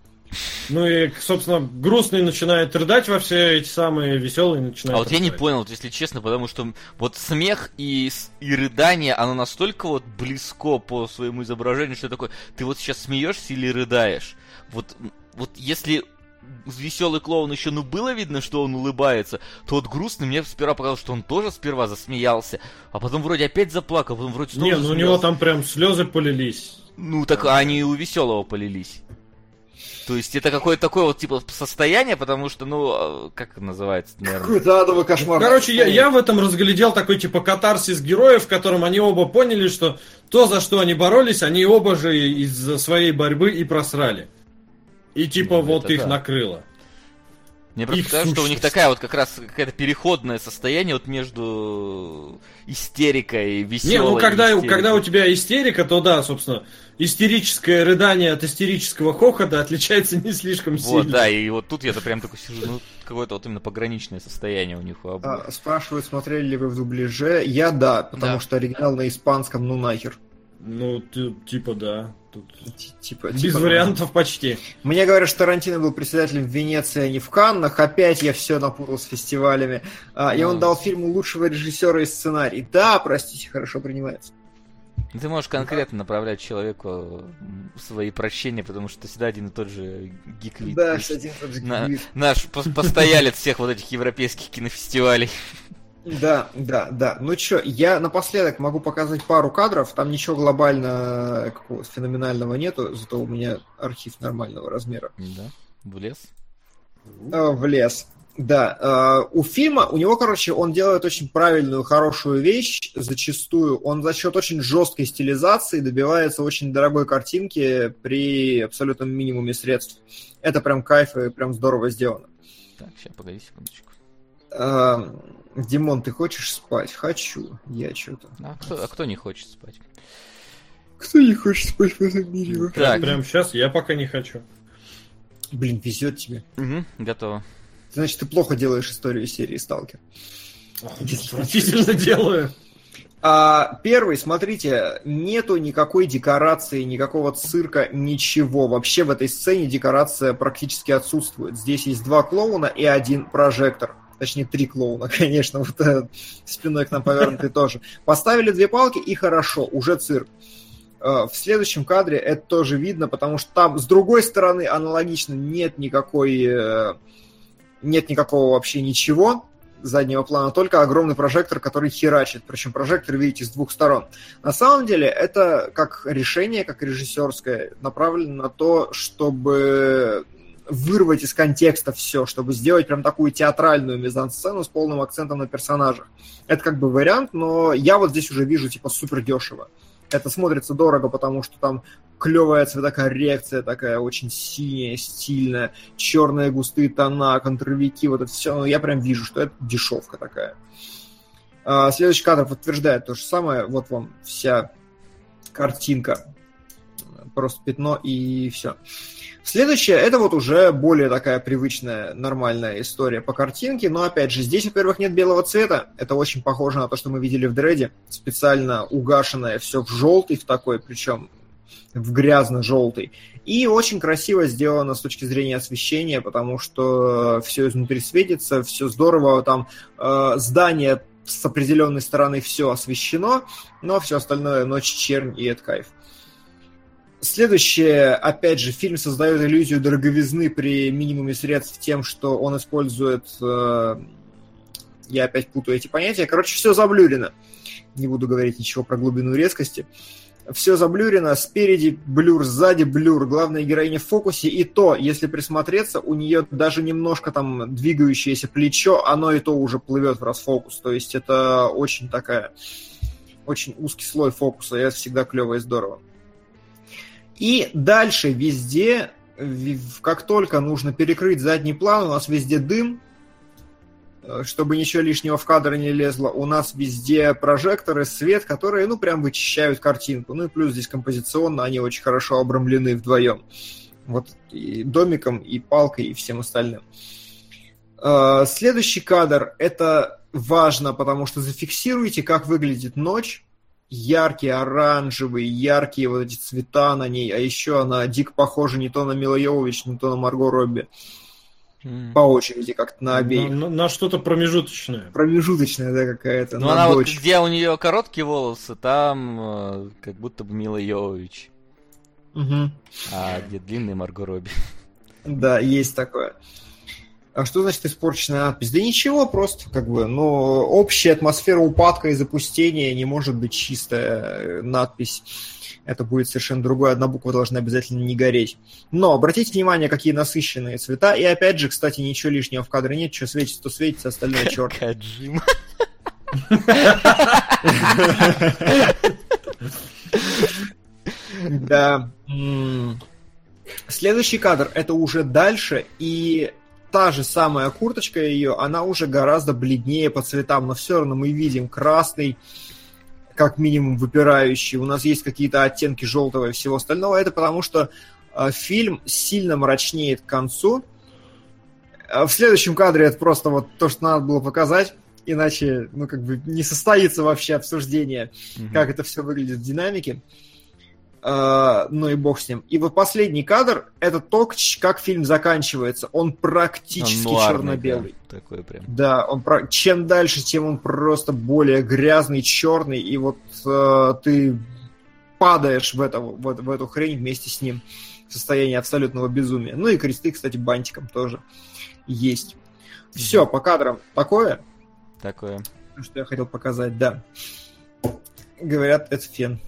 Ну и, собственно, грустный начинает рыдать во все эти самые, веселые начинают А вот я не рыдать. понял, вот если честно, потому что вот смех и, с- и рыдание, оно настолько вот близко по своему изображению, что такое, ты вот сейчас смеешься или рыдаешь? Вот, вот если веселый клоун еще, ну, было видно, что он улыбается, то вот грустный мне сперва показалось, что он тоже сперва засмеялся, а потом вроде опять заплакал, потом вроде снова Не, ну у него засмеялся. там прям слезы полились. Ну, так они и у веселого полились. То есть это какое-то такое вот типа состояние, потому что, ну, э, как это называется, наверное? Какой-то адовый кошмар. Короче, я, я в этом разглядел такой типа катарсис героев, в котором они оба поняли, что то, за что они боролись, они оба же из-за своей борьбы и просрали. И типа Ну, вот это их да. накрыло. Мне просто Их кажется, что у них сущность. такая вот как раз какое-то переходное состояние вот между истерикой и веселой. Не, ну когда, истерикой. когда у тебя истерика, то да, собственно, истерическое рыдание от истерического хохота отличается не слишком Вот, сильно. да, и вот тут я-то прям такой сижу, ну, какое-то вот именно пограничное состояние у них у обоих. А, спрашивают, смотрели ли вы в дубляже. Я да, потому Да. что оригинал на испанском, ну нахер. Ну, ты- типа да. Тут Т- Типа, без типа, вариантов почти. Мне говорят, что Тарантино был председателем в Венеции, а не в Каннах. Опять я все напутал с фестивалями. А, и он А. дал фильму лучшего режиссера и сценарий. Да, простите, хорошо принимается. Ты можешь конкретно направлять человеку свои прощения, потому что всегда один и тот же гик вид. Да, Видишь, один и тот же на- гибрид. наш пос- постоялец всех вот этих европейских кинофестивалей. Да, да, да. Ну чё, я напоследок могу показать пару кадров. Там ничего глобально э, какого-то феноменального нету, зато у меня архив нормального размера. Да, в лес. Э, В лес. Да, э, у фильма, у него, короче, он делает очень правильную, хорошую вещь зачастую. Он за счет очень жесткой стилизации добивается очень дорогой картинки при абсолютном минимуме средств. Это прям кайф и прям здорово сделано. Так, сейчас, погоди секундочку. Э, Димон, ты хочешь спать? Хочу. Я что-то... А кто, а кто не хочет спать? Кто не хочет спать в этом мире? Так. Прям сейчас я пока не хочу. Блин, везет тебе. Угу, готово. Значит, ты плохо делаешь историю серии «Сталкер». Отвратительно делаю. А, первый, смотрите, нету никакой декорации, никакого цирка, ничего. Вообще в этой сцене декорация практически отсутствует. Здесь есть два клоуна и один прожектор. Точнее, три клоуна, конечно, вот э, спиной к нам повернутый тоже. Поставили две палки и хорошо, уже цирк. Э, в следующем кадре это тоже видно, потому что там с другой стороны аналогично нет никакой... Э, нет никакого вообще ничего заднего плана, только огромный прожектор, который херачит. Причем прожектор, видите, с двух сторон. На самом деле это как решение, как режиссерское, направлено на то, чтобы вырвать из контекста все, чтобы сделать прям такую театральную мизансцену с полным акцентом на персонажах. Это как бы вариант, но я вот здесь уже вижу типа супер дешево. Это смотрится дорого, потому что там клевая цветокоррекция такая, очень синяя, стильная, черные густые тона, контровики, вот это все. Ну, я прям вижу, что это дешевка такая. А, следующий кадр подтверждает то же самое. Вот вам вся картинка. Просто пятно и все. Следующее, это вот уже более такая привычная, нормальная история по картинке, но опять же, здесь, во-первых, нет белого цвета, это очень похоже на то, что мы видели в Дредде, специально угашенное все в желтый в такой, причем в грязно-желтый, и очень красиво сделано с точки зрения освещения, потому что все изнутри светится, все здорово, там э, здание с определенной стороны все освещено, но все остальное ночь, чернь, и это кайф. Следующее, опять же, фильм создает иллюзию дороговизны при минимуме средств тем, что он использует... Э, я опять путаю эти понятия. Короче, все заблюрено. Не буду говорить ничего про глубину резкости. Все заблюрено. Спереди блюр, сзади блюр. Главная героиня в фокусе. И то, если присмотреться, у нее даже немножко там двигающееся плечо, оно и то уже плывет в расфокус. То есть это очень такая... Очень узкий слой фокуса. И это всегда клево и здорово. И дальше везде, как только нужно перекрыть задний план, у нас везде дым, чтобы ничего лишнего в кадр не лезло. У нас везде прожекторы, свет, которые, ну, прям вычищают картинку. Ну и плюс здесь композиционно они очень хорошо обрамлены вдвоем. Вот и домиком, и палкой, и всем остальным. Следующий кадр, это важно, потому что зафиксируйте, как выглядит ночь. Яркие, оранжевые, яркие вот эти цвета на ней, а еще она дико похожа не то на Милу Йовович, не то на Марго Робби. Mm. По очереди как-то на обеих. На, на, на что-то промежуточное. Промежуточная, да, какая-то. Ну, она дочь. Вот, где у нее короткие волосы, там э, как будто бы Мила Йовович. Угу. А где длинный Марго Робби. Да, есть такое. А что значит испорченная надпись? Да ничего, просто как бы, но общая атмосфера упадка и запустения не может быть чистая надпись. Это будет совершенно другое. Одна буква должна обязательно не гореть. Но обратите внимание, какие насыщенные цвета. И опять же, кстати, ничего лишнего в кадре нет. Что светится, то светится, остальное черт. Каджима. Да. Следующий кадр — это уже дальше, и та же самая курточка ее, она уже гораздо бледнее по цветам, но все равно мы видим красный, как минимум выпирающий. У нас есть какие-то оттенки желтого и всего остального. Это потому что э, фильм сильно мрачнеет к концу. В следующем кадре это просто вот то, что надо было показать, иначе, ну, как бы не состоится вообще обсуждение, mm-hmm. как это все выглядит в динамике. Uh, ну и бог с ним. И вот последний кадр — это то, как фильм заканчивается. Он практически он черно-белый. Да, такой прям. Да, он про... чем дальше, тем он просто более грязный, черный, и вот uh, ты падаешь в, это, в, в эту хрень вместе с ним. Состояние абсолютного безумия. Ну и кресты, кстати, бантиком тоже есть. Все, по кадрам такое. Такое. Что я хотел показать, да. Говорят, это фен.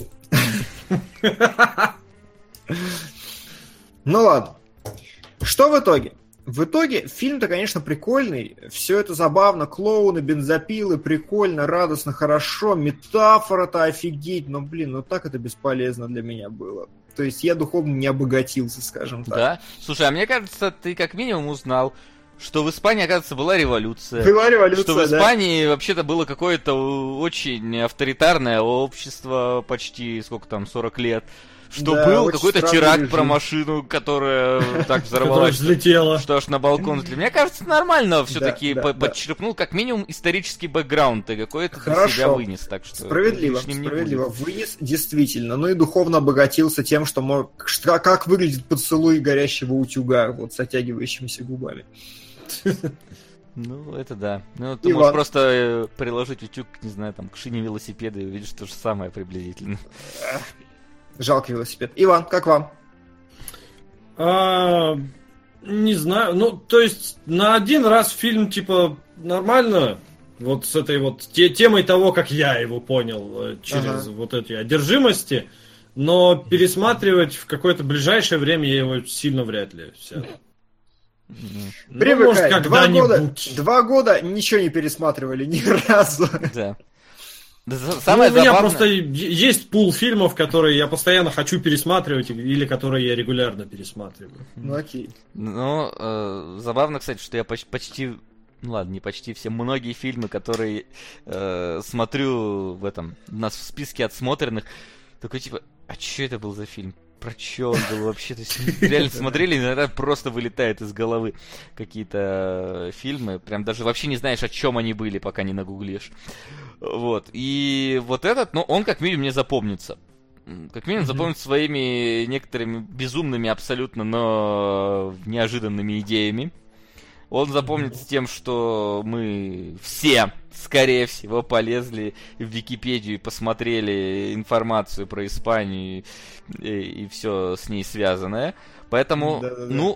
Ну ладно. Что в итоге? В итоге фильм-то, конечно, прикольный, все это забавно, клоуны, бензопилы, прикольно, радостно, хорошо, метафора-то офигеть, но, блин, ну так это бесполезно для меня было. То есть я духовно не обогатился, скажем так. Да? Слушай, а мне кажется, ты как минимум узнал, что в Испании, оказывается, была революция. Была революция, Что в да. Испании вообще-то было какое-то очень авторитарное общество, почти, сколько там, сорок лет. Что Да, был очень какой-то странный теракт режим. про машину, которая так Которая взорвалась, что, взлетела. что аж на балкон взлетела. Мне кажется, нормально все-таки да, да. подчеркнул как минимум исторический бэкграунд, и какой-то для Хорошо. себя вынес. Так что Справедливо, лишним не справедливо. будет. Вынес, действительно. Ну и духовно обогатился тем, что мог, что- как выглядит поцелуй горящего утюга, вот с оттягивающимися губами. Ну, это да. Ну, ты Иван. можешь просто э, приложить утюг, не знаю, там, к шине велосипеда и увидишь то же самое приблизительно. Жалко велосипед. Иван, как вам? А, не знаю, ну, то есть на один раз фильм, типа, нормально, вот с этой вот те, темой того, как я его понял, э, через Ага. вот эти одержимости, но пересматривать в какое-то ближайшее время я его сильно вряд ли сяду. Ну, Привыкай. может, два, года, когда-нибудь. два года ничего не пересматривали ни разу. Да. Да, за- Ну, Самое у меня забавное... просто е- есть пул фильмов, которые я постоянно хочу пересматривать, или которые я регулярно пересматриваю. Ну окей. Ну, э, забавно, кстати, что я поч- почти... Ну ладно, не почти все, многие фильмы, которые э, смотрю в этом, у нас в списке отсмотренных, такой типа, а что это был за фильм? Про что он был вообще? То есть реально смотрели, иногда просто вылетает из головы какие-то фильмы. Прям даже вообще не знаешь, о чем они были, пока не нагуглишь. Вот. И вот этот, ну, он как минимум мне запомнится. Как минимум запомнится своими некоторыми безумными абсолютно, но неожиданными идеями. Он запомнится тем, что мы все, скорее всего, полезли в Википедию и посмотрели информацию про Испанию и, и все с ней связанное. Поэтому, Да-да-да. ну,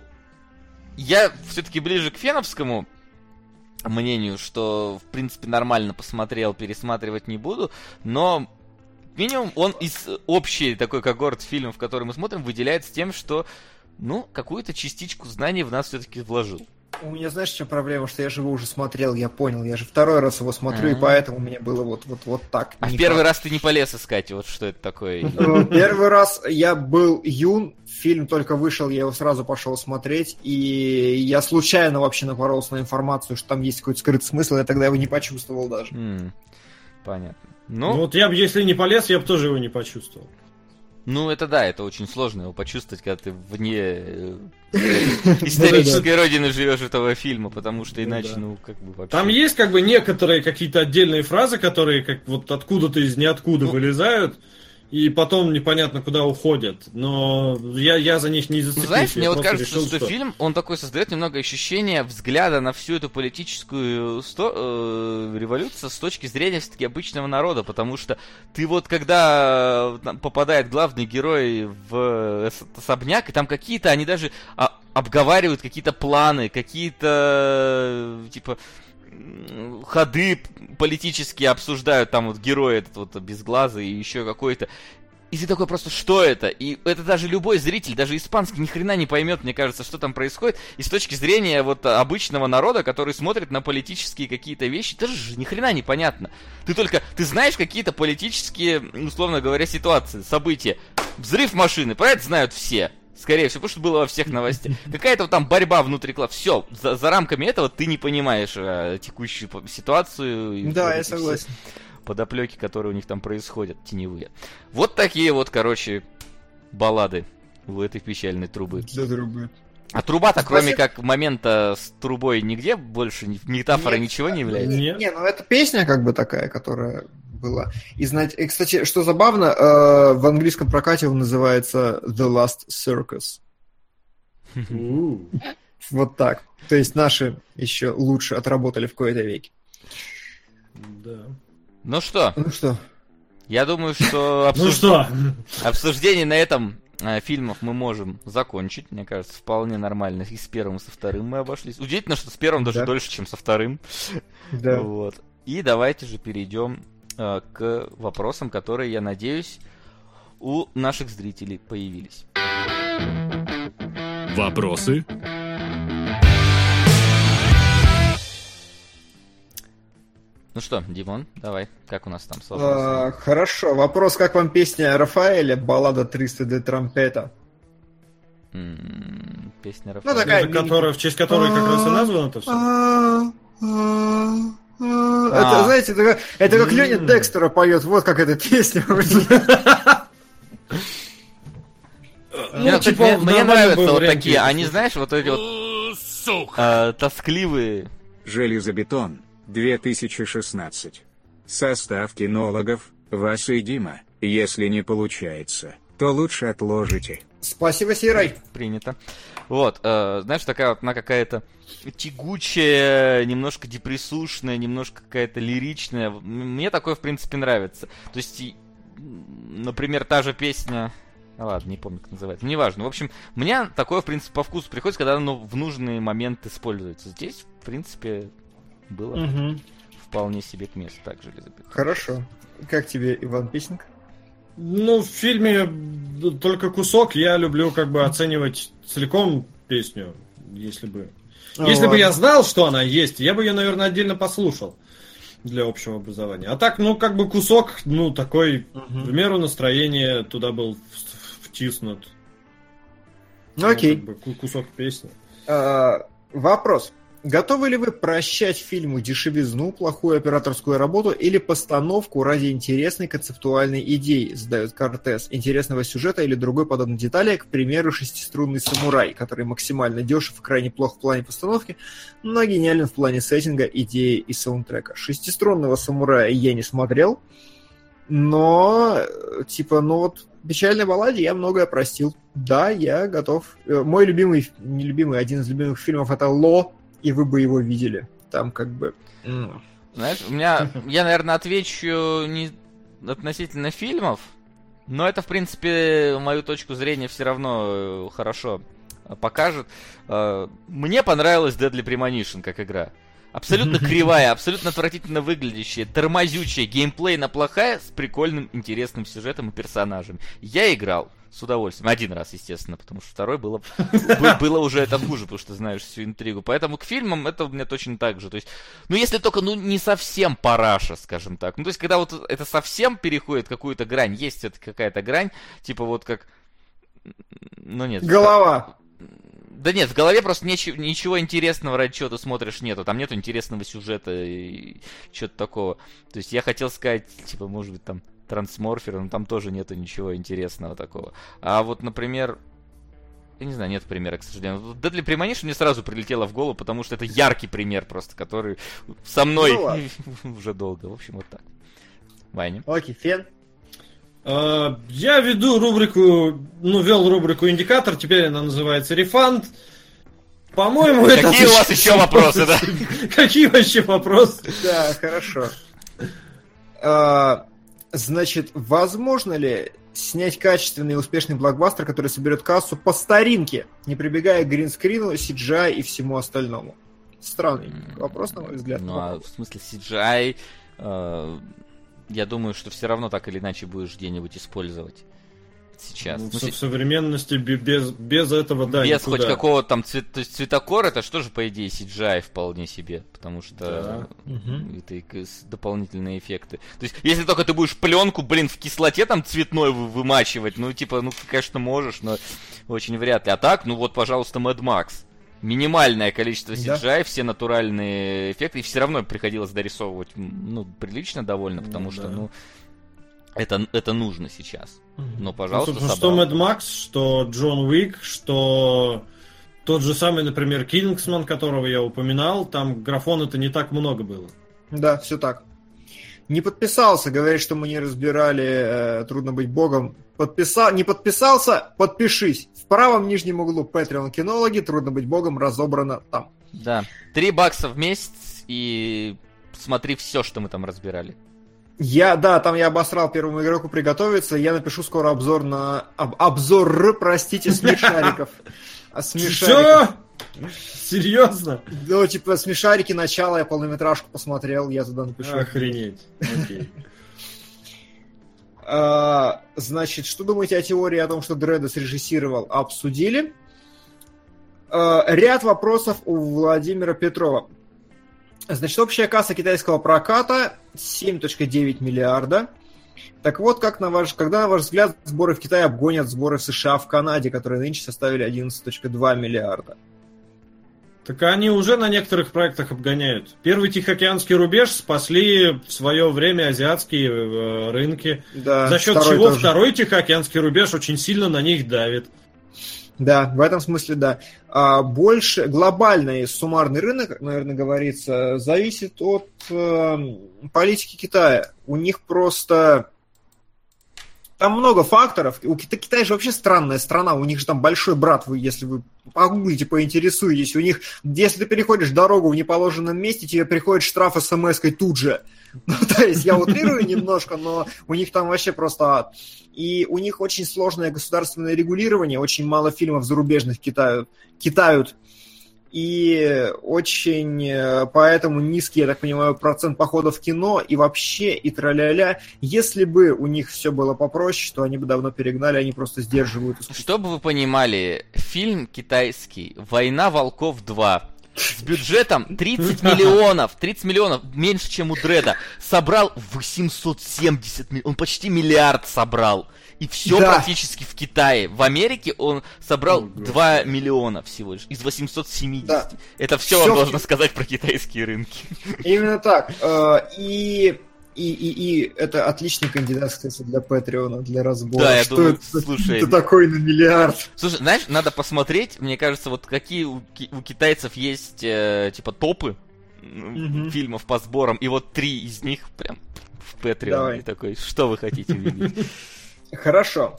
я все-таки ближе к феновскому мнению, что, в принципе, нормально посмотрел, пересматривать не буду, но минимум он из общей такой когорт фильмов, которые мы смотрим, выделяется тем, что, ну, какую-то частичку знаний в нас все-таки вложил. У меня, знаешь, в чем проблема? Что я же его уже смотрел, я понял. Я же второй раз его смотрю, А-а-а. и поэтому мне было вот, вот, вот так. А в никак. первый раз ты не полез искать, вот что это такое. Ну, Первый раз я был юн, фильм только вышел, я его сразу пошел смотреть, и я случайно вообще напоролся на информацию, что там есть какой-то скрытый смысл, я тогда его не почувствовал даже. М, Понятно. Ну, Ну, вот я бы, если не полез, я бы тоже его не почувствовал. ну это да, это очень сложно его почувствовать, когда ты вне э, исторической родины живешь этого фильма, потому что иначе, ну, как бы вообще... Там есть как бы некоторые какие-то отдельные фразы, которые как вот откуда-то из ниоткуда Ну. вылезают, и потом непонятно куда уходят. Но я, я за них не Ну, зацепился. знаешь, мне я вот просто кажется, решил, что, фильм, он такой создает немного ощущение взгляда на всю эту политическую сто- э, революцию с точки зрения все-таки обычного народа, потому что ты вот, когда э, там попадает главный герой в э, с- особняк, и там какие-то, они даже а, обговаривают какие-то планы, какие-то, э, типа, м, ходы политические обсуждают, там вот герой этот вот безглазый и еще какой-то. И ты такой просто, что это? И это даже любой зритель, даже испанский, ни хрена не поймет, мне кажется, что там происходит. И с точки зрения вот обычного народа, который смотрит на политические какие-то вещи, тоже же ни хрена не понятно. Ты только, ты знаешь какие-то политические, условно говоря, ситуации, события. Взрыв машины, про это знают все. Скорее всего, потому что было во всех новостях. Какая-то вот там борьба внутри класса. Все, за, за рамками этого ты не понимаешь а, текущую по- ситуацию. И Да, вот я эти все согласен. подоплеки, которые у них там происходят, теневые. Вот такие вот, короче, баллады у этой печальной трубы. Для трубы. А труба-то, Спасибо. кроме как момента с трубой, нигде больше ни- метафора Нет. ничего не является? Нет. Не, ну это песня как бы такая, которая была. И, знать... и кстати, что забавно, э, в английском прокате он называется The Last Circus. У. Вот так. То есть наши еще лучше отработали в кои-то веки. Да. Ну что, Ну что, я думаю, что Ну обсуж- что? обсуждение на этом э, фильмов мы можем закончить. Мне кажется, вполне нормально. И с первым, и со вторым мы обошлись. Удивительно, что с первым даже Да. дольше, чем со вторым. да. Вот. И давайте же перейдем э, к вопросам, которые, я надеюсь, у наших зрителей появились. Вопросы? Ну что, Димон, давай, как у нас там сложилось? А, хорошо, вопрос, как вам песня Рафаэля, баллада триста де тромпета? М, Песня Ну, Рафаэля. такая Это которая, в честь которой как раз и названо это все. Это, знаете, это как, это как Леня Декстера поет, вот как эта песня. Мне, Ну, кстати, типа, мне- в мне нормальном нравятся бы вот варианте. такие, они, знаешь, вот эти вот э, тоскливые. Железобетон, две тысячи шестнадцать. Состав кинологов, Вася и Дима. Если не получается, то лучше отложите. Спасибо, Серай. Принято. Вот, э, знаешь, такая вот она какая-то тягучая, немножко депрессушная, немножко какая-то лиричная. М- Мне такое, в принципе, нравится. То есть, и, м, например, та же песня... А ладно, не помню, как называется. Неважно. В общем, мне такое, в принципе, по вкусу приходится, когда оно в нужный момент используется. Здесь, в принципе, было Мгм. вполне себе к месту. Так, Железобетон. Хорошо. Как тебе, Иван Песенко? Ну, в фильме только кусок, я люблю как бы оценивать целиком песню, если бы... Ну, если бы ладно. я знал, что она есть, я бы ее, наверное, отдельно послушал для общего образования. А так, ну, как бы кусок, ну, такой, в меру настроения туда был в- втиснут. Ну, окей. Ну, как бы ку- кусок песни. А, вопрос. Готовы ли вы прощать фильму дешевизну, плохую операторскую работу или постановку ради интересной концептуальной идеи, задает Кортес, интересного сюжета или другой подобной детали, к примеру, шестиструнный самурай, который максимально дешев и крайне плох в плане постановки, но гениален в плане сеттинга, идеи и саундтрека. Шестиструнного самурая я не смотрел, но, э, типа, ну вот, в печальной балладе я многое простил. Да, я готов. Э, Мой любимый, не любимый, один из любимых фильмов это «Ло», и вы бы его видели. Там как бы... м, Знаешь, у меня, я, наверное, отвечу не относительно фильмов, но это, в принципе, мою точку зрения все равно э, хорошо э, покажет. Э, Мне понравилась Deadly Premonition как игра. Абсолютно кривая, абсолютно отвратительно выглядящая, тормозючая, геймплейно плохая, с прикольным, интересным сюжетом и персонажем. Я играл с удовольствием. Один раз, естественно, потому что второй было, бы- было уже это хуже, потому что знаешь всю интригу. Поэтому к фильмам это у меня точно так же. То есть, ну если только, ну не совсем параша, скажем так. Ну то есть, когда вот это совсем переходит в какую-то грань, есть это какая-то грань, типа вот как... Ну нет. Голова. Да нет, в голове просто ничего, ничего интересного, ради чего ты смотришь, нету. Там нету интересного сюжета и чего-то такого. То есть я хотел сказать, типа, может быть, там Трансморфер, но там тоже нету ничего интересного такого. А вот, например, я не знаю, нет примера, к сожалению. Вот Deadly Premonition мне сразу прилетело в голову, потому что это яркий пример просто, который со мной Ну ладно. уже долго. В общем, вот так. Ваня. Окей, Фен. А, Я веду рубрику, ну, вел рубрику «Индикатор», теперь она называется «Рефанд». По-моему, это... Какие у вас еще вопросы, да? Какие вообще вопросы? Да, хорошо. А, Значит, возможно ли снять качественный и успешный блокбастер, который соберет кассу по старинке, не прибегая к гринскрину, си джи ай и всему остальному? Странный вопрос, на мой взгляд. Ну, а в смысле си джи ай, э, я думаю, что все равно так или иначе будешь где-нибудь использовать сейчас. Ну, Ну, в си- современности бе- без, без этого, да, без никуда. хоть какого-то там цвет, то есть цветокор, это что же, по идее, си джи ай вполне себе, потому что это и к- с- дополнительные эффекты. То есть, если только ты будешь пленку, блин, в кислоте там цветной вы- вымачивать, ну, типа, ну, ты, конечно, можешь, но очень вряд ли. А так, ну, вот, пожалуйста, Mad Max. Минимальное количество си джи ай, все натуральные эффекты, и все равно приходилось дорисовывать, м, ну, прилично довольно, потому Ну, что, да. ну, это, это нужно сейчас. Но, пожалуйста, Ну, собственно, собрал. что Mad Max, что Джон Уик, что тот же самый, например, Кингсман, которого я упоминал, там графона-то не так много было. Да, все так. Не подписался, говорит, что мы не разбирали э, «Трудно быть богом». Подписал, не подписался, подпишись. В правом нижнем углу Patreon кинологи, «Трудно быть богом» разобрано там. Да, три бакса в месяц, и смотри все, что мы там разбирали. Я, да, там я обосрал первому игроку приготовиться. Я напишу скоро обзор на... об- обзор, простите, смешариков. А смешариков. Чё? Серьезно? Ну, типа, смешарики начало, я полнометражку посмотрел, я туда напишу. Охренеть. Окей. А, значит, что думаете о теории о том, что Дредда срежиссировал? Обсудили. А, ряд вопросов у Владимира Петрова. Значит, общая касса китайского проката семь целых девять миллиарда. Так вот, как на ваш, когда, на ваш взгляд, сборы в Китае обгонят сборы в США, в Канаде, которые нынче составили одиннадцать целых два миллиарда? Так они уже на некоторых проектах обгоняют. Первый Тихоокеанский рубеж спасли в свое время азиатские э, рынки. Да, за счет чего тоже. Второй Тихоокеанский рубеж очень сильно на них давит. Да, в этом смысле да. А больше глобальный суммарный рынок, наверное, говорится, зависит от э, политики Китая. У них просто там много факторов. У Кита- Китай же вообще странная страна. У них же там большой брат. Вы, если вы погуглите, поинтересуетесь, у них, если ты переходишь дорогу в неположенном месте, тебе приходит штраф смс-кой тут же. Ну, то есть я утрирую немножко, но у них там вообще просто ад. И у них очень сложное государственное регулирование, очень мало фильмов зарубежных китают, китают. И очень поэтому низкий, я так понимаю, процент походов в кино и вообще, и тра-ля-ля. Если бы у них все было попроще, то они бы давно перегнали, они просто сдерживают. Чтобы вы понимали, фильм китайский «Война волков два» с бюджетом тридцать миллионов, тридцать миллионов, меньше, чем у Дреда, собрал восемьсот семьдесят миллионов, он почти миллиард собрал. И все да. практически в Китае. В Америке он собрал oh, два миллиона всего лишь, из восемьсот семьдесят. Да. Это все, все вам должно сказать про китайские рынки. Именно так. И... И, и, и это отличный кандидат, кстати, для Патреона, для разбора. Да, я что думаю, это, слушай... это такой на миллиард. Слушай, знаешь, надо посмотреть, мне кажется, вот какие у, у китайцев есть, э, типа, топы mm-hmm. фильмов по сборам, и вот три из них прям в Патреон. И такой, что вы хотите видеть? Хорошо.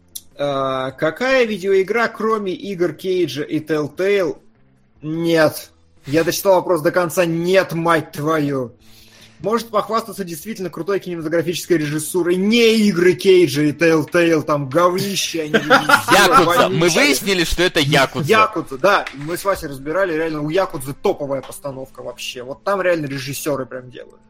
А, какая видеоигра, кроме игр Кейджа и Telltale, нет? Я дочитал вопрос до конца. Нет, мать твою. Может похвастаться действительно крутой кинематографической режиссурой. Не игры Кейджа и Telltale, там говнище они. Якудза. Мы выяснили, что это Якудза. Якудза, да. Мы с Васей разбирали, реально у Якудзы топовая постановка вообще. Вот там реально режиссеры прям делают.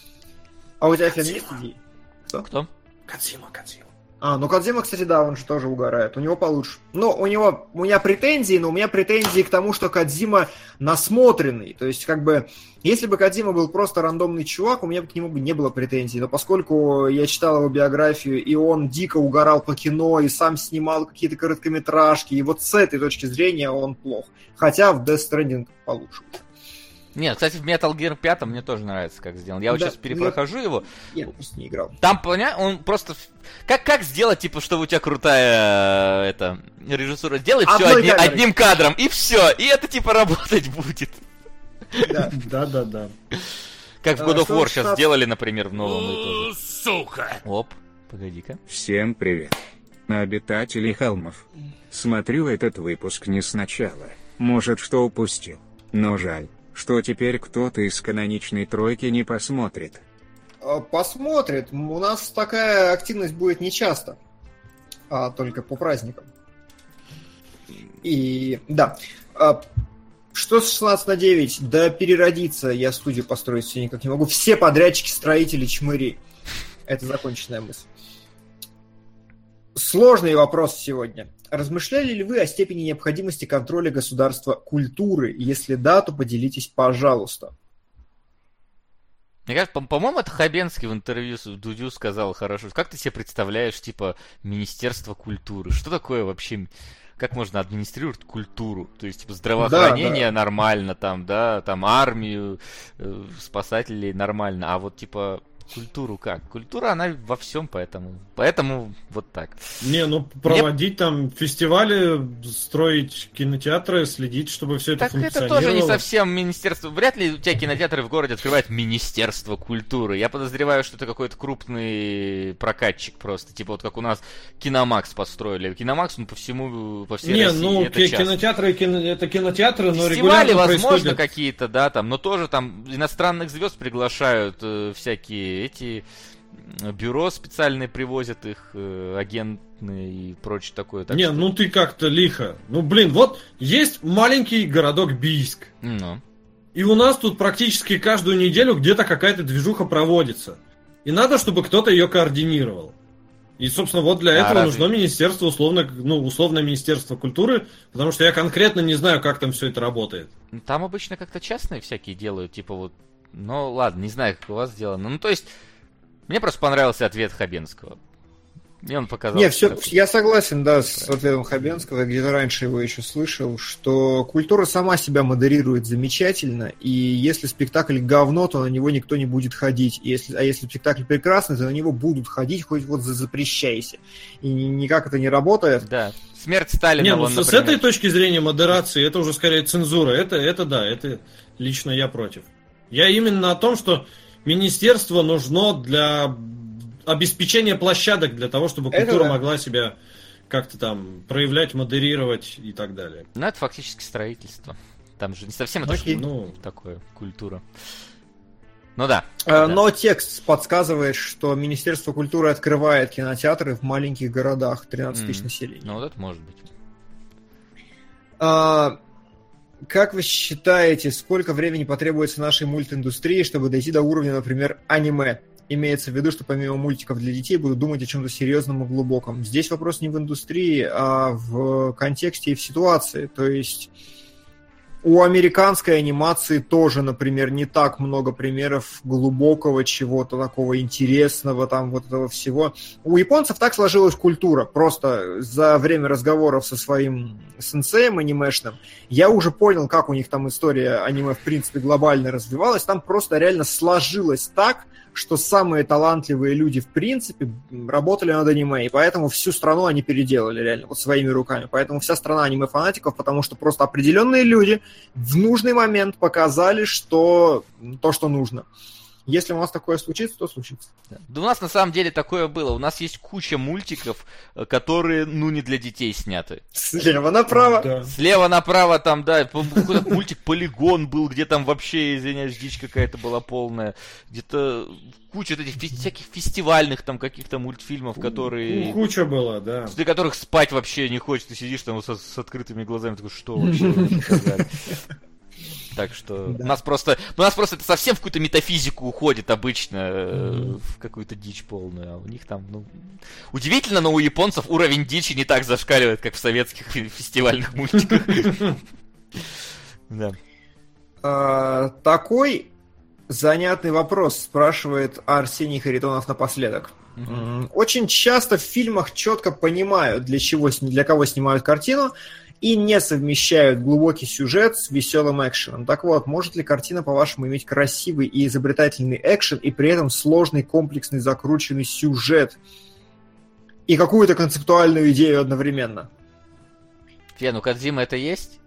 А у тебя, Фен, есть идеи? Кто? Кто? Кодзима, Кодзима. А, ну Кодзима, кстати, да, он же тоже угорает. У него получше. Ну, у него, у меня претензии, но у меня претензии к тому, что Кодзима насмотренный. То есть, как бы, если бы Кодзима был просто рандомный чувак, у меня бы к нему бы не было претензий. Но поскольку я читал его биографию, и он дико угорал по кино, и сам снимал какие-то короткометражки, и вот с этой точки зрения он плох. Хотя в Death Stranding получше. Нет, кстати, в Metal Gear пять мне тоже нравится, как сделан. Я вот да, сейчас перепрохожу я... его. Я просто не играл. Там, понятно, он просто... Как, как сделать, типа, чтобы у тебя крутая это, режиссура? Делай все одни, одним кадром, и все. И это, типа, работать будет. Да-да-да. Как в God of War сейчас сделали, например, в новом. Сука! Оп, погоди-ка. Всем привет. Обитатели холмов. Смотрю этот выпуск не сначала. Может, что упустил. Но жаль, что теперь кто-то из каноничной тройки не посмотрит. Посмотрит. У нас такая активность будет не часто, а только по праздникам. И да. Что с шестнадцать на девять? Да переродиться я студию построить все никак не могу. Все подрядчики, строители, чмыри. Это законченная мысль. Сложный вопрос сегодня. Размышляли ли вы о степени необходимости контроля государства культуры? Если да, то поделитесь, пожалуйста. Мне кажется, по- по-моему, это Хабенский в интервью с Дудю сказал хорошо. Как ты себе представляешь, типа, Министерство культуры? Что такое вообще... Как можно администрировать культуру? То есть, типа, здравоохранение да, да. нормально, там, да, там, армию, э, спасателей нормально, а вот, типа... Культуру как? Культура, она во всем, поэтому. Поэтому вот так. Не, ну проводить Мне... там фестивали, строить кинотеатры, следить, чтобы все это так функционировало. Так это тоже не совсем министерство. Вряд ли у тебя кинотеатры в городе открывают Министерство культуры. Я подозреваю, что это какой-то крупный прокатчик просто. Типа вот как у нас Киномакс построили. Киномакс, он по всему, по всей не, России. Ну, это к- кинотеатры, кино... это кинотеатры, но фестивали, регулярно возможно, происходят... какие-то, да, там, но тоже там иностранных звезд приглашают э, всякие эти бюро специальные привозят их, э, агентные и прочее такое. Так не, что... ну ты как-то лихо. Ну, блин, вот есть маленький городок Бийск. Ну. И у нас тут практически каждую неделю где-то какая-то движуха проводится. И надо, чтобы кто-то ее координировал. И, собственно, вот для А этого разве- нужно министерство, условно, ну, условное министерство культуры, потому что я конкретно не знаю, как там все это работает. Там обычно как-то частные всякие делают, типа вот... Ну, ладно, не знаю, как у вас сделано. Ну, то есть, мне просто понравился ответ Хабенского. Мне он показался... Не, все, такой- я согласен, да, с ответом Хабенского, я где-то раньше его еще слышал, что культура сама себя модерирует замечательно, и если спектакль говно, то на него никто не будет ходить, и если, а если спектакль прекрасный, то на него будут ходить, хоть вот за- запрещайся. И ни- никак это не работает. Да. Смерть Сталина, Не, ну вон, с, с например. этой точки зрения модерации это уже скорее цензура. Это, это да, это лично я против. Я именно о том, что министерство нужно для обеспечения площадок для того, чтобы Это культура да. могла себя как-то там проявлять, модерировать и так далее. Ну, это фактически строительство. Там же не совсем это Окей. ж, Ну, такое, культура. Ну да. Э, да. Но текст подсказывает, что Министерство культуры открывает кинотеатры в маленьких городах, тринадцать тысяч М. населения. Ну, вот это может быть. А, как вы считаете, сколько времени потребуется нашей мультиндустрии, чтобы дойти до уровня, например, аниме? Имеется в виду, что помимо мультиков для детей будут думать о чем-то серьезном и глубоком. Здесь вопрос не в индустрии, а в контексте и в ситуации. То есть у американской анимации тоже, например, не так много примеров глубокого чего-то такого интересного, там вот этого всего. У японцев так сложилась культура. Просто за время разговоров со своим сенсеем анимешным я уже понял, как у них там история аниме в принципе глобально развивалась. Там просто реально сложилось так, что самые талантливые люди в принципе работали над аниме, и поэтому всю страну они переделали реально вот своими руками. Поэтому вся страна аниме-фанатиков, потому что просто определенные люди в нужный момент показали, что то, что нужно. Если у нас такое случится, то случится. Да у нас на самом деле такое было. У нас есть куча мультиков, э, которые, ну, не для детей сняты. Слева направо. да. Слева направо там, да, по- какой-то мультик «Полигон» был, где там вообще, извиняюсь, дичь какая-то была полная. Где-то куча вот этих фес- всяких фестивальных там каких-то мультфильмов, которые... Ну, куча была, да. После которых спать вообще не хочется. Ты сидишь там со- с открытыми глазами, такой, что вообще вы мне сказали? Так что у нас просто, у нас просто это совсем в какую-то метафизику уходит обычно, э, в какую-то дичь полную, а у них там, ну, удивительно, но у японцев уровень дичи не так зашкаливает, как в советских фе- фестивальных мультиках. Да. А, такой занятный вопрос спрашивает Арсений Харитонов напоследок. М, Очень часто в фильмах четко понимают, для чего, сни- для кого снимают картину, и не совмещают глубокий сюжет с веселым экшеном. Так вот, может ли картина, по-вашему, иметь красивый и изобретательный экшен, и при этом сложный, комплексный, закрученный сюжет? И какую-то концептуальную идею одновременно? Фен, у Кодзимы это есть?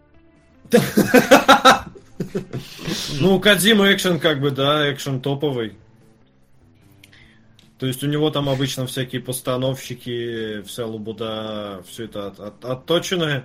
Ну, у Кодзимы экшен как бы, да, экшен топовый. То есть у него там обычно всякие постановщики, вся лабуда, все это от- от- отточенное.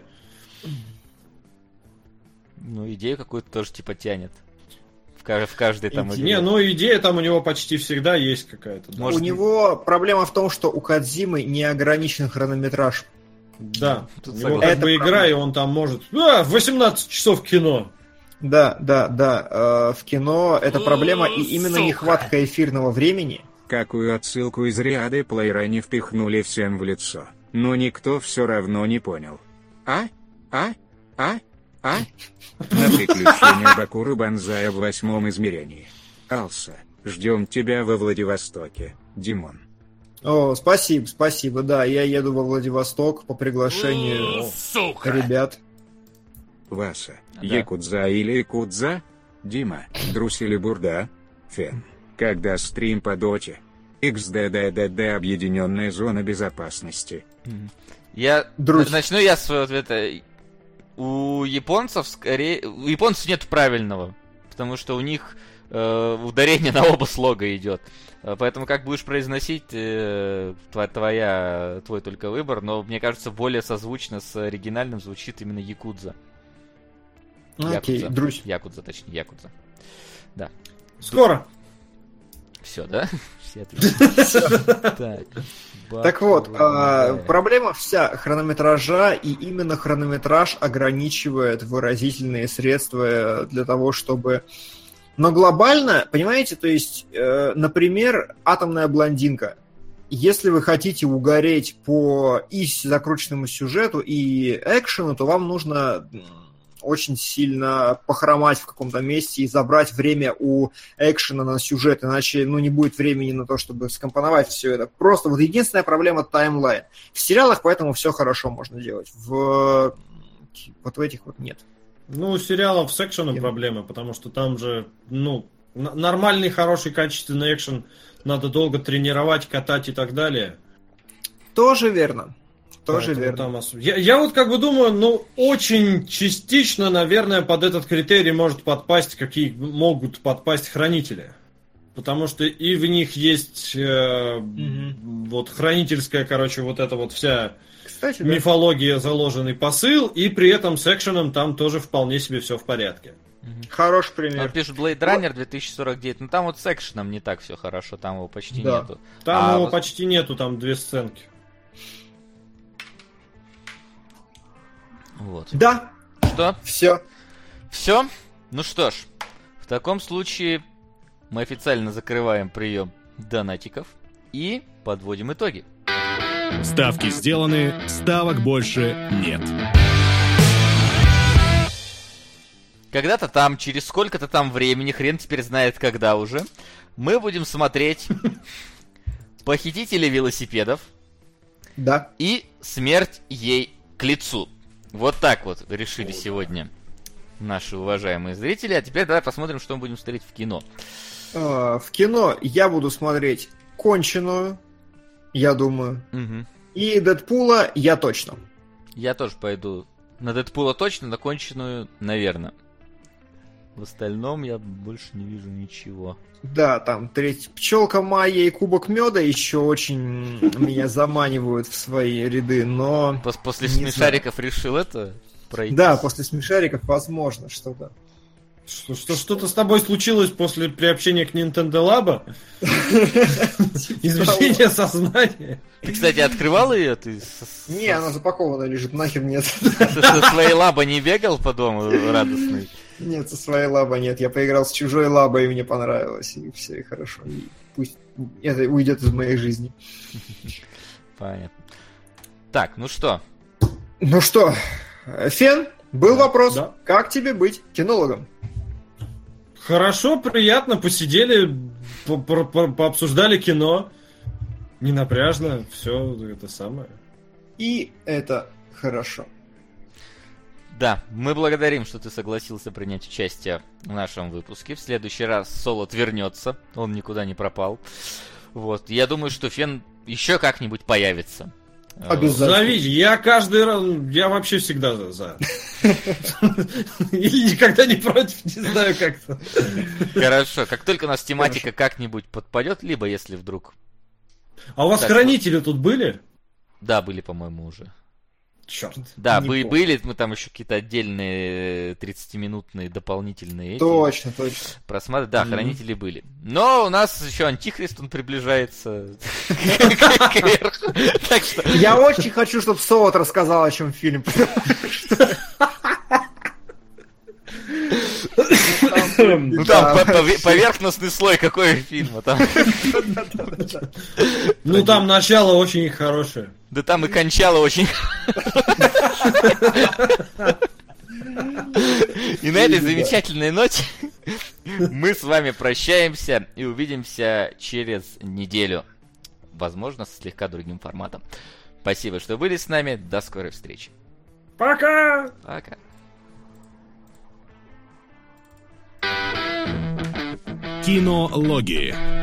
Ну, идею какую-то тоже типа тянет. В, ка- в каждой там Иде- игре. Не, ну идея там у него почти всегда есть какая-то. да. Может, У него проблема в том, что у Кодзимы неограничен хронометраж. Да, Тут у него согласен. как бы Это игра, и он там может... А, восемнадцать часов кино. Да, да, да. э, В кино это проблема, и именно Сука. нехватка эфирного времени. Какую отсылку из Риады Плеера не впихнули всем в лицо, но никто все равно не понял. А? А? А? А? На приключения Бакуры Банзая в восьмом измерении. Алса, ждем тебя во Владивостоке, Димон. О, спасибо, спасибо. Да, я еду во Владивосток по приглашению Сука! ребят. Васа, Да. Якудза или Якудза? Дима, Друсь или Бурда? Фен. Когда стрим по доте? икс дэ дэ дэ дэ Объединенная зона безопасности. Я Друзь. начну я с своего ответа. У японцев скорее... У японцев нет правильного, потому что у них э, ударение на оба слога идет. Э, Поэтому как будешь произносить, э, тва- твоя, твой только выбор, но мне кажется, более созвучно с оригинальным звучит именно Якудза. Окей, Якудза. Друзь. Якудза, точнее, Якудза. Скоро. Все, да? Все ответили. Так, Так вот, а, Бакура. проблема вся хронометража, и именно хронометраж ограничивает выразительные средства для того, чтобы... Но глобально, понимаете, то есть, э, например, «Атомная блондинка». если вы хотите угореть по и закрученному сюжету, и экшену, то вам нужно очень сильно похромать в каком-то месте и забрать время у экшена на сюжет, иначе ну, не будет времени на то, чтобы скомпоновать все это. Просто вот единственная проблема — таймлайн. В сериалах поэтому все хорошо можно делать. В... Вот в этих вот нет. Ну, у сериалов с экшеном Я... проблемы, потому что там же, ну, н- нормальный, хороший, качественный экшен надо долго тренировать, катать и так далее. Тоже верно. Тоже Поэтому верно. там ос- я, я вот как бы думаю, ну, очень частично, наверное, под этот критерий может подпасть, какие могут подпасть хранители. Потому что и в них есть э, Mm-hmm. вот хранительская, короче, вот эта вот вся Кстати, да. мифология, заложенный посыл, и при этом с экшеном там тоже вполне себе все в порядке. Хороший Вот пример. пишут Blade Runner две тысячи сорок девять, но там вот с экшеном не так все хорошо, там его почти Да. нету. Там А его вот- почти нету, там две сценки. Вот. Да, Что? все. Все? Ну что ж, в таком случае мы официально закрываем прием донатиков и подводим итоги. Ставки сделаны, ставок больше нет. Когда-то там, через сколько-то там времени, хрен теперь знает когда уже, мы будем смотреть «Похитители велосипедов» Да. и «Смерть ей к лицу». Вот так вот решили сегодня наши уважаемые зрители. А теперь давай посмотрим, что мы будем смотреть в кино. Э, В кино я буду смотреть «Конченую», я думаю. Мгм. И «Дэдпула» я точно. Я тоже пойду на Дэдпула точно, на конченую, наверное. В остальном я больше не вижу ничего. Да, там треть пчелка Майя и кубок меда еще очень меня заманивают в свои ряды, но... Пос- После Не смешариков решил это пройти. Да, после смешариков возможно что-то. Что, что, что-то с тобой случилось после приобщения к Nintendo Lab? Изменение сознания? Ты, кстати, открывал ее? Ты с- с- Не, она запакована лежит, нахер нет. Ты со своей лаба не бегал по дому радостный? Нет, со своей лабой нет. Я поиграл с чужой лабой, и мне понравилось, и все, и хорошо. И пусть это уйдет из моей жизни. Понятно. Так, ну что? Ну что, Фен, был вопрос. Да. Как тебе быть кинологом? Хорошо, приятно, посидели, по- по- по- пообсуждали кино. Не напряжно, все это самое. И это хорошо. Да, мы благодарим, что ты согласился принять участие в нашем выпуске. В следующий раз Солод вернется, он никуда не пропал. Вот, я думаю, что Фен еще как-нибудь появится. Обязательно. Зовите, я каждый раз, я вообще всегда за. за. Или никогда не против, не знаю как-то. Хорошо, как только у нас тематика как-нибудь подпадет, либо если вдруг... А у вас Так, хранители тут были? Да, были, по-моему, уже. Черт. Да, Не бы- помню. были, мы там еще какие-то отдельные тридцатиминутные дополнительные эти Точно, точно. просмотры. Да, Мгм. хранители были. Но у нас еще Антихрист, он приближается кверху. Так что... Я очень хочу, чтобы Солод рассказал, о чем фильм. Ну там по- пове- поверхностный слой какой фильма там. Ну там начало очень хорошее. Да там и кончало очень. И на этой замечательной ноте мы с вами прощаемся и увидимся через неделю. Возможно, с слегка другим форматом. Спасибо, что были с нами. До скорой встречи. Пока! Пока. Кинологии.